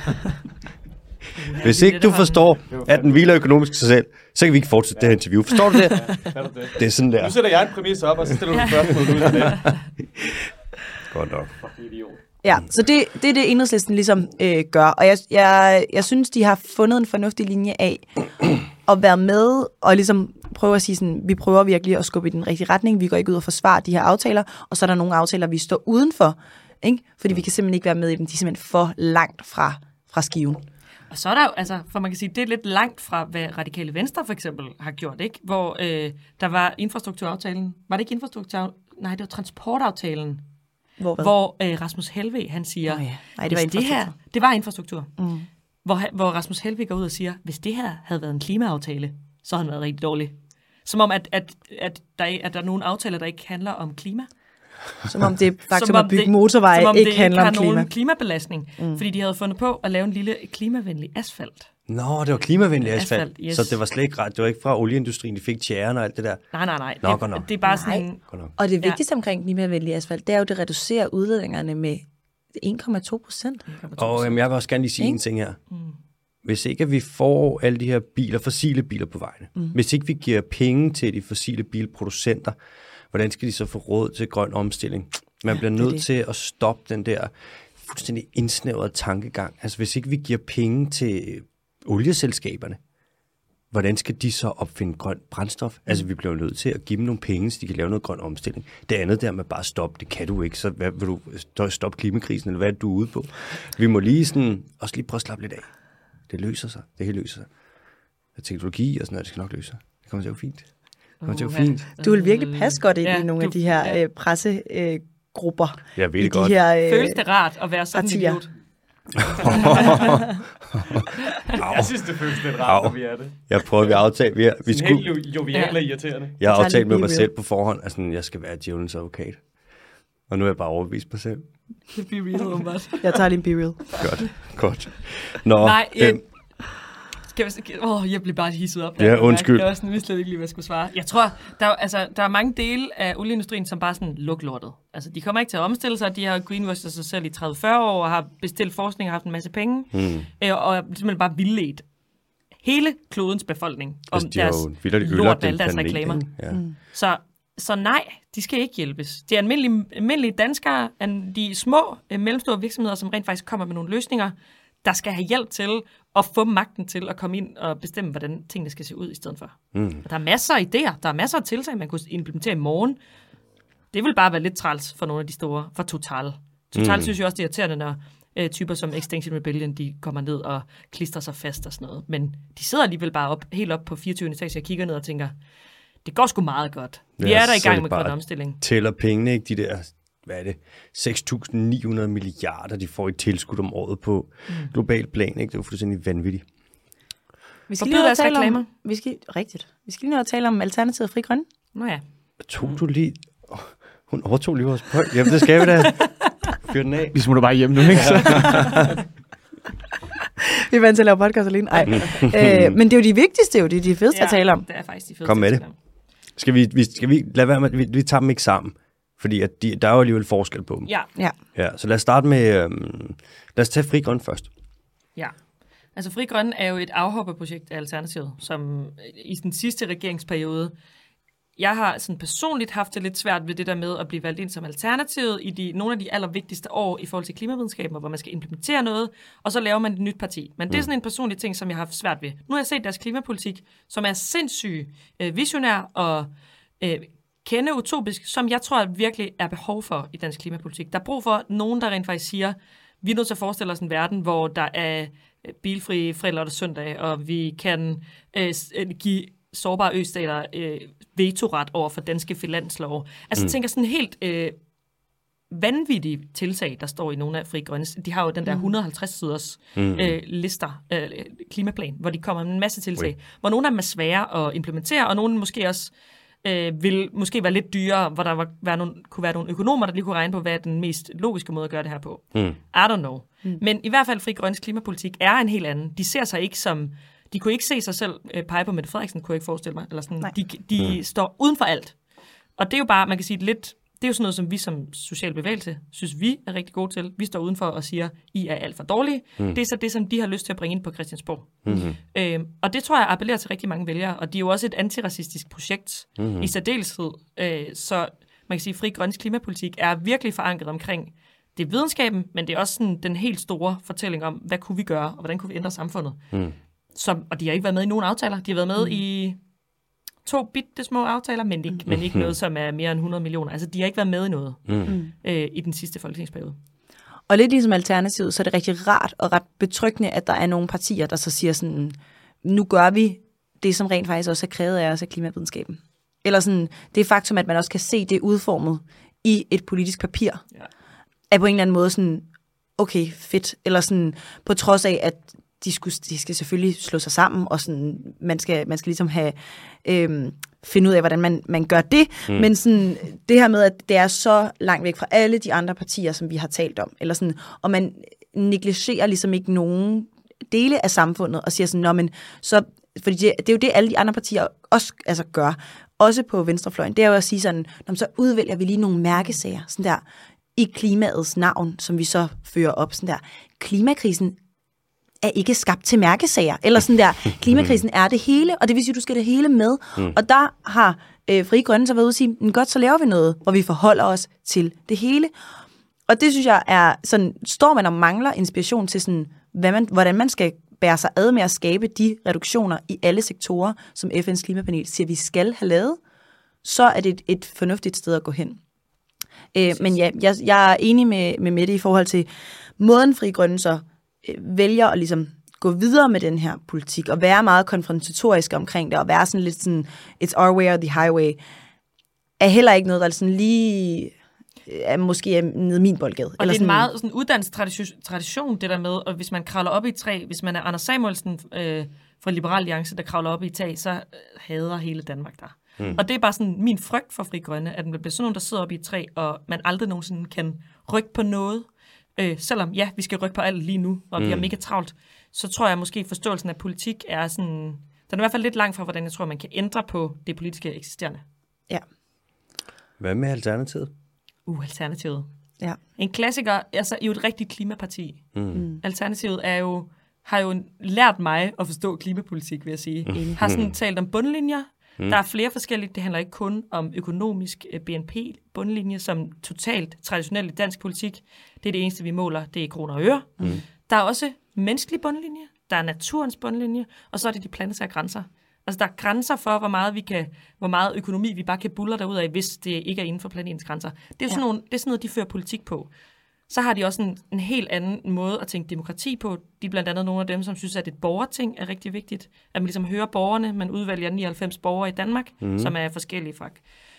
Hvis ikke du forstår, at den hviler økonomisk i sig selv, så kan vi ikke fortsætte det her interview. Forstår du det? Ja, du det? Det er sådan der. Nu sætter jeg en præmis op, og så stiller du spørgsmål ud af det. Godt nok. Ja, så det, det er det, Enhedslisten ligesom øh, gør. Og jeg, jeg, jeg synes, de har fundet en fornuftig linje af at være med og ligesom prøve at sige sådan, vi prøver virkelig at skubbe i den rigtige retning. Vi går ikke ud og forsvarer de her aftaler, og så er der nogle aftaler, vi står udenfor, ikke? Fordi vi kan simpelthen ikke være med i dem. De er simpelthen for langt fra, fra skiven. Og så er der jo, altså, for man kan sige, det er lidt langt fra, hvad Radikale Venstre for eksempel har gjort, ikke? Hvor øh, der var infrastrukturaftalen. Var det ikke infrastruktur? Nej, det var transportaftalen. Hvor, hvor øh, Rasmus Helveg, han siger, oh, ja. Nej, det var det her, det var infrastruktur. Mm. Hvor, hvor Rasmus Helveg går ud og siger, hvis det her havde været en klimaaftale, så havde han været rigtig dårlig. Som om, at, at, at, der, er, at der er nogle aftaler, der ikke handler om klima. Som om det faktisk at bygge motorveje ikke, ikke handler om klima. Som om det ikke har nogen klimabelastning. Mm. Fordi de havde fundet på at lave en lille klimavenlig asfalt. Nå, det var klimavenlig asfalt. asfalt yes. Så det var slet ikke ret. Det var ikke fra olieindustrien, de fik tjæren og alt det der. Nej, nej, nej. Nå, det, nok. det er bare sådan en... Og det vigtigste ja. omkring klimavenlig asfalt, det er jo, det reducerer udledningerne med en komma to procent. Og jamen, jeg vil også gerne lige sige en ting her. Mm. Hvis ikke at vi får alle de her biler, fossile biler på vejene, mm. hvis ikke vi giver penge til de fossile bilproducenter, hvordan skal de så få råd til grøn omstilling? Man bliver nødt til at stoppe den der fuldstændig indsnævrede tankegang. Altså hvis ikke vi giver penge til olieselskaberne, hvordan skal de så opfinde grøn brændstof? Mm. Altså vi bliver nødt til at give dem nogle penge, så de kan lave noget grøn omstilling. Det andet der med bare stoppe, det kan du ikke. Så hvad, vil du stoppe klimakrisen, eller hvad er du ude på? Vi må lige sådan, også lige prøve at slappe lidt af. Det løser sig. Det hele løser sig. Teknologi og sådan noget, det skal nok løse sig. Det kommer til at gå fint. Det kommer til at gå fint. Du vil virkelig passe godt ind ja, i nogle du, af de her ja. øh, pressegrupper. Øh, jeg ved det godt. De her, øh, Føles det rart at være sådan en idiot? Jeg synes, det føles lidt rart, når vi er det. Jeg prøver, vi aftalt. Vi, er, vi skulle, helt jovial og irriterende. Jeg har aftalt med mig selv på forhånd, at altså, jeg skal være djævelens advokat. Og nu er jeg bare overbevist mig selv. Be real, umiddelbart. Jeg tager lige en be real. Godt, godt. Nå, Nej, øh, øh, skal vi, åh, jeg blev bare hisset op. Ja, undskyld. Jeg var sådan, jeg vidste slet ikke lige, hvad jeg skulle svare. Jeg tror, der er, altså, der er mange dele af olieindustrien, som bare sådan luk lortet. Altså, de kommer ikke til at omstille sig. De har greenwashed sig selv i tredive til fyrre år, og har bestilt forskning og haft en masse penge. Hmm. Øh, og er simpelthen bare vildledt hele klodens befolkning om altså, de deres lort med alle deres reklamer. Ja. Mm. Så, så nej, de skal ikke hjælpes. Det er almindelige, almindelige danskere, de små, mellemstore virksomheder, som rent faktisk kommer med nogle løsninger, der skal have hjælp til at få magten til at komme ind og bestemme, hvordan tingene skal se ud i stedet for. Mm. Og der er masser af idéer, der er masser af tiltag, man kunne implementere i morgen. Det vil bare være lidt træls for nogle af de store, for Total. Total mm. synes jeg også, det er irriterende, når øh, typer som Extinction Rebellion, de kommer ned og klistrer sig fast og sådan noget. Men de sidder alligevel bare op, helt op på fireogtyvende etage og kigger ned og tænker, det går sgu meget godt. Vi ja, er der i gang med grøn omstilling. Tæller pengene, ikke? De der, hvad er det, seks tusind ni hundrede milliarder, de får i tilskud om året på mm. global plan, ikke? Det er jo fuldstændig vanvittigt. Vi skal lige noget at tale om, vi skal, rigtigt. Vi skal lige noget at tale om Alternativet og Fri Grønne. Nå ja. Tog du lige, oh, hun overtog lige vores point. Jamen, det skal vi da. Fyr den af. Vi smutter bare hjem nu, ikke? Så. Vi er vant til at lave podcast alene. Ej. øh, men det er jo de vigtigste, jo. Det er de fedeste ja, at tale om. Det er faktisk de fedeste. Kom med det. Skal vi, vi, skal vi lade være med, vi, vi tager dem ikke sammen. Fordi at de, der er jo alligevel forskel på dem. Ja. ja. ja så lad os starte med, øhm, lad os tage Fri Grønne først. Ja. Altså Fri Grønne er jo et afhopperprojekt af Alternativet, som i den sidste regeringsperiode, jeg har sådan personligt haft det lidt svært ved det der med at blive valgt ind som Alternativet i de, nogle af de allervigtigste år i forhold til klimavidenskaben, hvor man skal implementere noget, og så laver man et nyt parti. Men det er sådan en personlig ting, som jeg har haft svært ved. Nu har jeg set deres klimapolitik, som er sindssygt øh, visionær og øh, kende utopisk, som jeg tror at virkelig er behov for i dansk klimapolitik. Der er brug for nogen, der rent faktisk siger, vi er nødt til at forestille os en verden, hvor der er bilfri fredag og søndag, og vi kan øh, give sårbare østater øh, vetoret over for danske finanslov. Altså, mm. jeg tænker sådan helt øh, vanvittige tiltag, der står i nogle af Fri Grønne. De har jo den der et hundrede og halvtreds siders mm. øh, lister, øh, klimaplan, hvor de kommer med en masse tiltag, oui. hvor nogle af dem er svære at implementere, og nogle måske også øh, vil måske være lidt dyrere, hvor der var, være nogle, kunne være nogle økonomer, der lige kunne regne på, hvad er den mest logiske måde at gøre det her på. Mm. I don't know. Mm. Men i hvert fald Fri Grønnes klimapolitik er en helt anden. De ser sig ikke som... De kunne ikke se sig selv øh, pege på Mette Frederiksen, kunne jeg ikke forestille mig. Eller sådan. De, de mm. står uden for alt. Og det er jo bare, man kan sige lidt... Det er jo sådan noget, som vi som social bevægelse synes, vi er rigtig gode til. Vi står udenfor og siger, I er alt for dårlige. Mm. Det er så det, som de har lyst til at bringe ind på Christiansborg. Mm-hmm. Øhm, og det tror jeg appellerer til rigtig mange vælgere. Og de er jo også et antiracistisk projekt mm-hmm. i særdeleshed. Øh, så man kan sige, at Fri Grønnes klimapolitik er virkelig forankret omkring det er videnskaben, men det er også sådan den helt store fortælling om, hvad kunne vi gøre, og hvordan kunne vi ændre samfundet. Mm. Som, og de har ikke været med i nogen aftaler. De har været med mm. i... to bitte små aftaler, men ikke, men ikke noget, som er mere end hundrede millioner. Altså, de har ikke været med i noget mm. øh, i den sidste folketingsperiode. Og lidt ligesom Alternativet, så er det rigtig rart og ret betryggende, at der er nogle partier, der så siger sådan, nu gør vi det, som rent faktisk også er krævet af os af klimavidenskaben. Eller sådan, det faktum, at man også kan se det udformet i et politisk papir, ja. er på en eller anden måde sådan, okay, fedt. Eller sådan, på trods af, at De, skulle, de skal selvfølgelig slå sig sammen, og sådan, man, skal, man skal ligesom have, øhm, finde ud af, hvordan man, man gør det. Mm. Men sådan, det her med, at det er så langt væk fra alle de andre partier, som vi har talt om. Eller sådan, og man negligerer ligesom ikke nogen dele af samfundet, og siger sådan, nå, men så, fordi det, det er jo det, alle de andre partier også altså, gør. Også på venstrefløjen. Det er jo at sige sådan, nå, så udvælger vi lige nogle mærkesager, sådan der, i klimaets navn, som vi så fører op. Sådan der, klimakrisen er ikke skabt til mærkesager, eller sådan der, klimakrisen er det hele, og det vil sige, at du skal det hele med. Mm. Og der har øh, Frie Grønne så været ude og sige, godt, så laver vi noget, hvor vi forholder os til det hele. Og det synes jeg er, sådan, står man og mangler inspiration til, sådan, hvad man, hvordan man skal bære sig ad med at skabe de reduktioner i alle sektorer, som F N's klimapanel siger, vi skal have lavet, så er det et, et fornuftigt sted at gå hen. Øh, men ja, jeg, jeg er enig med, med Mette i forhold til måden Frie Grønne så vælger at ligesom gå videre med den her politik, og være meget konfrontatorisk omkring det, og være sådan lidt sådan, it's our way or the highway, er heller ikke noget, der sådan lige er måske nede min boldgade. Og eller det er en meget sådan uddannelsestradition, det der med, og hvis man kravler op i et træ, hvis man er Anders Samuelsen øh, fra Liberal Alliance, der kravler op i et tag, så hader hele Danmark der. Mm. Og det er bare sådan min frygt for Frie Grønne, at man bliver sådan nogen, der sidder op i et træ, og man aldrig nogensinde kan rykke på noget. Øh, selvom, ja, vi skal rykke på alt lige nu, og mm. vi er mega travlt, så tror jeg måske, forståelsen af politik er sådan... Den er i hvert fald lidt langt fra, hvordan jeg tror, man kan ændre på det politiske eksisterende. Ja. Hvad med Alternativet? Uh, Alternativet. Ja. En klassiker, altså jo et rigtigt klimaparti. Mm. Alternativet er jo, har jo lært mig at forstå klimapolitik, vil jeg sige. Mm. Har sådan talt om bundlinjer. Mm. Der er flere forskellige. Det handler ikke kun om økonomisk B N P-bundlinje, som totalt traditionelt i dansk politik. Det er det eneste, vi måler. Det er kroner og øre. Mm. Der er også menneskelig bundlinje. Der er naturens bundlinje. Og så er det de planetære grænser. Altså, der er grænser for, hvor meget, vi kan, hvor meget økonomi vi bare kan buller derud af, hvis det ikke er inden for planetens grænser. Det er jo ja. sådan, nogle, det er sådan noget, de fører politik på. Så har de også en, en helt anden måde at tænke demokrati på. De er blandt andet nogle af dem, som synes, at et borgerting er rigtig vigtigt. At man ligesom hører borgerne. Man udvælger nioghalvfems borgere i Danmark, mm. som er forskellige fra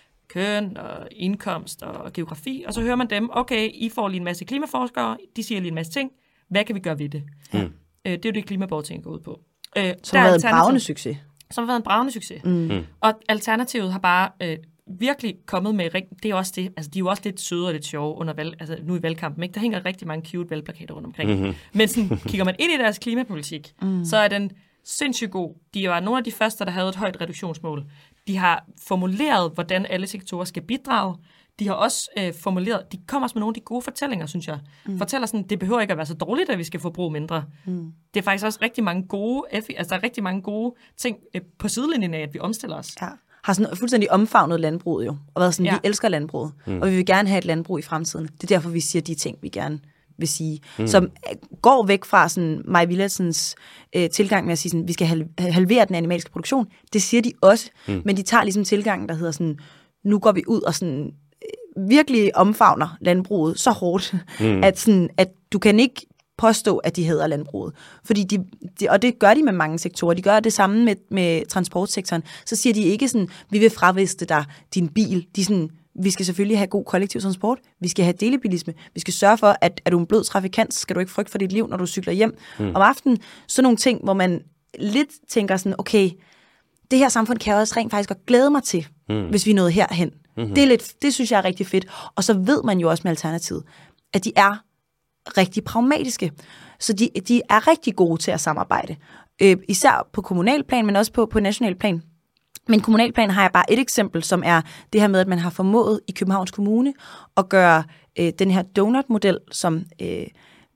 køn og indkomst og geografi. Og så hører man dem, okay, I får lige en masse klimaforskere, de siger lige en masse ting. Hvad kan vi gøre ved det? Mm. Øh, det er jo det, klimaborgerting går ud på. Øh, som har været en bravende succes. Som har været en bravende succes. Mm. Og Alternativet har bare... Øh, virkelig kommet med, det er også det, altså de er jo også lidt søde og lidt sjove under valg, altså nu i valgkampen, ikke? Der hænger rigtig mange cute valgplakater rundt omkring. Mm-hmm. Men sådan, kigger man ind i deres klimapolitik, mm. så er den sindssygt god. De var nogle af de første, der havde et højt reduktionsmål. De har formuleret, hvordan alle sektorer skal bidrage. De har også øh, formuleret, de kommer også med nogle af de gode fortællinger, synes jeg. Mm. Fortæller sådan, det behøver ikke at være så dårligt, at vi skal forbruge mindre. Mm. Det er faktisk også rigtig mange gode, altså der er rigtig mange gode ting øh, på sidelinjen af, at vi omstiller os. Ja. Har sådan fuldstændig omfavnet landbruget jo, og været sådan, ja. Vi elsker landbruget, mm. og vi vil gerne have et landbrug i fremtiden. Det er derfor, vi siger de ting, vi gerne vil sige, mm. som går væk fra sådan Maj Villadsens øh, tilgang med at sige, sådan, vi skal halvere den animalske produktion. Det siger de også, mm. men de tager ligesom tilgangen, der hedder sådan, nu går vi ud og sådan øh, virkelig omfavner landbruget så hårdt, mm. at, sådan, at du kan ikke påstå, at de hader landbruget. Fordi de, de, og det gør de med mange sektorer. De gør det samme med, med transportsektoren. Så siger de ikke sådan, vi vil fraviste dig din bil. De sådan, Vi skal selvfølgelig have god kollektiv transport. Vi skal have delebilisme. Vi skal sørge for, at er du en blød trafikant, skal du ikke frygte for dit liv, når du cykler hjem mm. om aftenen. Sådan nogle ting, hvor man lidt tænker sådan, okay, det her samfund kan jeg også rent faktisk godt glæde mig til, mm. hvis vi er nået herhen. Mm-hmm. Det, er lidt, det synes jeg er rigtig fedt. Og så ved man jo også med Alternativet, at de er rigtig pragmatiske. Så de, de er rigtig gode til at samarbejde. Øh, især på kommunalplan, men også på, på nationalplan. Men kommunalplan har jeg bare et eksempel, som er det her med, at man har formået i Københavns Kommune at gøre øh, den her donut-model, som øh,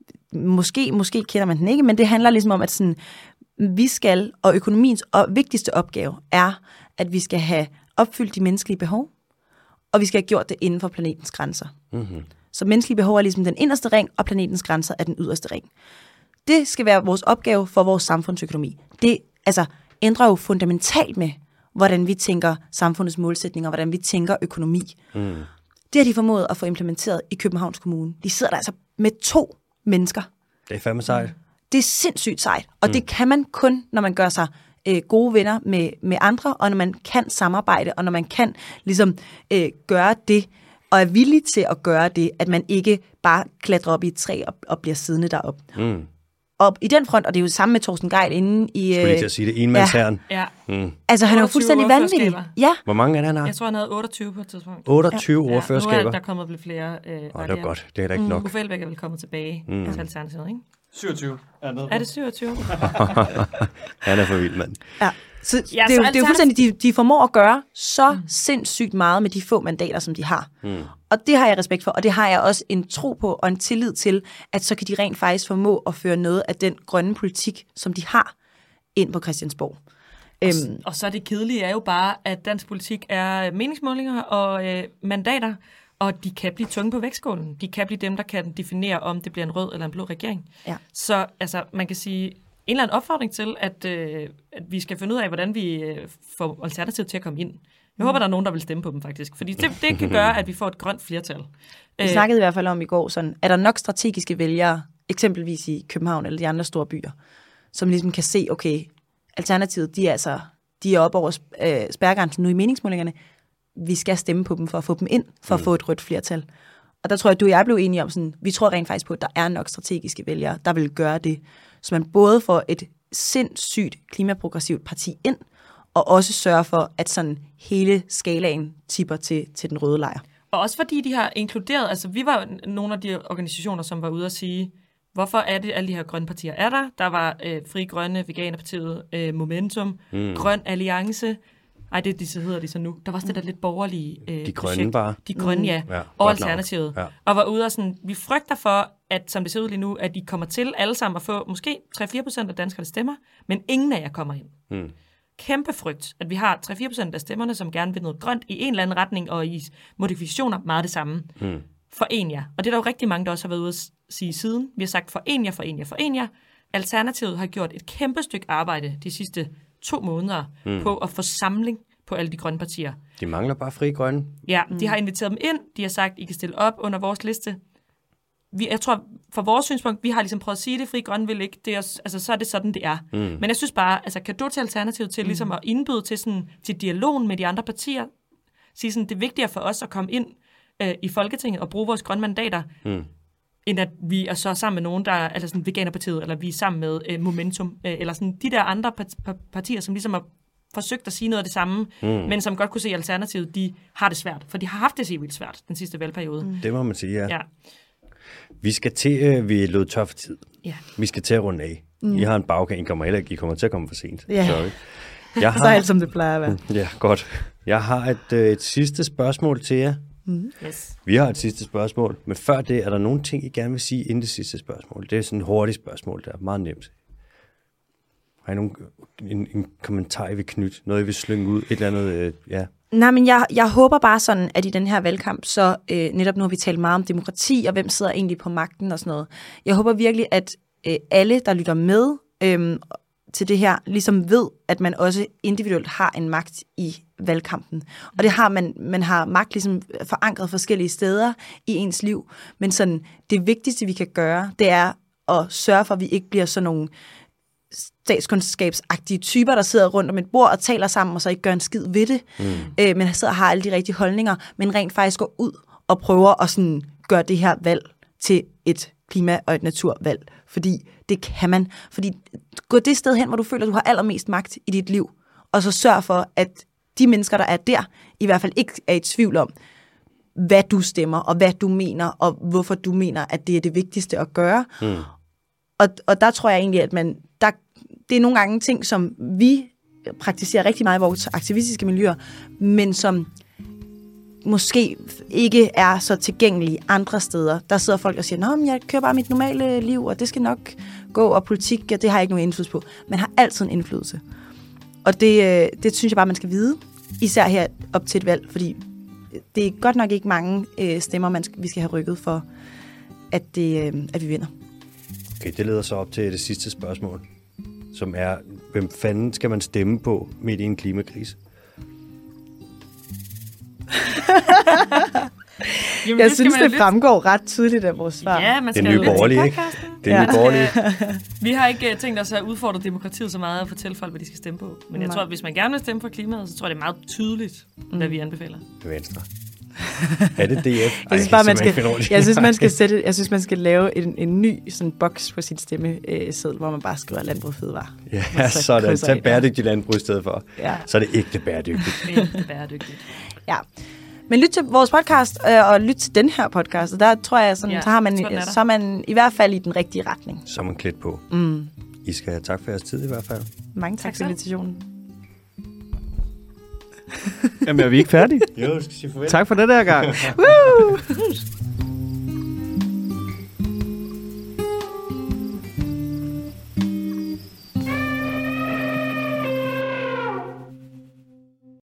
måske, måske kender man den ikke, men det handler ligesom om, at sådan, vi skal, og økonomiens og vigtigste opgave er, at vi skal have opfyldt de menneskelige behov, og vi skal have gjort det inden for planetens grænser. Mm-hmm. Så menneskelige behov er ligesom den inderste ring, og planetens grænser er den yderste ring. Det skal være vores opgave for vores samfundsøkonomi. Det altså, ændrer jo fundamentalt med, hvordan vi tænker samfundets målsætninger, hvordan vi tænker økonomi. Mm. Det har de formået at få implementeret i Københavns Kommune. De sidder der altså med to mennesker. Det er fandme sejt. Det er sindssygt sejt, og mm. det kan man kun, når man gør sig øh, gode venner med, med andre, og når man kan samarbejde, og når man kan ligesom øh, gøre det, og er villig til at gøre det, at man ikke bare klatrer op i et træ og, og bliver siddende deroppe. Mm. Og i den front, og det er jo det samme med Torsten Gejl inde i... Skulle lige til at sige det, enmandsherren. Ja. Mm. Altså, han er jo fuldstændig vanvittig. Ja. Hvor mange er det, han har? Jeg tror, han havde otteogtyve på et tidspunkt. otteogtyve ja. ordførerskaber? Ja, nu er der kommet lidt flere. Øh, oh, det er godt. Det er da ikke mm. nok. Uffe Elbæk er vel kommet tilbage mm. til Alternativet, ikke? syvogtyve er noget. Er det syvogtyve? Han er for vild, mand. Ja. Så, ja, det, er så jo, det er jo fuldstændig, de, de formår at gøre så mm. sindssygt meget med de få mandater, som de har. Mm. Og det har jeg respekt for, og det har jeg også en tro på og en tillid til, at så kan de rent faktisk formå at føre noget af den grønne politik, som de har, ind på Christiansborg. Og, øhm. og så det kedelige er jo bare, at dansk politik er meningsmålinger og øh, mandater, og de kan blive tunge på vægtskålen. De kan blive dem, der kan definere, om det bliver en rød eller en blå regering. Ja. Så altså, man kan sige, en eller anden opfordring til, at, øh, at vi skal finde ud af, hvordan vi øh, får Alternativet til at komme ind. Jeg håber, der er nogen, der vil stemme på dem, faktisk. Fordi det, det kan gøre, at vi får et grønt flertal. Vi snakkede i hvert fald om i går, sådan, er der nok strategiske vælgere, eksempelvis i København eller de andre store byer, som ligesom kan se, okay, Alternativet, de er, altså, de er oppe over øh, spærregrænsen nu i meningsmålingerne. Vi skal stemme på dem for at få dem ind, for at få et rødt flertal. Og der tror jeg, at du og jeg blev enige om, sådan, vi tror rent faktisk på, at der er nok strategiske vælgere, der vil gøre det. Så man både får et sindssygt klimaprogressivt parti ind, og også sørge for, at sådan hele skalaen tipper til, til den røde lejr. Og også fordi de har inkluderet, altså vi var nogle af de organisationer, som var ude at sige, hvorfor er det, alle de her grønne partier er der? Der var øh, Fri Grønne, Veganerpartiet, øh, Momentum, mm. Grøn Alliance. Ej, det, det så hedder de så nu. Der var også det der lidt borgerlige øh, De grønne bare. De grønne, ja. ja og Alternativet. Ja. Og var ude og sådan, vi frygter for, at som det ser ud lige nu, at de kommer til alle sammen at få måske tre til fire procent af danskerne stemmer, men ingen af jer kommer ind. Mm. Kæmpe frygt, at vi har tre til fire procent af stemmerne, som gerne vil noget grønt i en eller anden retning, og i modifikationer meget det samme. Mm. Foren jer. Og det er der jo rigtig mange, der også har været ude at sige siden. Vi har sagt foren jer, foren jer, foren jer. Alternativet har gjort et kæmpe stykke arbejde de sidste to måneder mm. på at få samling på alle de grønne partier. De mangler bare Fri Grønne. Ja, de har inviteret dem ind. De har sagt, I kan stille op under vores liste. Vi, jeg tror, fra vores synspunkt, vi har ligesom prøvet at sige det, Fri Grønne vil ikke. Det er, altså, så er det sådan, det er. Mm. Men jeg synes bare, altså, kan du til Alternativet til mm. ligesom at indbyde til, sådan, til dialogen med de andre partier? Sige sådan, det er vigtigere for os at komme ind øh, i Folketinget og bruge vores grønne mandater, mm. end at vi er så sammen med nogen, der er altså sådan Veganerpartiet, eller vi er sammen med øh, Momentum, øh, eller sådan de der andre partier, som ligesom har forsøgt at sige noget af det samme, mm. men som godt kunne se Alternativet, de har det svært, for de har haft det så vildt svært den sidste valgperiode. Mm. Det må man sige, ja. ja. Vi skal til, øh, vi er løbet tør for tid. Ja. Vi skal til at runde af. Mm. I har en bagkage, I kommer heller ikke, I kommer til at komme for sent. Ja. Sorry. Jeg har, så er alt, som det plejer at være. Ja, godt. Jeg har et, øh, et sidste spørgsmål til jer. Mm. Yes. Vi har et sidste spørgsmål, men før det, er der nogle ting, I gerne vil sige inden det sidste spørgsmål? Det er sådan et hurtigt spørgsmål, der er meget nemt. Har I nogen, en, en kommentar, I vil knytte? Noget, I vil slynge ud? Et eller andet, øh, ja. Nej, men jeg, jeg håber bare sådan, at i den her valgkamp, så øh, netop nu har vi talt meget om demokrati, og hvem sidder egentlig på magten og sådan noget. Jeg håber virkelig, at øh, alle, der lytter med øh, til det her, ligesom ved, at man også individuelt har en magt i valgkampen. Og det har man, man har magt ligesom forankret forskellige steder i ens liv. Men sådan, det vigtigste, vi kan gøre, det er at sørge for, at vi ikke bliver sådan nogle statskundskabsagtige typer, der sidder rundt om et bord og taler sammen, og så ikke gør en skid ved det, mm. øh, men sidder og har alle de rigtige holdninger, men rent faktisk går ud og prøver at sådan gøre det her valg til et klima- og et naturvalg. Fordi det kan man. Fordi gå det sted hen, hvor du føler, at du har allermest magt i dit liv, og så sørg for, at de mennesker, der er der, i hvert fald ikke er i tvivl om, hvad du stemmer, og hvad du mener, og hvorfor du mener, at det er det vigtigste at gøre. Mm. Og, og der tror jeg egentlig, at man, der, det er nogle gange ting, som vi praktiserer rigtig meget i vores aktivistiske miljøer, men som måske ikke er så tilgængelige andre steder. Der sidder folk og siger, nå, men jeg kører bare mit normale liv, og det skal nok gå, og politik, ja, det har jeg ikke nogen indflydelse på. Man har altid en indflydelse. Og det, det synes jeg bare, man skal vide, især her op til et valg, fordi det er godt nok ikke mange øh, stemmer, man skal, vi skal have rykket for, at, det, øh, at vi vinder. Okay, det leder så op til det sidste spørgsmål, som er, hvem fanden skal man stemme på midt i en klimakrise? Jamen, jeg det synes, det lidt... fremgår ret tydeligt af vores svar. Ja, man skal det er nye borgerlige, ikke? Det er ja. nye borgerlige. Vi har ikke uh, tænkt os at udfordre demokratiet så meget og fortælle folk, hvad de skal stemme på. Men jeg Nej. tror, at hvis man gerne vil stemme for klimaet, så tror jeg, det er meget tydeligt, mm. hvad vi anbefaler. Venstre. Er det D F? Ej, jeg synes bare, man skal, jeg synes, man skal sætte, jeg synes, man skal lave en, en ny sådan boks på sit stemmeseddel, hvor man bare skriver landbrug fødevare. Ja, så sådan. Tag bæredygtigt landbrug i stedet for. Ja. Så er det ægte bæredygtigt. Ægte bæredygtigt. Ja. Men lyt til vores podcast, øh, og lyt til den her podcast, og der tror jeg, sådan, ja, så, har man, sådan så er man i hvert fald i den rigtige retning. Så er man klædt på. Mm. I skal have tak for jeres tid i hvert fald. Mange tak, tak for invitationen. Jamen, er vi ikke færdige? Jo, skal sige farvel. Tak for det der gang. Woo!